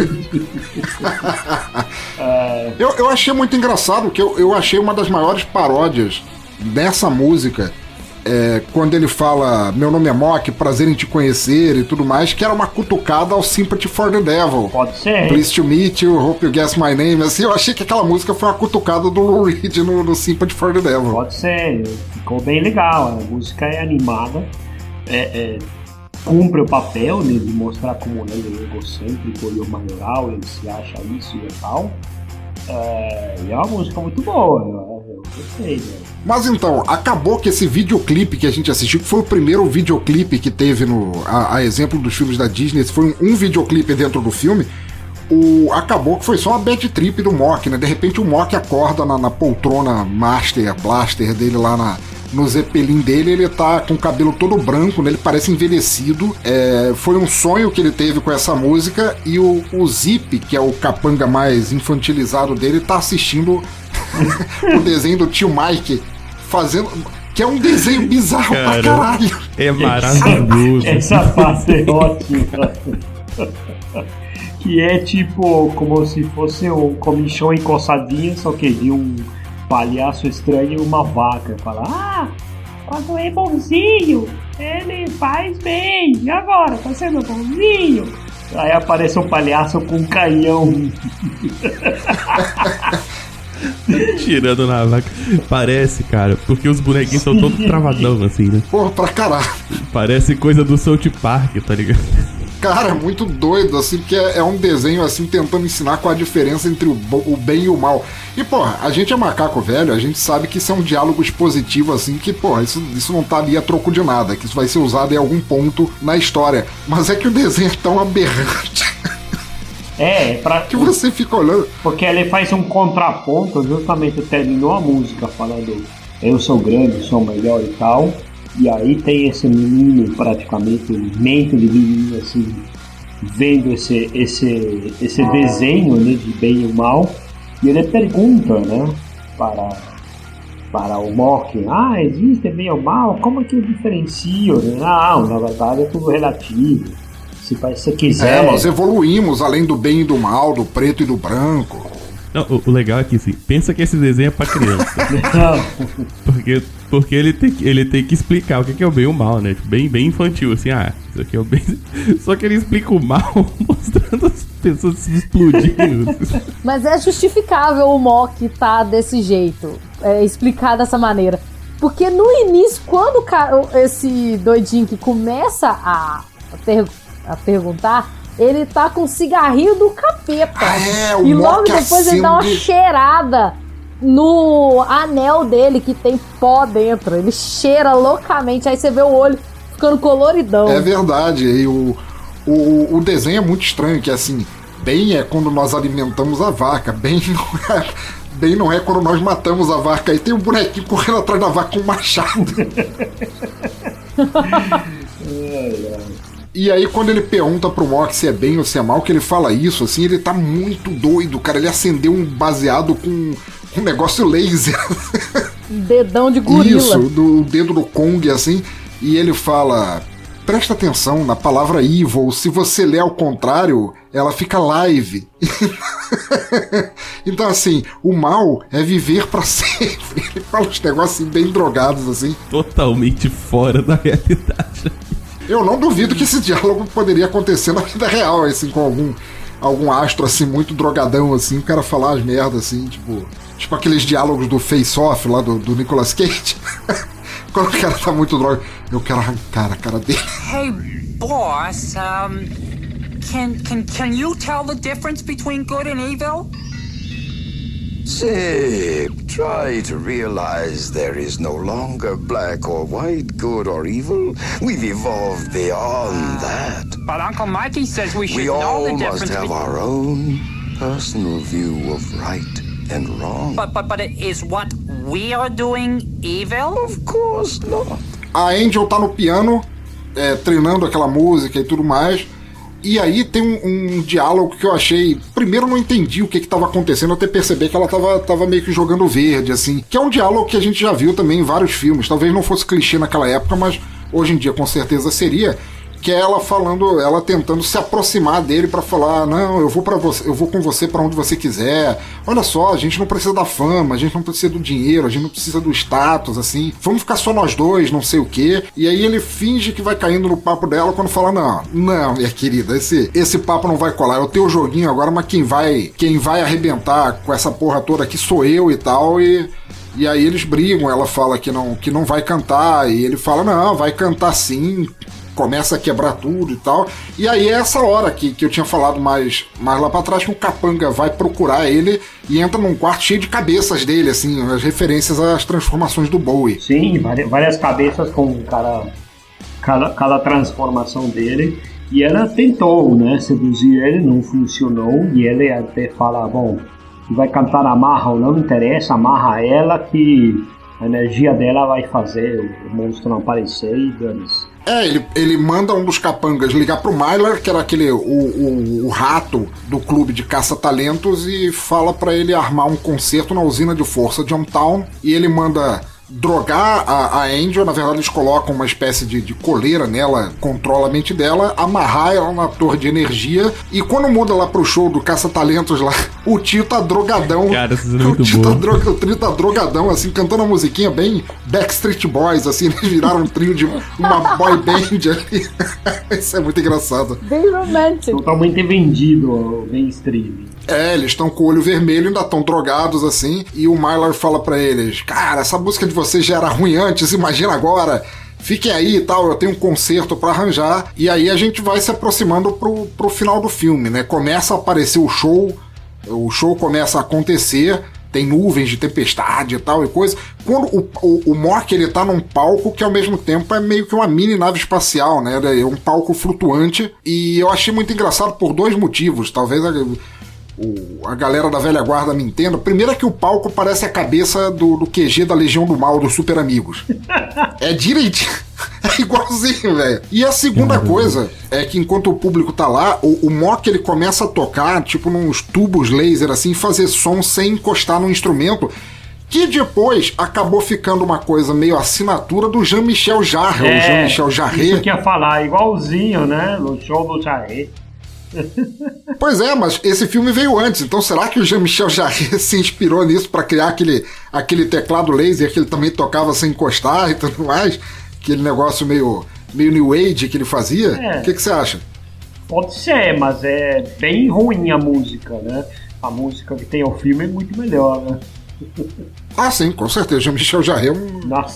é. eu, eu achei muito engraçado, que eu, eu achei uma das maiores paródias dessa música. É, quando ele fala meu nome é Mock, prazer em te conhecer e tudo mais, que era uma cutucada ao Sympathy for the Devil. Pode ser. Pleased to meet you, hope you guess my name. Assim, eu achei que aquela música foi uma cutucada do Lou Reed no, no Sympathy for the Devil. Pode ser, ficou bem legal. A música é animada, é, é, cumpre o papel, né, de mostrar como ele é egocêntrico e o maioral, ele se acha isso e tal. É, e é uma música muito boa, eu, eu gostei, né? Mas então, acabou que esse videoclipe que a gente assistiu, que foi o primeiro videoclipe que teve no, a, a exemplo dos filmes da Disney, esse foi um, um videoclipe dentro do filme, o, acabou que foi só uma bad trip do Mock, né? De repente o Mock acorda na, na poltrona Master, Blaster dele lá na, no Zeppelin dele, ele tá com o cabelo todo branco, né? Ele parece envelhecido. É, foi um sonho que ele teve com essa música e o, o Zip, que é o capanga mais infantilizado dele, tá assistindo o desenho do tio Mike fazendo... Que é um desenho bizarro Cara, pra caralho. É maravilhoso. Essa, essa fase é ótima. Que é tipo como se fosse um comichão encoçadinho, só que de um palhaço estranho e uma vaca. Fala, ah, quando é bonzinho, ele faz bem. E agora, tá sendo bonzinho? Aí aparece um palhaço com um canhão. Tirando na vaca. Parece, cara, porque os bonequinhos são todos travadão assim, né? Porra, pra caralho. Parece coisa do South Park, tá ligado? Cara, é muito doido, assim, porque é, é um desenho, assim, tentando ensinar qual a diferença entre o, o bem e o mal. E, porra, a gente é macaco velho, a gente sabe que isso é um diálogo expositivo, assim, que, porra, isso, isso não tá ali a troco de nada, que isso vai ser usado em algum ponto na história. Mas é que o desenho é tão aberrante. É, pra... que você fica olhando. Porque ele faz um contraponto, justamente terminou a música falando eu sou grande, sou melhor e tal. E aí tem esse menino, praticamente, mente de menino, assim, vendo esse, esse, esse desenho, né, de bem e o mal. E ele pergunta, né, para, para o Mork, ah, existe bem ou mal? Como é que eu diferencio? Não, na verdade é tudo relativo. Se você quiser... É, nós evoluímos além do bem e do mal, do preto e do branco. Não, o, o legal é que, assim, pensa que esse desenho é pra criança. porque porque ele, tem, ele tem que explicar o que é o bem e o mal, né? Bem, bem infantil, assim, ah, isso aqui é o bem... Só que ele explica o mal mostrando as pessoas se explodindo. Mas é justificável o Mork tá desse jeito, é, explicar dessa maneira. Porque no início, quando o cara, esse doidinho que começa a, per, a perguntar... Ele tá com o cigarrinho do capeta. É, o e logo depois acende. Ele dá uma cheirada no anel dele que tem pó dentro. Ele cheira loucamente. Aí você vê o olho ficando coloridão. É verdade. E o, o, o desenho é muito estranho. Que assim, bem é quando nós alimentamos a vaca. Bem não é, bem não é quando nós matamos a vaca. Aí tem um bonequinho correndo atrás da vaca com um machado. é, é. E aí quando ele pergunta pro Mork se é bem ou se é mal, que ele fala isso, assim, ele tá muito doido, cara. Ele acendeu um baseado com um negócio laser. Dedão de gorila. Isso, do dedo do Kong, assim. E ele fala, presta atenção na palavra evil, se você ler ao contrário, ela fica live. Então, assim, o mal é viver pra sempre. Ele fala uns negócios assim, bem drogados, assim. Totalmente fora da realidade. Eu não duvido que esse diálogo poderia acontecer na vida real, assim, com algum, algum astro, assim, muito drogadão, assim, o cara falar as merdas, assim, tipo... Tipo aqueles diálogos do Face Off, lá do, do Nicolas Cage. Quando o cara tá muito droga, eu quero arrancar a cara dele. Hey, boss, um... Can, can, can you tell the difference between good and evil? Zip, try to realize there is no longer black or white, good or evil. We've evolved beyond that. But Uncle Mikey says we should we know the all difference. must have be- our own personal view of right and wrong. But, but, but is what we are doing evil? Of course not. A Angel tá no piano, é, treinando aquela música e tudo mais. E aí tem um, um diálogo que eu achei... Primeiro eu não entendi o que que tava acontecendo, até perceber que ela tava, tava meio que jogando verde, assim. Que é um diálogo que a gente já viu também em vários filmes. Talvez não fosse clichê naquela época, mas hoje em dia com certeza seria. Que é ela falando, ela tentando se aproximar dele pra falar, não, eu vou para você, eu vou com você pra onde você quiser. Olha só, a gente não precisa da fama, a gente não precisa do dinheiro, a gente não precisa do status, assim. Vamos ficar só nós dois, não sei o quê. E aí ele finge que vai caindo no papo dela quando fala, não, não, minha querida, esse, esse papo não vai colar. É o teu joguinho agora, mas quem vai, quem vai arrebentar com essa porra toda aqui sou eu e tal. E... E aí eles brigam, ela fala que não, que não vai cantar, e ele fala, não, vai cantar sim, começa a quebrar tudo e tal. E aí é essa hora que, que eu tinha falado mais, mais lá pra trás, que o Capanga vai procurar ele e entra num quarto cheio de cabeças dele, assim, as referências às transformações do Bowie. Sim, várias, várias cabeças com cada, cada, cada transformação dele. E ela tentou, né, seduzir ele, não funcionou, e ele até fala, bom... vai cantar amarra ou não, não interessa, amarra ela que A energia dela vai fazer o monstro não aparecer e dane-se. É, ele, ele manda um dos capangas ligar pro Myler, que era aquele o, o, o rato do clube de caça-talentos, e fala pra ele armar um concerto na usina de força de Hometown, e ele manda drogar a, a Angel. Na verdade eles colocam uma espécie de, de coleira nela, controla a mente dela, amarrar ela na torre de energia, e quando muda lá pro show do caça-talentos lá, o tio tá drogadão. Cara, isso é o, muito tio tá bom. droga, o trio tá drogadão, assim, cantando uma musiquinha bem Backstreet Boys, assim, eles viraram um trio de uma boy band ali. Isso é muito engraçado. Bem romântico. Totalmente vendido ao mainstream. É, eles estão com o olho vermelho, ainda estão drogados assim, e o Myler fala pra eles: cara, essa música de vocês já era ruim antes, imagina agora, fiquem aí e tal, eu tenho um concerto pra arranjar. E aí a gente vai se aproximando pro, pro final do filme, né? Começa a aparecer o show, o show começa a acontecer, tem nuvens de tempestade e tal e coisa. Quando o, o, o Mork, ele tá num palco que ao mesmo tempo é meio que uma mini nave espacial, né? É um palco flutuante, e eu achei muito engraçado por dois motivos, talvez a... O, a galera da velha guarda me entenda. Primeiro é que o palco parece a cabeça do, do Q G da Legião do Mal, dos Super Amigos. É direitinho. É igualzinho, velho. E a segunda coisa é que enquanto o público tá lá, o, o Mork, ele começa a tocar, tipo, nos tubos laser, assim, fazer som sem encostar no instrumento, que depois acabou ficando uma coisa meio assinatura do Jean-Michel Jarre, é, ou Jean-Michel Jarre. Isso que eu ia falar, igualzinho, né? No show do Jarre. Pois é, mas esse filme veio antes, então será que o Jean-Michel Jarre se inspirou nisso pra criar aquele, aquele teclado laser que ele também tocava sem encostar e tudo mais? Aquele negócio meio, meio New Age que ele fazia? O é. que, que você acha? Pode ser, mas é bem ruim a música, né? A música que tem o filme é muito melhor, né? Ah, sim, com certeza. Jean-Michel Jarre é um... Nossa.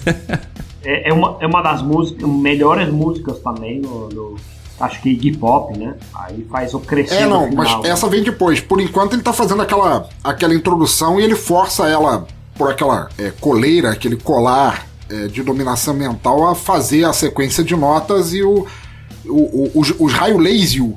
é, é, uma, é uma das músicas, melhores músicas também no... no... Acho que Iggy Pop, né? Aí faz o crescer. É, não, final, mas né? essa vem depois. Por enquanto ele tá fazendo aquela, aquela introdução e ele força ela, por aquela é, coleira, aquele colar é, de dominação mental, a fazer a sequência de notas, e o, o, o, os, os raios laser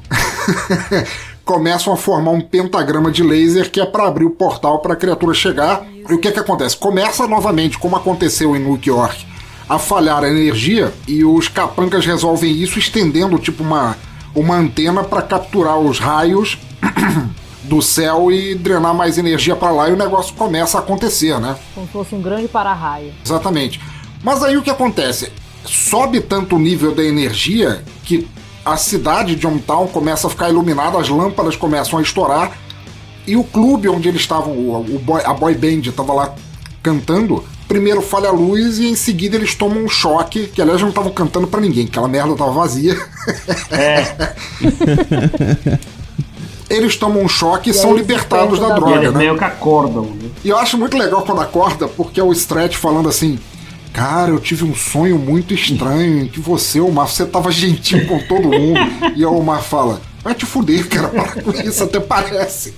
começam a formar um pentagrama de laser que é para abrir o portal para a criatura chegar. E o que que acontece? Começa novamente, como aconteceu em New York, a falhar a energia, e os capangas resolvem isso estendendo tipo uma, uma antena para capturar os raios do céu e drenar mais energia para lá, e o negócio começa a acontecer, né? Como se fosse um grande para-raio. Exatamente. Mas aí o que acontece? Sobe tanto o nível da energia que a cidade de Hometown começa a ficar iluminada, as lâmpadas começam a estourar, e o clube onde eles estavam, o, o boy, a boy band estava lá cantando, primeiro falha a luz e em seguida eles tomam um choque, que aliás não estavam cantando pra ninguém, aquela merda tava vazia. É. Eles tomam um choque e, e são libertados da, da droga, eles né? meio que acordam, né? E eu acho muito legal quando acorda, porque é o Stretch falando assim: cara, eu tive um sonho muito estranho em que você, Omar, você tava gentil com todo mundo. E o Omar fala: vai te fuder, cara, para com isso, até parece.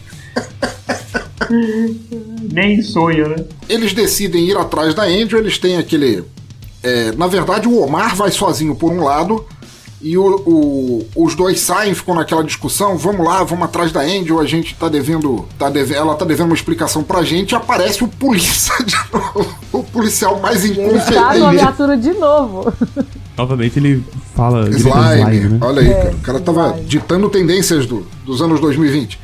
Nem sonho, né? Eles decidem ir atrás da Angel, eles têm aquele... É, na verdade, o Omar vai sozinho por um lado, e o, o, os dois saem, ficam naquela discussão: vamos lá, vamos atrás da Angel, a gente tá devendo, tá deve, ela tá devendo uma explicação pra gente, e aparece o polícia de novo, o policial mais incompetente. Ele tá na viatura de novo. Novamente ele fala... Slime, slime, né? Olha aí, é, cara, o cara tava slime. ditando tendências do, dos anos dois mil e vinte.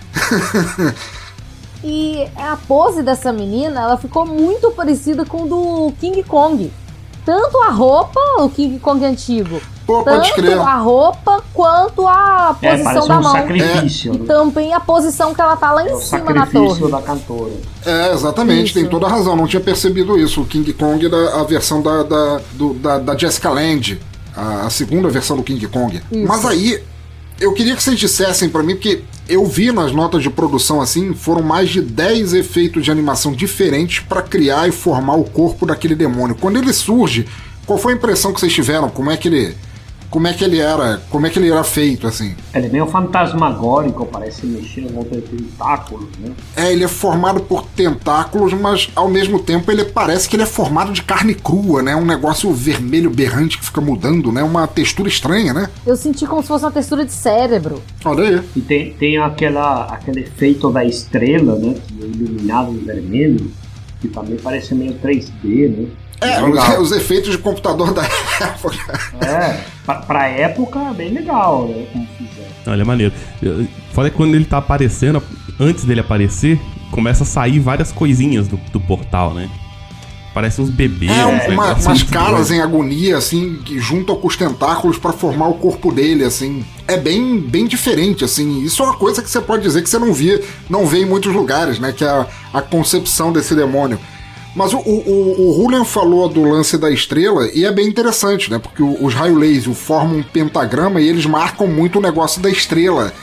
E a pose dessa menina, ela ficou muito parecida com o do King Kong. Tanto a roupa, o King Kong antigo, Pô, tanto a roupa quanto a posição é, da um mão. Sacrifício, É. né? E também a posição que ela tá lá em é cima na torre. O sacrifício da cantora. É, exatamente, isso. Tem toda a razão, não tinha percebido isso. O King Kong, da, a versão da, da, do, da, da Jessica Lange, a, a segunda versão do King Kong. Isso. Mas aí, eu queria que vocês dissessem pra mim, porque eu vi nas notas de produção, assim, foram mais de dez efeitos de animação diferentes pra criar e formar o corpo daquele demônio. Quando ele surge, qual foi a impressão que vocês tiveram? Como é que ele... Como é que ele era, como é que ele era feito, assim? Ele é meio fantasmagórico, parece mexer em volta de tentáculos, né? É, ele é formado por tentáculos, mas ao mesmo tempo ele parece que ele é formado de carne crua, né? Um negócio vermelho berrante que fica mudando, né? Uma textura estranha, né? Eu senti como se fosse uma textura de cérebro. Olha aí. E tem, tem aquela, aquele efeito da estrela, né? Que é iluminado em vermelho. que também parece meio três D, né? É, os, os efeitos de computador da época. É, pra, pra época, bem legal, né? Como fizeram. Olha, é maneiro. Fala que quando ele tá aparecendo, antes dele aparecer, começa a sair várias coisinhas do, do portal, né? Parece uns bebês. É, uns uma, negócios umas muito caras doidos. em agonia, assim, que juntam com os tentáculos pra formar o corpo dele, assim. É bem, bem diferente, assim. Isso é uma coisa que você pode dizer que você não vê, não vê em muitos lugares, né? Que é a, a concepção desse demônio. Mas o, o, o Julian falou do lance da estrela e é bem interessante, né? Porque o, os raio laser formam um pentagrama e eles marcam muito o negócio da estrela.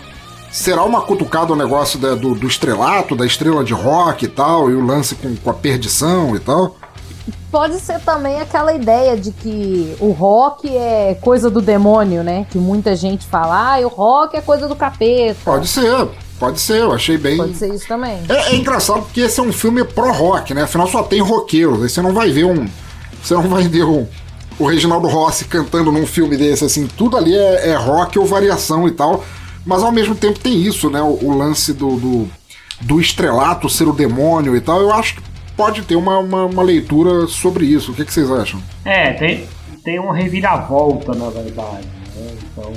Será uma cutucada o negócio da, do, do estrelato, da estrela de rock e tal, e o lance com, com a perdição e tal? Pode ser também aquela ideia de que o rock é coisa do demônio, né? Que muita gente fala, ah, o rock é coisa do capeta. Pode ser, pode ser, eu achei bem... Pode ser isso também. É, é engraçado porque esse é um filme pró-rock, né? Afinal só tem roqueiros, aí você não vai ver um... Você não vai ver um, o Reginaldo Rossi cantando num filme desse, assim, tudo ali é, é rock ou variação e tal... Mas ao mesmo tempo tem isso, né? O, o lance do, do, do estrelato ser o demônio e tal. Eu acho que pode ter uma, uma, uma leitura sobre isso. O que, que vocês acham? É, tem, tem uma reviravolta, na verdade. Né? Então,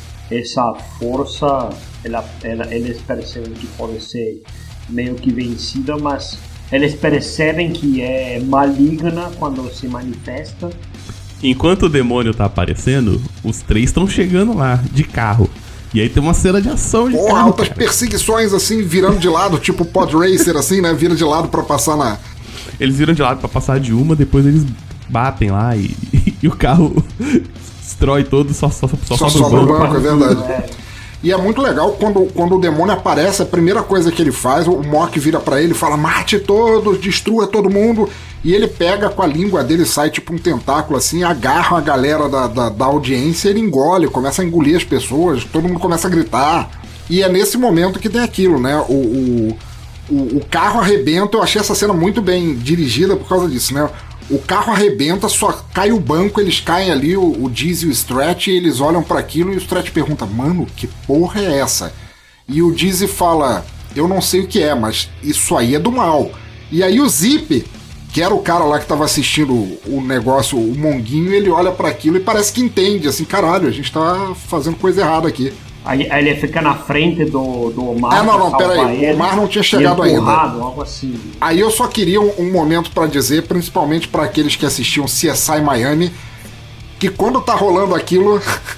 essa força, ela, ela, eles percebem que pode ser meio que vencida, mas eles percebem que é maligna quando se manifesta. Enquanto o demônio tá aparecendo, os três estão chegando lá, de carro. E aí tem uma cena de ação de Porra, carro, altas cara. perseguições assim, virando de lado, tipo Pod Racer, assim, né? Vira de lado pra passar na... Eles viram de lado pra passar de uma, depois eles batem lá e, e o carro destrói todo, só, só, só, Só sobra o banco. banco, é verdade. E é muito legal quando, quando o demônio aparece, a primeira coisa que ele faz, o Mork vira pra ele e fala, mate todos, destrua todo mundo. E ele pega com a língua dele, sai tipo um tentáculo assim, agarra a galera da, da, da audiência, ele engole, começa a engolir as pessoas, todo mundo começa a gritar. E é nesse momento que tem aquilo, né? O, o, o, o carro arrebenta, eu achei essa cena muito bem dirigida por causa disso, né? O carro arrebenta, só cai o banco, eles caem ali, o, o Dizzy e o Stretch, e eles olham pra aquilo e o Stretch pergunta, mano, que porra é essa? E o Dizzy fala, eu não sei o que é, mas isso aí é do mal. E aí o Zip, que era o cara lá que tava assistindo o negócio, o Monguinho, ele olha pra aquilo e parece que entende, assim, caralho, a gente tá fazendo coisa errada aqui. Aí, aí ele fica na frente do, do Omar. Ah, não, não, peraí, o Omar não tinha chegado ainda. Algo assim. Aí eu só queria um, um momento pra dizer, principalmente pra aqueles que assistiam C S I Miami, que quando tá rolando aquilo,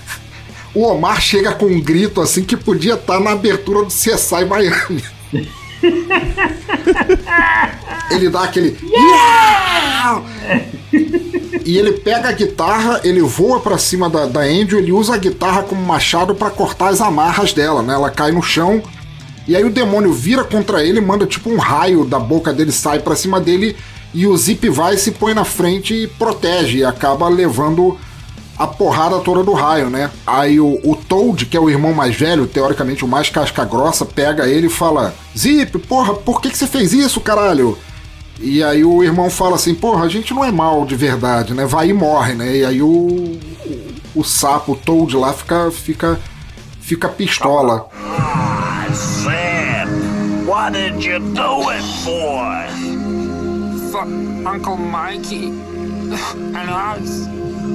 o Omar chega com um grito assim que podia estar na abertura do C S I Miami. Ele dá aquele yeah! E ele pega a guitarra, ele voa pra cima da, da Angel, ele usa a guitarra como machado pra cortar as amarras dela, né? Ela cai no chão e aí o demônio vira contra ele, manda tipo um raio da boca dele, sai pra cima dele e o Zip vai, se põe na frente e protege e acaba levando a porrada toda do raio, né? Aí o, o Toad, que é o irmão mais velho, teoricamente o mais casca grossa, pega ele e fala, Zip, porra, por que que você fez isso, caralho? E aí o irmão fala assim, porra, a gente não é mal de verdade, né? Vai e morre, né? E aí o, o, o sapo, o Toad lá, fica, fica, fica pistola. Ah, Zip, what did you do it for? For Uncle Mikey and us.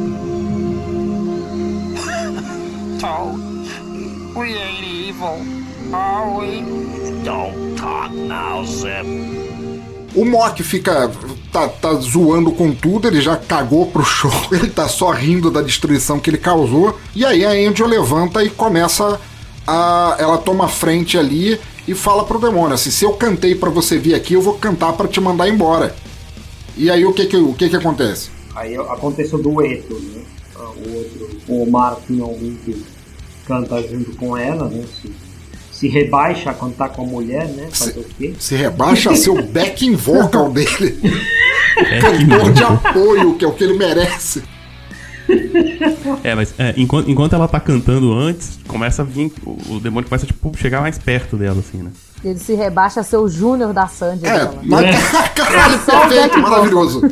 Toad, we ain't evil, are we? Don't talk now, Zip. O Mork fica. Tá, tá zoando com tudo, ele já cagou pro show, ele tá só rindo da destruição que ele causou. E aí a Angel levanta e começa a. Ela toma a frente ali e fala pro demônio assim: se eu cantei pra você vir aqui, eu vou cantar pra te mandar embora. E aí o que que, o que, que acontece? Aí acontece o dueto, né? O outro, o Omar finalmente canta junto com ela, né? Se, se rebaixa a cantar com a mulher, né? Fazer o quê? Se rebaixa a ser o backing vocal dele. Cantor de apoio, que é o que ele merece. É, mas é, enquanto, enquanto ela tá cantando antes, começa a vir. O, o demônio começa a tipo, chegar mais perto dela, assim, né? Ele se rebaixa a ser o Júnior da Sandy. É, dela. mas, é. Caralho, perfeito, maravilhoso.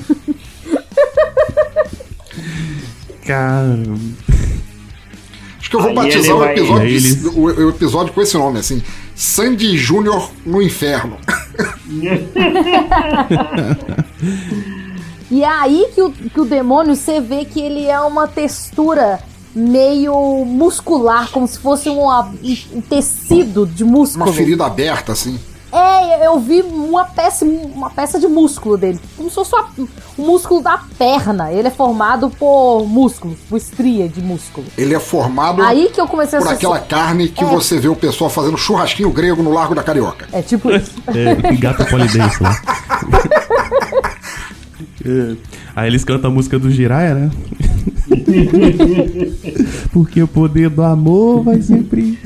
Cara. Acho que eu vou Aí batizar o vai... episódio, eles... o, o episódio com esse nome, assim. Sandy Júnior no Inferno. E é aí que o, que o demônio, você vê que ele é uma textura meio muscular, como se fosse um, um tecido de músculo. Uma ferida aberta, assim. É, eu vi uma peça, uma peça de músculo dele, como se fosse o músculo da perna. Ele é formado por músculos, por estria de músculo. Ele é formado aí que eu comecei a por aquela carne que é. você vê o pessoal fazendo churrasquinho grego no Largo da Carioca. É tipo isso. É, gato polidense lá. É. Aí eles cantam a música do Jiraiya, né? Porque o poder do amor vai sempre.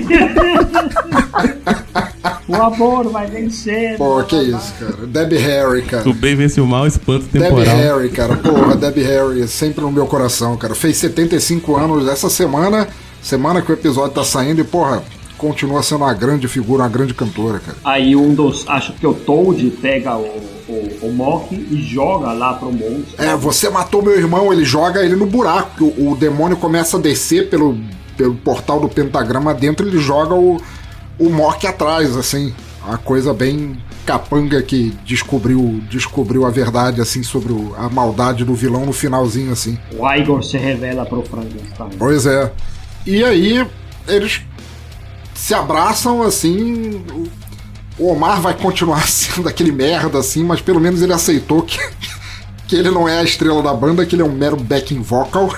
O amor vai vencer. Pô, que isso, cara. Debbie Harry, cara. O bem vence o mal, espanto temporal. Debbie Harry, cara. Porra, Debbie Harry, sempre no meu coração, cara. Fez setenta e cinco anos essa semana, semana que o episódio tá saindo e, porra, continua sendo uma grande figura, uma grande cantora, cara. Aí um dos, acho que o Toad pega o, o, o Mock e joga lá pro monstro. É, você matou meu irmão, ele joga ele no buraco. O, o demônio começa a descer pelo, pelo portal do pentagrama dentro, ele joga o, o Mock atrás, assim. Uma coisa bem capanga que descobriu, descobriu a verdade, assim, sobre o, a maldade do vilão no finalzinho, assim. O Igor se revela pro Frankenstein. Pois é. E aí, eles se abraçam, assim. O Omar vai continuar sendo aquele merda, assim, mas pelo menos ele aceitou que, que ele não é a estrela da banda, que ele é um mero backing vocal.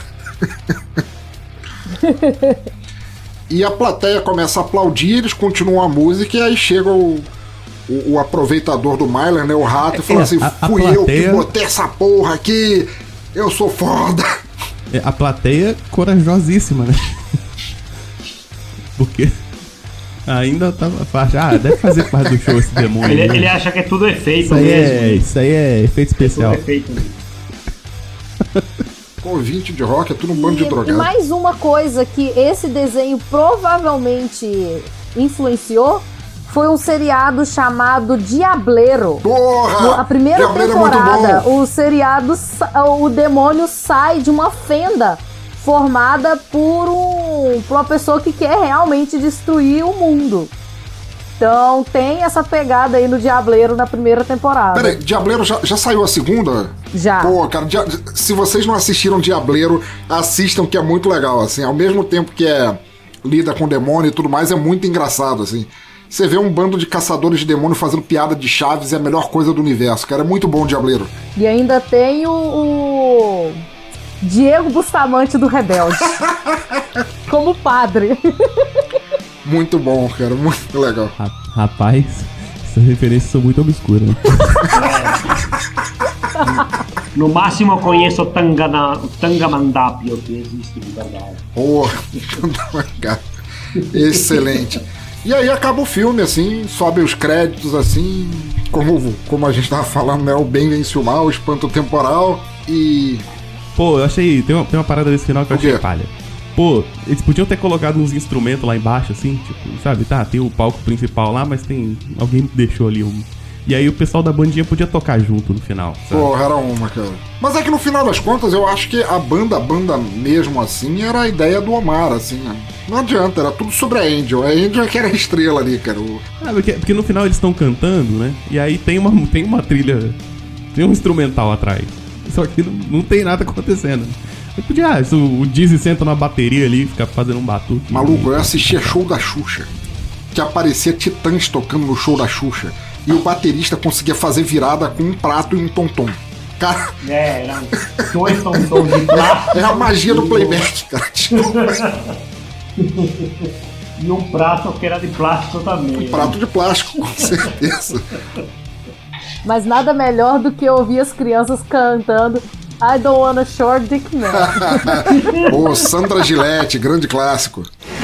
E a plateia começa a aplaudir, eles continuam a música, e aí chega o, o, o aproveitador do Myler, né, o rato, e fala assim: a, a fui plateia... eu que botei essa porra aqui, eu sou foda. A plateia corajosíssima, né? Porque ainda tava fácil. Ah, deve fazer parte do show esse demônio. Ele, né? ele acha que é tudo efeito isso aí mesmo. É, isso aí é efeito especial. É tudo efeito mesmo. Ouvinte de rock é tudo um bando de E drogado. mais uma coisa que esse desenho provavelmente influenciou foi um seriado chamado Diableiro. Porra! A primeira Diableiro temporada, é muito bom. o seriado, o demônio sai de uma fenda formada por, um, por uma pessoa que quer realmente destruir o mundo. Então tem essa pegada aí no Diableiro na primeira temporada. Peraí, Diableiro já, já saiu a segunda? Já. Pô, cara, dia, se vocês não assistiram Diableiro, assistam, que é muito legal, assim. Ao mesmo tempo que é lida com demônio e tudo mais, é muito engraçado, assim. Você vê um bando de caçadores de demônio fazendo piada de Chaves, é a melhor coisa do universo, cara. É muito bom, Diableiro. E ainda tem o... o... Diego Bustamante do Rebelde. Como padre. Muito bom, cara. Muito legal. Rapaz, essas referências são muito obscuras. Né? No máximo eu conheço o Tangana, Tangamandapio, que existe de verdade. Porra, excelente. E aí acaba o filme, assim, sobe os créditos, assim, como, como a gente tava falando, né? O bem vence o mal, o espanto temporal e... Pô, eu achei... Tem uma, tem uma parada nesse final que eu achei palha. Pô, eles podiam ter colocado uns instrumentos lá embaixo, assim, tipo, sabe? Tá, tem o palco principal lá, mas tem... Alguém deixou ali um... E aí o pessoal da bandinha podia tocar junto no final, sabe? Porra, era uma, cara. Mas é que no final das contas, eu acho que a banda, a banda mesmo assim, era a ideia do Omar, assim, né? Não adianta, era tudo sobre a Angel. A Angel é que era a estrela ali, cara. O... Ah, porque, porque no final eles estão cantando, né? E aí tem uma, tem uma trilha... Tem um instrumental atrás. Só que não, não tem nada acontecendo. Eu podia, ah, se o Dizzy senta na bateria ali e fica fazendo um batuque. Maluco, eu assistia show da Xuxa, que aparecia Titãs tocando no show da Xuxa, e o baterista conseguia fazer virada com um prato e um tom-tom. Cara... É, eram dois tom-tom de plástico. É a magia do playback, cara. E um prato que era de plástico também. Um prato de plástico, com certeza. Mas nada melhor do que ouvir as crianças cantando I don't wanna short dick man. Pô, Sandra Gillette, grande clássico.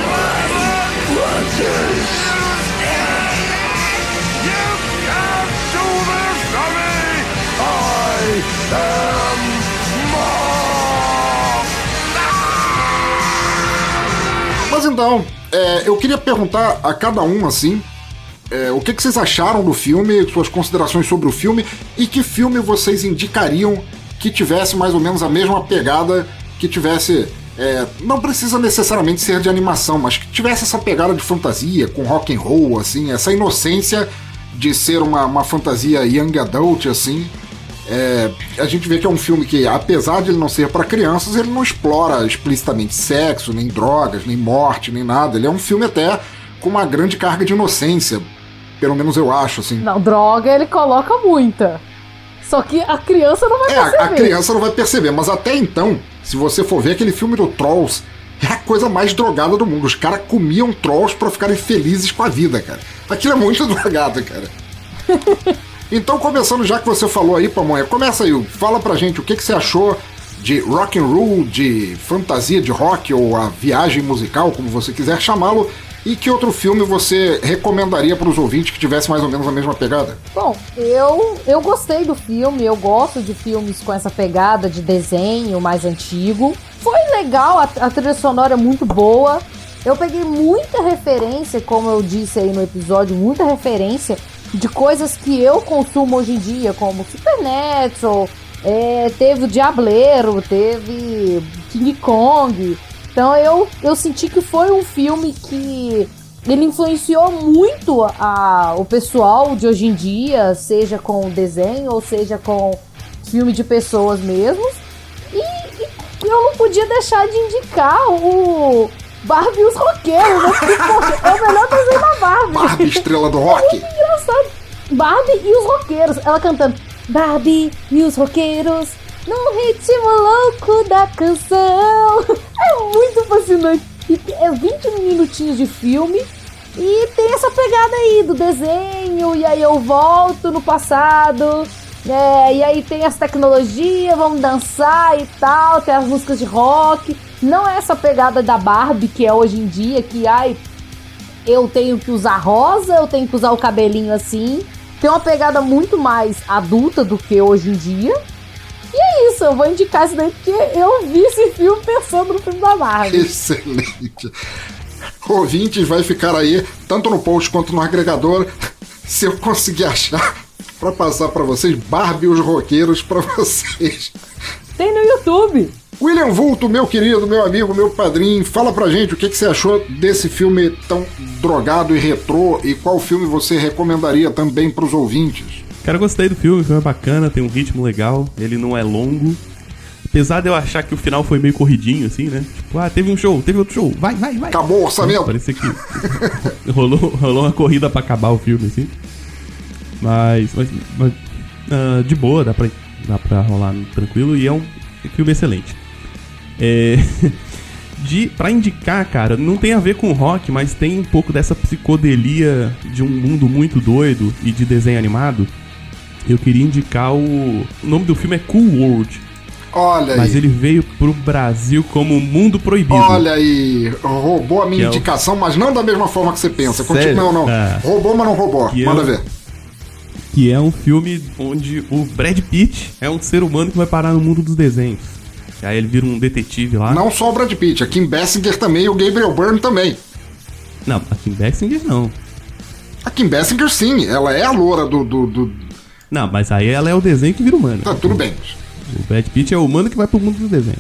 Mas então, é, eu queria perguntar a cada um, assim, é, o que, que vocês acharam do filme, suas considerações sobre o filme, e que filme vocês indicariam que tivesse mais ou menos a mesma pegada, que tivesse, é, não precisa necessariamente ser de animação, mas que tivesse essa pegada de fantasia, com rock and roll, assim, essa inocência de ser uma, uma fantasia young adult, assim, é, a gente vê que é um filme que, apesar de ele não ser para crianças, ele não explora explicitamente sexo, nem drogas, nem morte, nem nada. Ele é um filme até com uma grande carga de inocência, pelo menos eu acho, assim. Não, droga ele coloca muita. Só que a criança não vai é, perceber. É, a criança não vai perceber, mas até então, se você for ver aquele filme do Trolls, é a coisa mais drogada do mundo. Os caras comiam Trolls pra ficarem felizes com a vida, cara. Aquilo é muito drogado, cara. Então, começando já que você falou aí, Pamonha, começa aí, fala pra gente o que, que você achou de rock and roll, de fantasia de rock, ou a viagem musical, como você quiser chamá-lo, e que outro filme você recomendaria para os ouvintes que tivesse mais ou menos a mesma pegada? Bom, eu, eu gostei do filme, eu gosto de filmes com essa pegada de desenho mais antigo. Foi legal, a, a trilha sonora é muito boa. Eu peguei muita referência, como eu disse aí no episódio, muita referência de coisas que eu consumo hoje em dia, como Supernatural, é, teve o Diableiro, teve King Kong. Então eu, eu senti que foi um filme que ele influenciou muito a, o pessoal de hoje em dia, seja com desenho ou seja com filme de pessoas mesmos. E, e eu não podia deixar de indicar o Barbie e os Roqueiros, né? Porque, poxa, é o melhor desenho da Barbie. Barbie, estrela do rock. É muito engraçado. Barbie e os Roqueiros. Ela cantando Barbie e os Roqueiros no ritmo louco da canção. É muito fascinante. É vinte minutinhos de filme e tem essa pegada aí do desenho. E aí eu volto no passado, é, e aí tem as tecnologias, vamos dançar e tal, tem as músicas de rock. Não é essa pegada da Barbie que é hoje em dia, que ai, eu tenho que usar rosa, eu tenho que usar o cabelinho assim. Tem uma pegada muito mais adulta do que hoje em dia. E é isso, eu vou indicar isso daí porque eu vi esse filme pensando no filme da Barbie. Excelente. Ouvintes, vai ficar aí, tanto no post quanto no agregador, se eu conseguir achar, pra passar pra vocês, Barbie e os Roqueiros pra vocês. Tem no YouTube. William Vulto, meu querido, meu amigo, meu padrinho, fala pra gente o que, que você achou desse filme tão drogado e retrô e qual filme você recomendaria também pros ouvintes. Cara, eu gostei do filme, o filme é bacana, tem um ritmo legal, ele não é longo. Apesar de eu achar que o final foi meio corridinho, assim, né? Tipo, ah, teve um show, teve outro show, vai, vai, vai. Acabou o orçamento. Parecia que rolou, rolou uma corrida pra acabar o filme, assim. Mas, mas, mas uh, de boa, dá pra, dá pra rolar tranquilo e é um filme excelente. É... De, pra indicar, cara, não tem a ver com rock, mas tem um pouco dessa psicodelia de um mundo muito doido e de desenho animado. Eu queria indicar o... O nome do filme é Cool World. Olha aí. Mas ele veio pro Brasil como Mundo Proibido. Olha aí, roubou a minha que indicação, é o... mas não da mesma forma que você pensa. Continua, não, não. Ah. Roubou, mas não roubou. Que Manda é... ver. Que é um filme onde o Brad Pitt é um ser humano que vai parar no mundo dos desenhos. E aí ele vira um detetive lá. Não só o Brad Pitt, a Kim Basinger também e o Gabriel Byrne também. Não, a Kim Basinger não. A Kim Basinger sim, ela é a loura do... do, do... Não, mas aí ela é o desenho que vira humano. Tá, tudo bem. O Brad Pitt é o humano que vai pro mundo dos desenhos.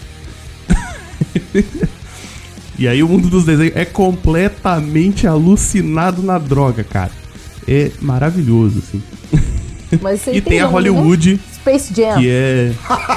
E aí o mundo dos desenhos é completamente alucinado na droga, cara. É maravilhoso, assim. Mas você e tem a Hollywood, né? Space Jam. Que é...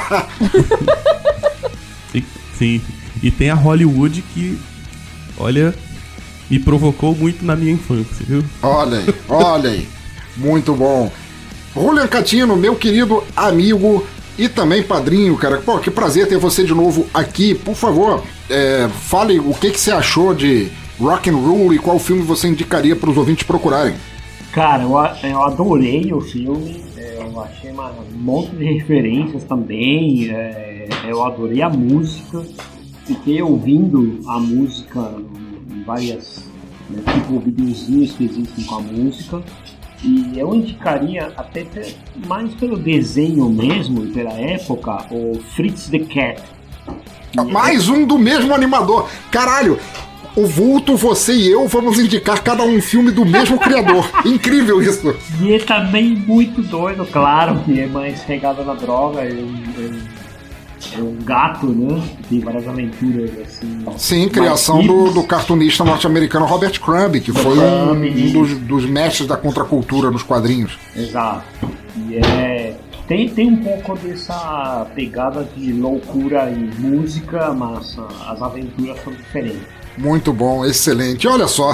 sim, sim. E tem a Hollywood que, olha, me provocou muito na minha infância, viu? Olha aí, olha aí. Muito bom. Julian Catino, meu querido amigo e também padrinho, cara. Pô, que prazer ter você de novo aqui. Por favor, é, fale o que, que você achou de Rock and Roll e qual filme você indicaria para os ouvintes procurarem. Cara, eu, eu adorei o filme. Eu achei uma, um monte de referências também. É, eu adorei a música. Fiquei ouvindo a música em várias, né, tipo videozinhos que existem com a música. E eu indicaria até mais pelo desenho mesmo e pela época o Fritz the Cat. Mais um do mesmo animador. Caralho, o Vulto, você e eu vamos indicar cada um filme do mesmo criador. Incrível isso. E é também muito doido, claro, que é mais regado na droga. Eu, eu, é um gato, né? Tem várias aventuras assim. Sim, criação do, do cartunista norte-americano Robert Crumb, que foi um, um dos, dos mestres da contracultura nos quadrinhos. Exato. E é. Tem, tem um pouco dessa pegada de loucura e música, mas as aventuras são diferentes. Muito bom, excelente. Olha só,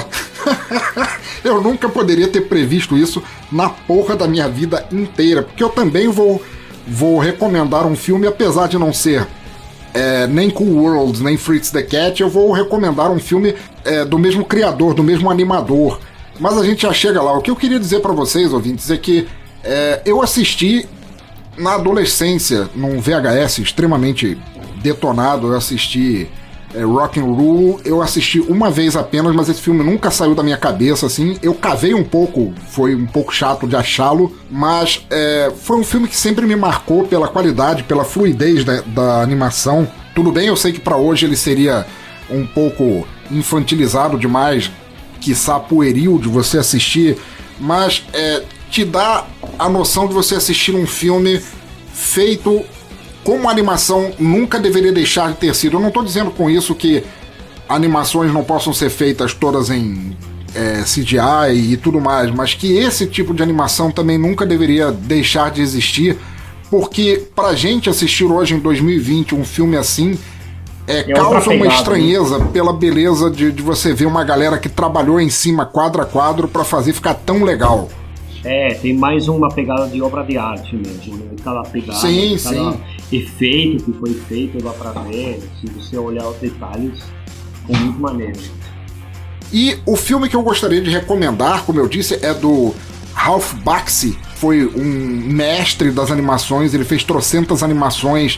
eu nunca poderia ter previsto isso na porra da minha vida inteira, porque eu também vou, vou recomendar um filme, apesar de não ser é, nem Cool Worlds, nem Fritz the Cat, eu vou recomendar um filme é, do mesmo criador, do mesmo animador. Mas a gente já chega lá. O que eu queria dizer pra vocês, ouvintes, é que é, eu assisti na adolescência, num V H S extremamente detonado, eu assisti é, Rock and Roll, eu assisti uma vez apenas, mas esse filme nunca saiu da minha cabeça, assim, eu cavei um pouco, foi um pouco chato de achá-lo, mas é, foi um filme que sempre me marcou pela qualidade, pela fluidez da, da animação. Tudo bem, eu sei que pra hoje ele seria um pouco infantilizado demais, quiçá pueril de você assistir, mas é, te dá a noção de você assistir um filme feito como a animação nunca deveria deixar de ter sido. Eu não estou dizendo com isso que animações não possam ser feitas todas em é, C G I e tudo mais, mas que esse tipo de animação também nunca deveria deixar de existir, porque pra gente assistir hoje em dois mil e vinte um filme assim é, é causa uma estranheza, né? Pela beleza de, de você ver uma galera que trabalhou em cima quadro a quadro pra fazer ficar tão legal. É, tem mais uma pegada de obra de arte mesmo, né? Cada pegada, sim, cada sim. efeito que foi feito, dá pra ver, se você olhar os detalhes, ficou muito maneiro. E o filme que eu gostaria de recomendar, como eu disse, é do Ralph Bakshi, foi um mestre das animações, ele fez trocentas animações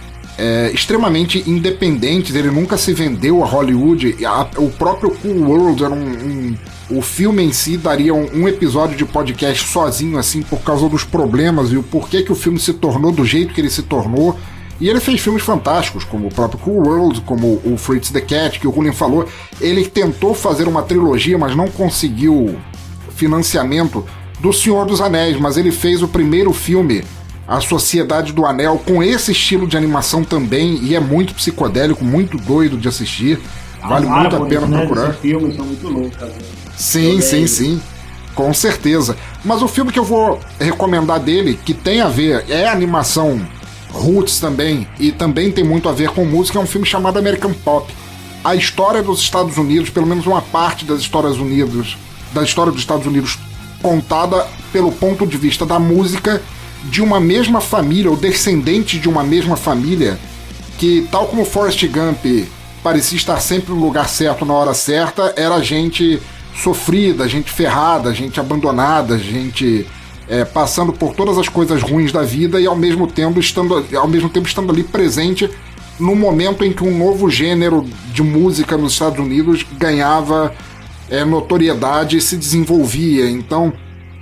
é, extremamente independentes, ele nunca se vendeu a Hollywood, a, o próprio Cool World era um... um o filme em si daria um, um episódio de podcast sozinho, assim, por causa dos problemas e o porquê que o filme se tornou do jeito que ele se tornou. E ele fez filmes fantásticos, como o próprio Cool World, como o Fritz the Cat, que o Julian falou. Ele tentou fazer uma trilogia, mas não conseguiu financiamento do Senhor dos Anéis, mas ele fez o primeiro filme, A Sociedade do Anel, com esse estilo de animação também, e é muito psicodélico, muito doido de assistir. Vale As muito árvores, a pena né, procurar. Esses filmes são muito loucos, né? Sim, sim, sim. Com certeza. Mas o filme que eu vou recomendar dele, que tem a ver, é animação roots também, e também tem muito a ver com música, é um filme chamado American Pop. A história dos Estados Unidos, pelo menos uma parte das histórias Unidos, da história dos Estados Unidos, contada pelo ponto de vista da música de uma mesma família, ou descendente de uma mesma família, que, tal como Forrest Gump parecia estar sempre no lugar certo na hora certa, era gente sofrida, gente ferrada, gente abandonada, gente é, passando por todas as coisas ruins da vida e ao mesmo tempo estando, ao mesmo tempo estando ali presente no momento em que um novo gênero de música nos Estados Unidos ganhava é, notoriedade e se desenvolvia. Então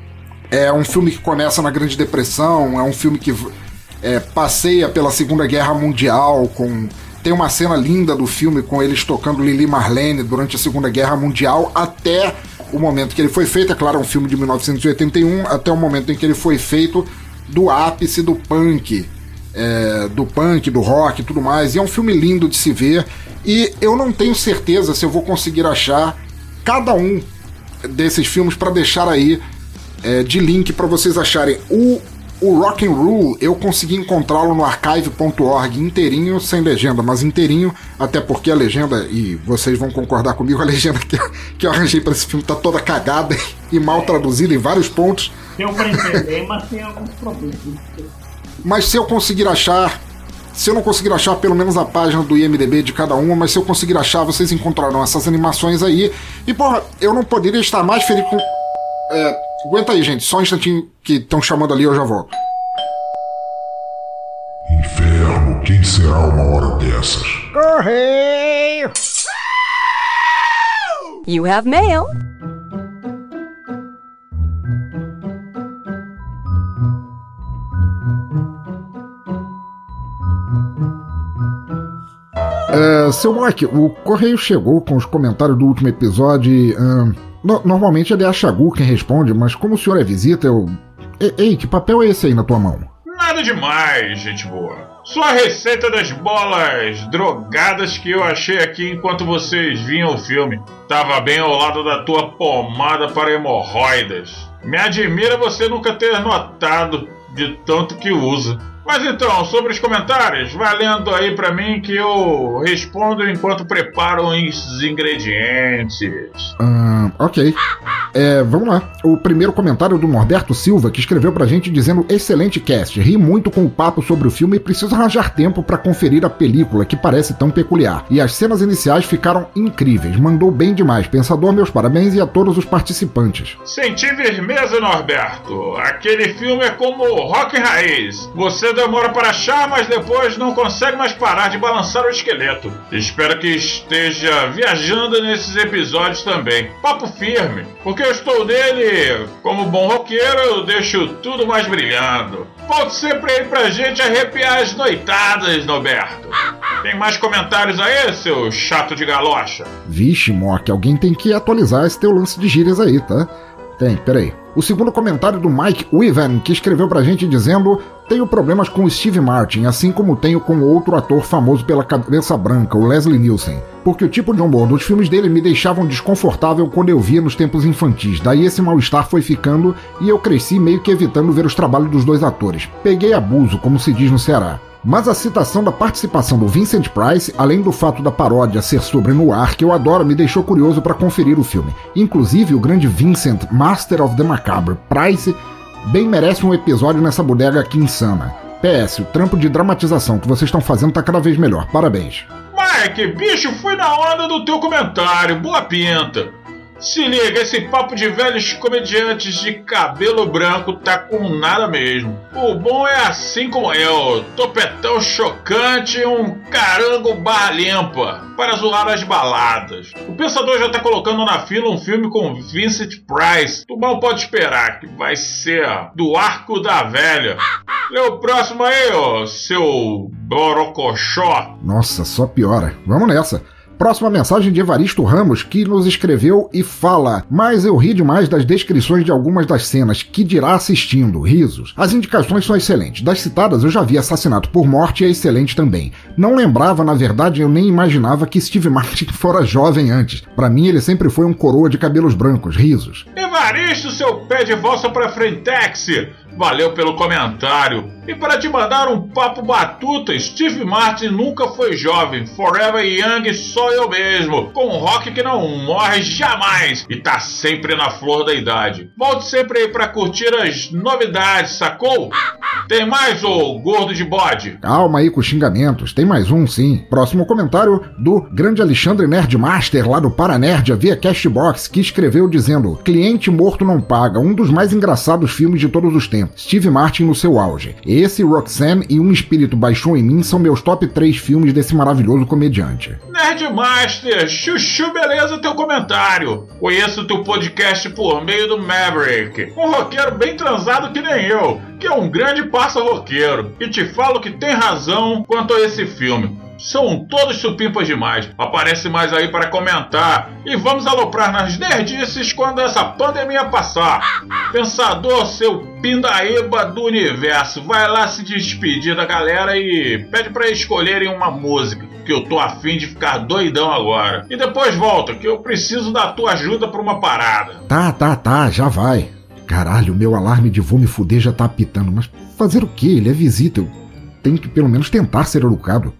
é um filme que começa na Grande Depressão, é um filme que é, passeia pela Segunda Guerra Mundial, com... Tem uma cena linda do filme com eles tocando Lili Marlene durante a Segunda Guerra Mundial, até o momento que ele foi feito. É claro, é um filme de mil novecentos e oitenta e um, até o momento em que ele foi feito, do ápice do punk, é, do punk, do rock e tudo mais. E é um filme lindo de se ver. E eu não tenho certeza se eu vou conseguir achar cada um desses filmes para deixar aí é, de link para vocês acharem. O O Rock and Roll, eu consegui encontrá-lo no archive ponto org inteirinho, sem legenda, mas inteirinho, até porque a legenda, e vocês vão concordar comigo, a legenda que, que eu arranjei para esse filme tá toda cagada e mal traduzida em vários pontos. Deu pra entender, mas tem alguns problemas. Mas se eu conseguir achar, se eu não conseguir achar pelo menos a página do I M D B de cada uma, mas se eu conseguir achar, vocês encontrarão essas animações aí. E porra, eu não poderia estar mais feliz com... É, aguenta aí, gente, só um instantinho que estão chamando ali, eu já volto. Inferno, quem será uma hora dessas? Correio! You have mail. É, seu Mike, o correio chegou com os comentários do último episódio e... Hum, no, normalmente ele é a Chagu quem responde, mas como o senhor é visita, eu... Ei, ei, que papel é esse aí na tua mão? Nada demais, gente boa. Sua receita das bolas drogadas que eu achei aqui enquanto vocês vinham o filme. Tava bem ao lado da tua pomada para hemorroidas. Me admira você nunca ter notado de tanto que usa. Mas então, sobre os comentários, vai lendo aí pra mim que eu respondo enquanto preparo os ingredientes. Ah, ok. É, vamos lá. O primeiro comentário do Norberto Silva, que escreveu pra gente dizendo: excelente cast, ri muito com o papo sobre o filme e preciso arranjar tempo pra conferir a película, que parece tão peculiar. E as cenas iniciais ficaram incríveis, mandou bem demais. Pensador, meus parabéns e a todos os participantes. Senti firmeza, Norberto. Aquele filme é como rock raiz. Você demora para achar, mas depois não consegue mais parar de balançar o esqueleto. Espero que esteja viajando nesses episódios também. Papo firme, porque eu estou nele. Como bom roqueiro, eu deixo tudo mais brilhando. Volte sempre aí pra gente arrepiar as noitadas, Norberto. Tem mais comentários aí, seu chato de galocha? Vixe, Mock, alguém tem que atualizar esse teu lance de gírias aí, tá? Tem, peraí. O segundo comentário do Mike Weaven, que escreveu pra gente dizendo: tenho problemas com o Steve Martin, assim como tenho com outro ator famoso pela cabeça branca, o Leslie Nielsen. Porque o tipo de humor dos filmes dele me deixavam desconfortável quando eu via nos tempos infantis. Daí esse mal-estar foi ficando e eu cresci meio que evitando ver os trabalhos dos dois atores. Peguei abuso, como se diz no Ceará. Mas a citação da participação do Vincent Price, além do fato da paródia ser sobre Noir, que eu adoro, me deixou curioso para conferir o filme. Inclusive, o grande Vincent, Master of the Macabre, Price, bem merece um episódio nessa bodega aqui insana. P S, o trampo de dramatização que vocês estão fazendo tá cada vez melhor. Parabéns. Mike, bicho, fui na onda do teu comentário. Boa pinta. Se liga, esse papo de velhos comediantes de cabelo branco tá com nada mesmo. O bom é assim como eu, topetão chocante e um carango barra limpa para zoar as baladas. O Pensador já tá colocando na fila um filme com Vincent Price. Tu mal pode esperar, que vai ser do Arco da Velha. Lê o próximo aí, ó, seu borocochó. Nossa, só piora. Vamos nessa. Próxima mensagem de Evaristo Ramos, que nos escreveu e fala: mas eu ri demais das descrições de algumas das cenas, que dirá assistindo, risos. As indicações são excelentes. Das citadas eu já vi Assassinato por Morte e é excelente também. Não lembrava, na verdade, eu nem imaginava que Steve Martin fora jovem antes. Pra mim ele sempre foi um coroa de cabelos brancos, risos. Evaristo, seu pé de valsa pra Frentex! Valeu pelo comentário. E para te mandar um papo batuta, Steve Martin nunca foi jovem, forever young, só eu mesmo, com um rock que não morre jamais e tá sempre na flor da idade. Volte sempre aí pra curtir as novidades, sacou? Tem mais, ô gordo de bode? Calma aí com os xingamentos, tem mais um sim. Próximo comentário do grande Alexandre Nerdmaster, lá do Paranerd via Castbox, que escreveu dizendo: cliente morto não paga, um dos mais engraçados filmes de todos os tempos. Steve Martin no seu auge. Esse, Roxanne e Um Espírito Baixou em Mim são meus top três filmes desse maravilhoso comediante. Nerdmaster, chuchu beleza teu comentário. Conheço teu podcast por meio do Maverick, um roqueiro bem transado que nem eu, que é um grande parça roqueiro. E te falo que tem razão quanto a esse filme. São todos supimpas demais. Aparece mais aí para comentar. E vamos aloprar nas nerdices quando essa pandemia passar. Pensador, seu pindaíba do universo, vai lá se despedir da galera e pede para escolherem uma música, que eu tô afim de ficar doidão agora. E depois volta, que eu preciso da tua ajuda pra uma parada. Tá, tá, tá, já vai. Caralho, meu alarme de vou me fuder já tá apitando. Mas fazer o quê? Ele é visita. Eu tenho que pelo menos tentar ser educado.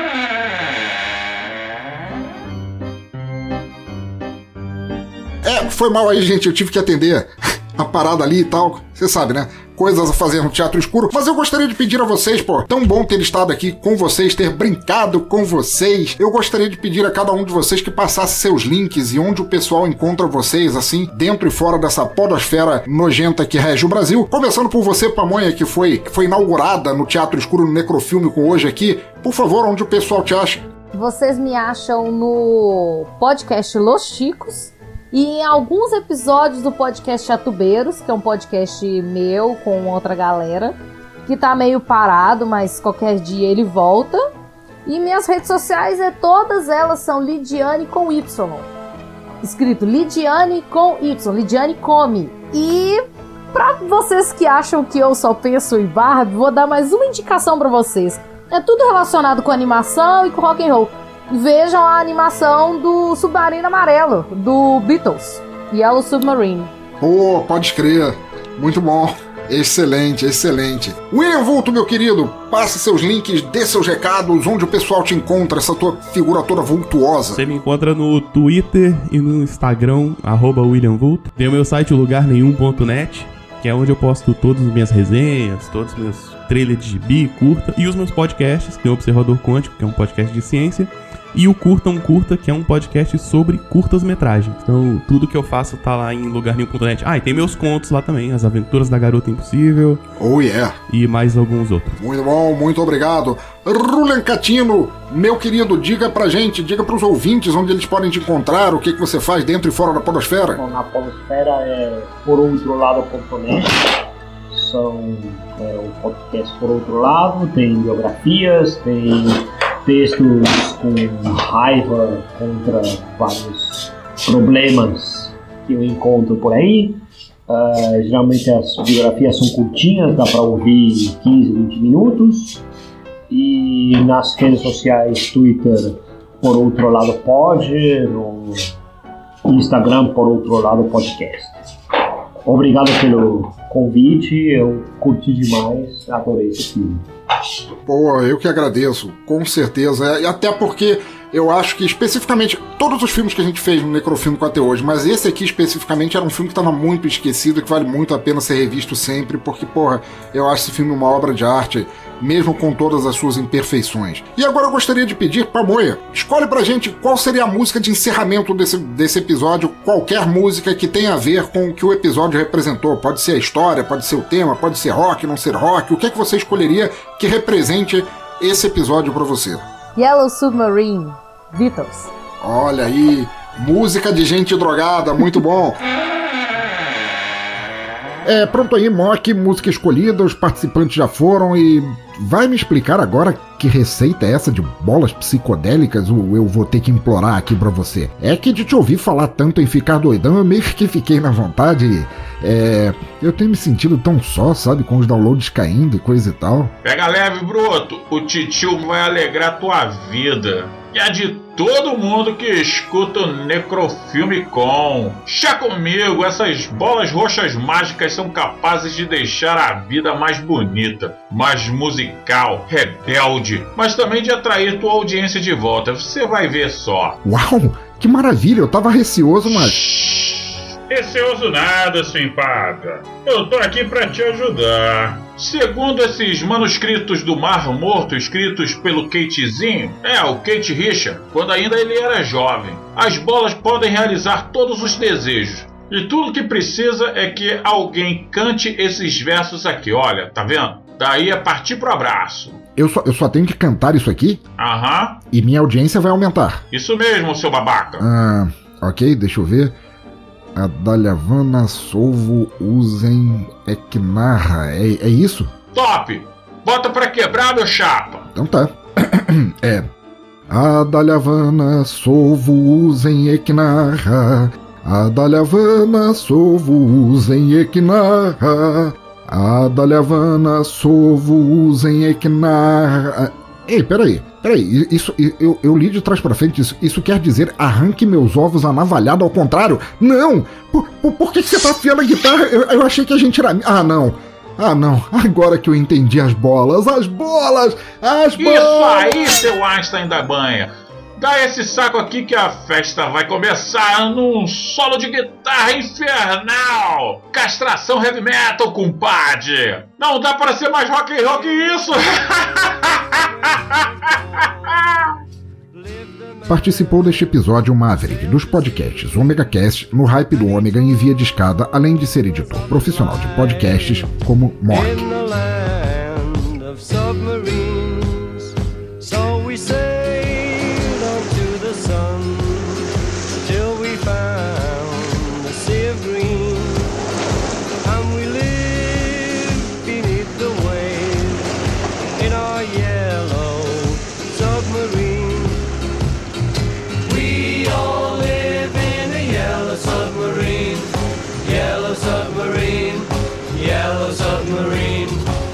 É, foi mal aí, gente, eu tive que atender a parada ali e tal, você sabe, né? Coisas a fazer no Teatro Escuro, mas eu gostaria de pedir a vocês, pô, tão bom ter estado aqui com vocês, ter brincado com vocês. Eu gostaria de pedir a cada um de vocês que passasse seus links e onde o pessoal encontra vocês, assim, dentro e fora dessa podosfera nojenta que rege o Brasil. Começando por você, Pamonha, que foi, foi inaugurada no Teatro Escuro, no Necrofilme hoje aqui. Por favor, onde o pessoal te acha? Vocês me acham no podcast Los Chicos e em alguns episódios do podcast Chatubeiros, que é um podcast meu com outra galera, que tá meio parado, mas qualquer dia ele volta. E minhas redes sociais, é, todas elas são Lidiane com Y. Escrito Lidiane com Y, Lidiane Come. E pra vocês que acham que eu só penso em Barbie, vou dar mais uma indicação pra vocês. É tudo relacionado com animação e com rock and roll. Vejam a animação do Submarino Amarelo, do Beatles, Yellow Submarine. Pô, pode crer. Muito bom. Excelente, excelente. William Vulto, meu querido, passe seus links, dê seus recados, onde o pessoal te encontra, essa tua figura toda vultuosa. Você me encontra no Twitter e no Instagram, arroba William Vulto. Tem o meu site, lugar nenhum ponto net, que é onde eu posto todas as minhas resenhas, todos os meus trailers de gibi, curta, e os meus podcasts, que tem o Observador Quântico, que é um podcast de ciência, e o Curta um Curta, que é um podcast sobre curtas-metragens. Então, tudo que eu faço tá lá em lugar nenhum ponto net. Ah, e tem meus contos lá também, As Aventuras da Garota Impossível. Oh, yeah. E mais alguns outros. Muito bom, muito obrigado. Rulen Catino, meu querido, diga pra gente, diga pros ouvintes onde eles podem te encontrar, o que, que você faz dentro e fora da podosfera. Bom, na podosfera é por outro lado ponto net. São é, o podcast Por Outro Lado, tem biografias, tem textos com raiva contra vários problemas que eu encontro por aí. Uh, geralmente as biografias são curtinhas, dá para ouvir quinze, vinte minutos. E nas redes sociais, Twitter, Por Outro Lado Pod, no Instagram, Por Outro Lado Podcast. Obrigado pelo convite, eu curti demais, adorei esse filme. Pô, eu que agradeço, com certeza, e até porque eu acho que especificamente, todos os filmes que a gente fez no Necrofilme até hoje, mas esse aqui especificamente era um filme que estava muito esquecido, que vale muito a pena ser revisto sempre, porque, porra, eu acho esse filme uma obra de arte, mesmo com todas as suas imperfeições. E agora eu gostaria de pedir pra Moia, escolhe pra gente qual seria a música de encerramento desse, desse episódio, qualquer música que tenha a ver com o que o episódio representou. Pode ser a história, pode ser o tema, pode ser rock, não ser rock, o que é que você escolheria que represente esse episódio pra você? Yellow Submarine, Beatles. Olha aí, música de gente drogada, muito bom. É, pronto aí, Mock, música escolhida, os participantes já foram e vai me explicar agora que receita é essa de bolas psicodélicas ou eu vou ter que implorar aqui pra você? É que de te ouvir falar tanto em ficar doidão, eu meio que fiquei na vontade, é... eu tenho me sentido tão só, sabe, com os downloads caindo e coisa e tal. Pega leve, broto, o titio vai alegrar tua vida. E a de todo mundo que escuta o Necrofilme com. Chá comigo, essas bolas roxas mágicas são capazes de deixar a vida mais bonita, mais musical, rebelde, mas também de atrair tua audiência de volta. Você vai ver só. Uau, que maravilha, eu tava receoso, mas... Receoso nada, sua empata. Eu tô aqui pra te ajudar. Segundo esses manuscritos do Mar Morto escritos pelo Katezinho, é, o Kate Richard, quando ainda ele era jovem, as bolas podem realizar todos os desejos. E tudo que precisa é que alguém cante esses versos aqui, olha, tá vendo? Daí é partir pro abraço. Eu só, eu só tenho que cantar isso aqui? Aham. E minha audiência vai aumentar. Isso mesmo, seu babaca. Ah, ok, deixa eu ver. Adalyavana Solvo Usem Eknarra, é, é isso? Top! Bota pra quebrar, meu chapa! Então tá. É. Adalyavana Solvo Usem Eknarra, Adalyavana Solvo Usem Eknarra, Adalyavana Solvo Usem Eknarra. Ei, peraí, peraí, isso, eu, eu li de trás pra frente, isso, isso quer dizer arranque meus ovos anavalhado ao contrário? Não! Por, por, por que, que você tá afiando a guitarra? Eu, eu achei que a gente era... Ah, não! Ah, não, agora que eu entendi as bolas, as bolas, as bolas! Isso aí, seu Einstein da banha! Dá esse saco aqui que a festa vai começar num solo de guitarra infernal! Castração heavy metal, compadre! Não dá pra ser mais rock and roll que isso! Participou deste episódio Maverick, dos podcasts Omega Cast, no Hype do Ômega em via de escada, além de ser editor profissional de podcasts como Mork. Submarine, yellow submarine.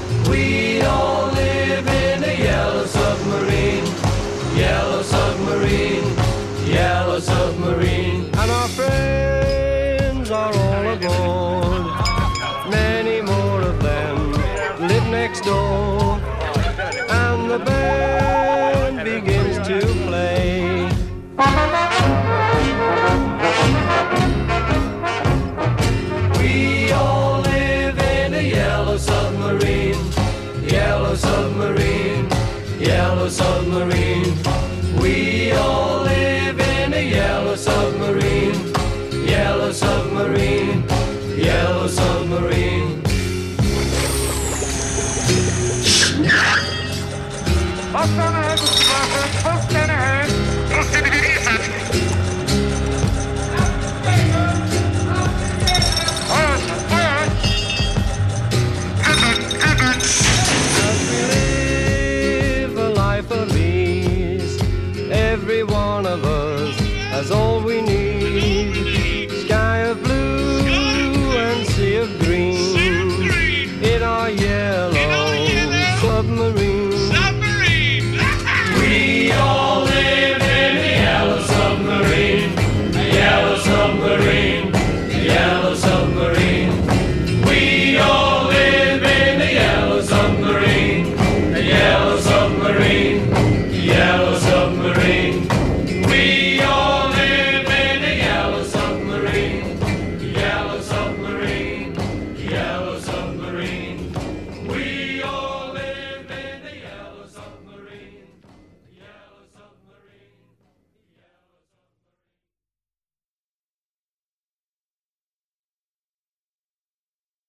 Yellow submarine, yellow submarine.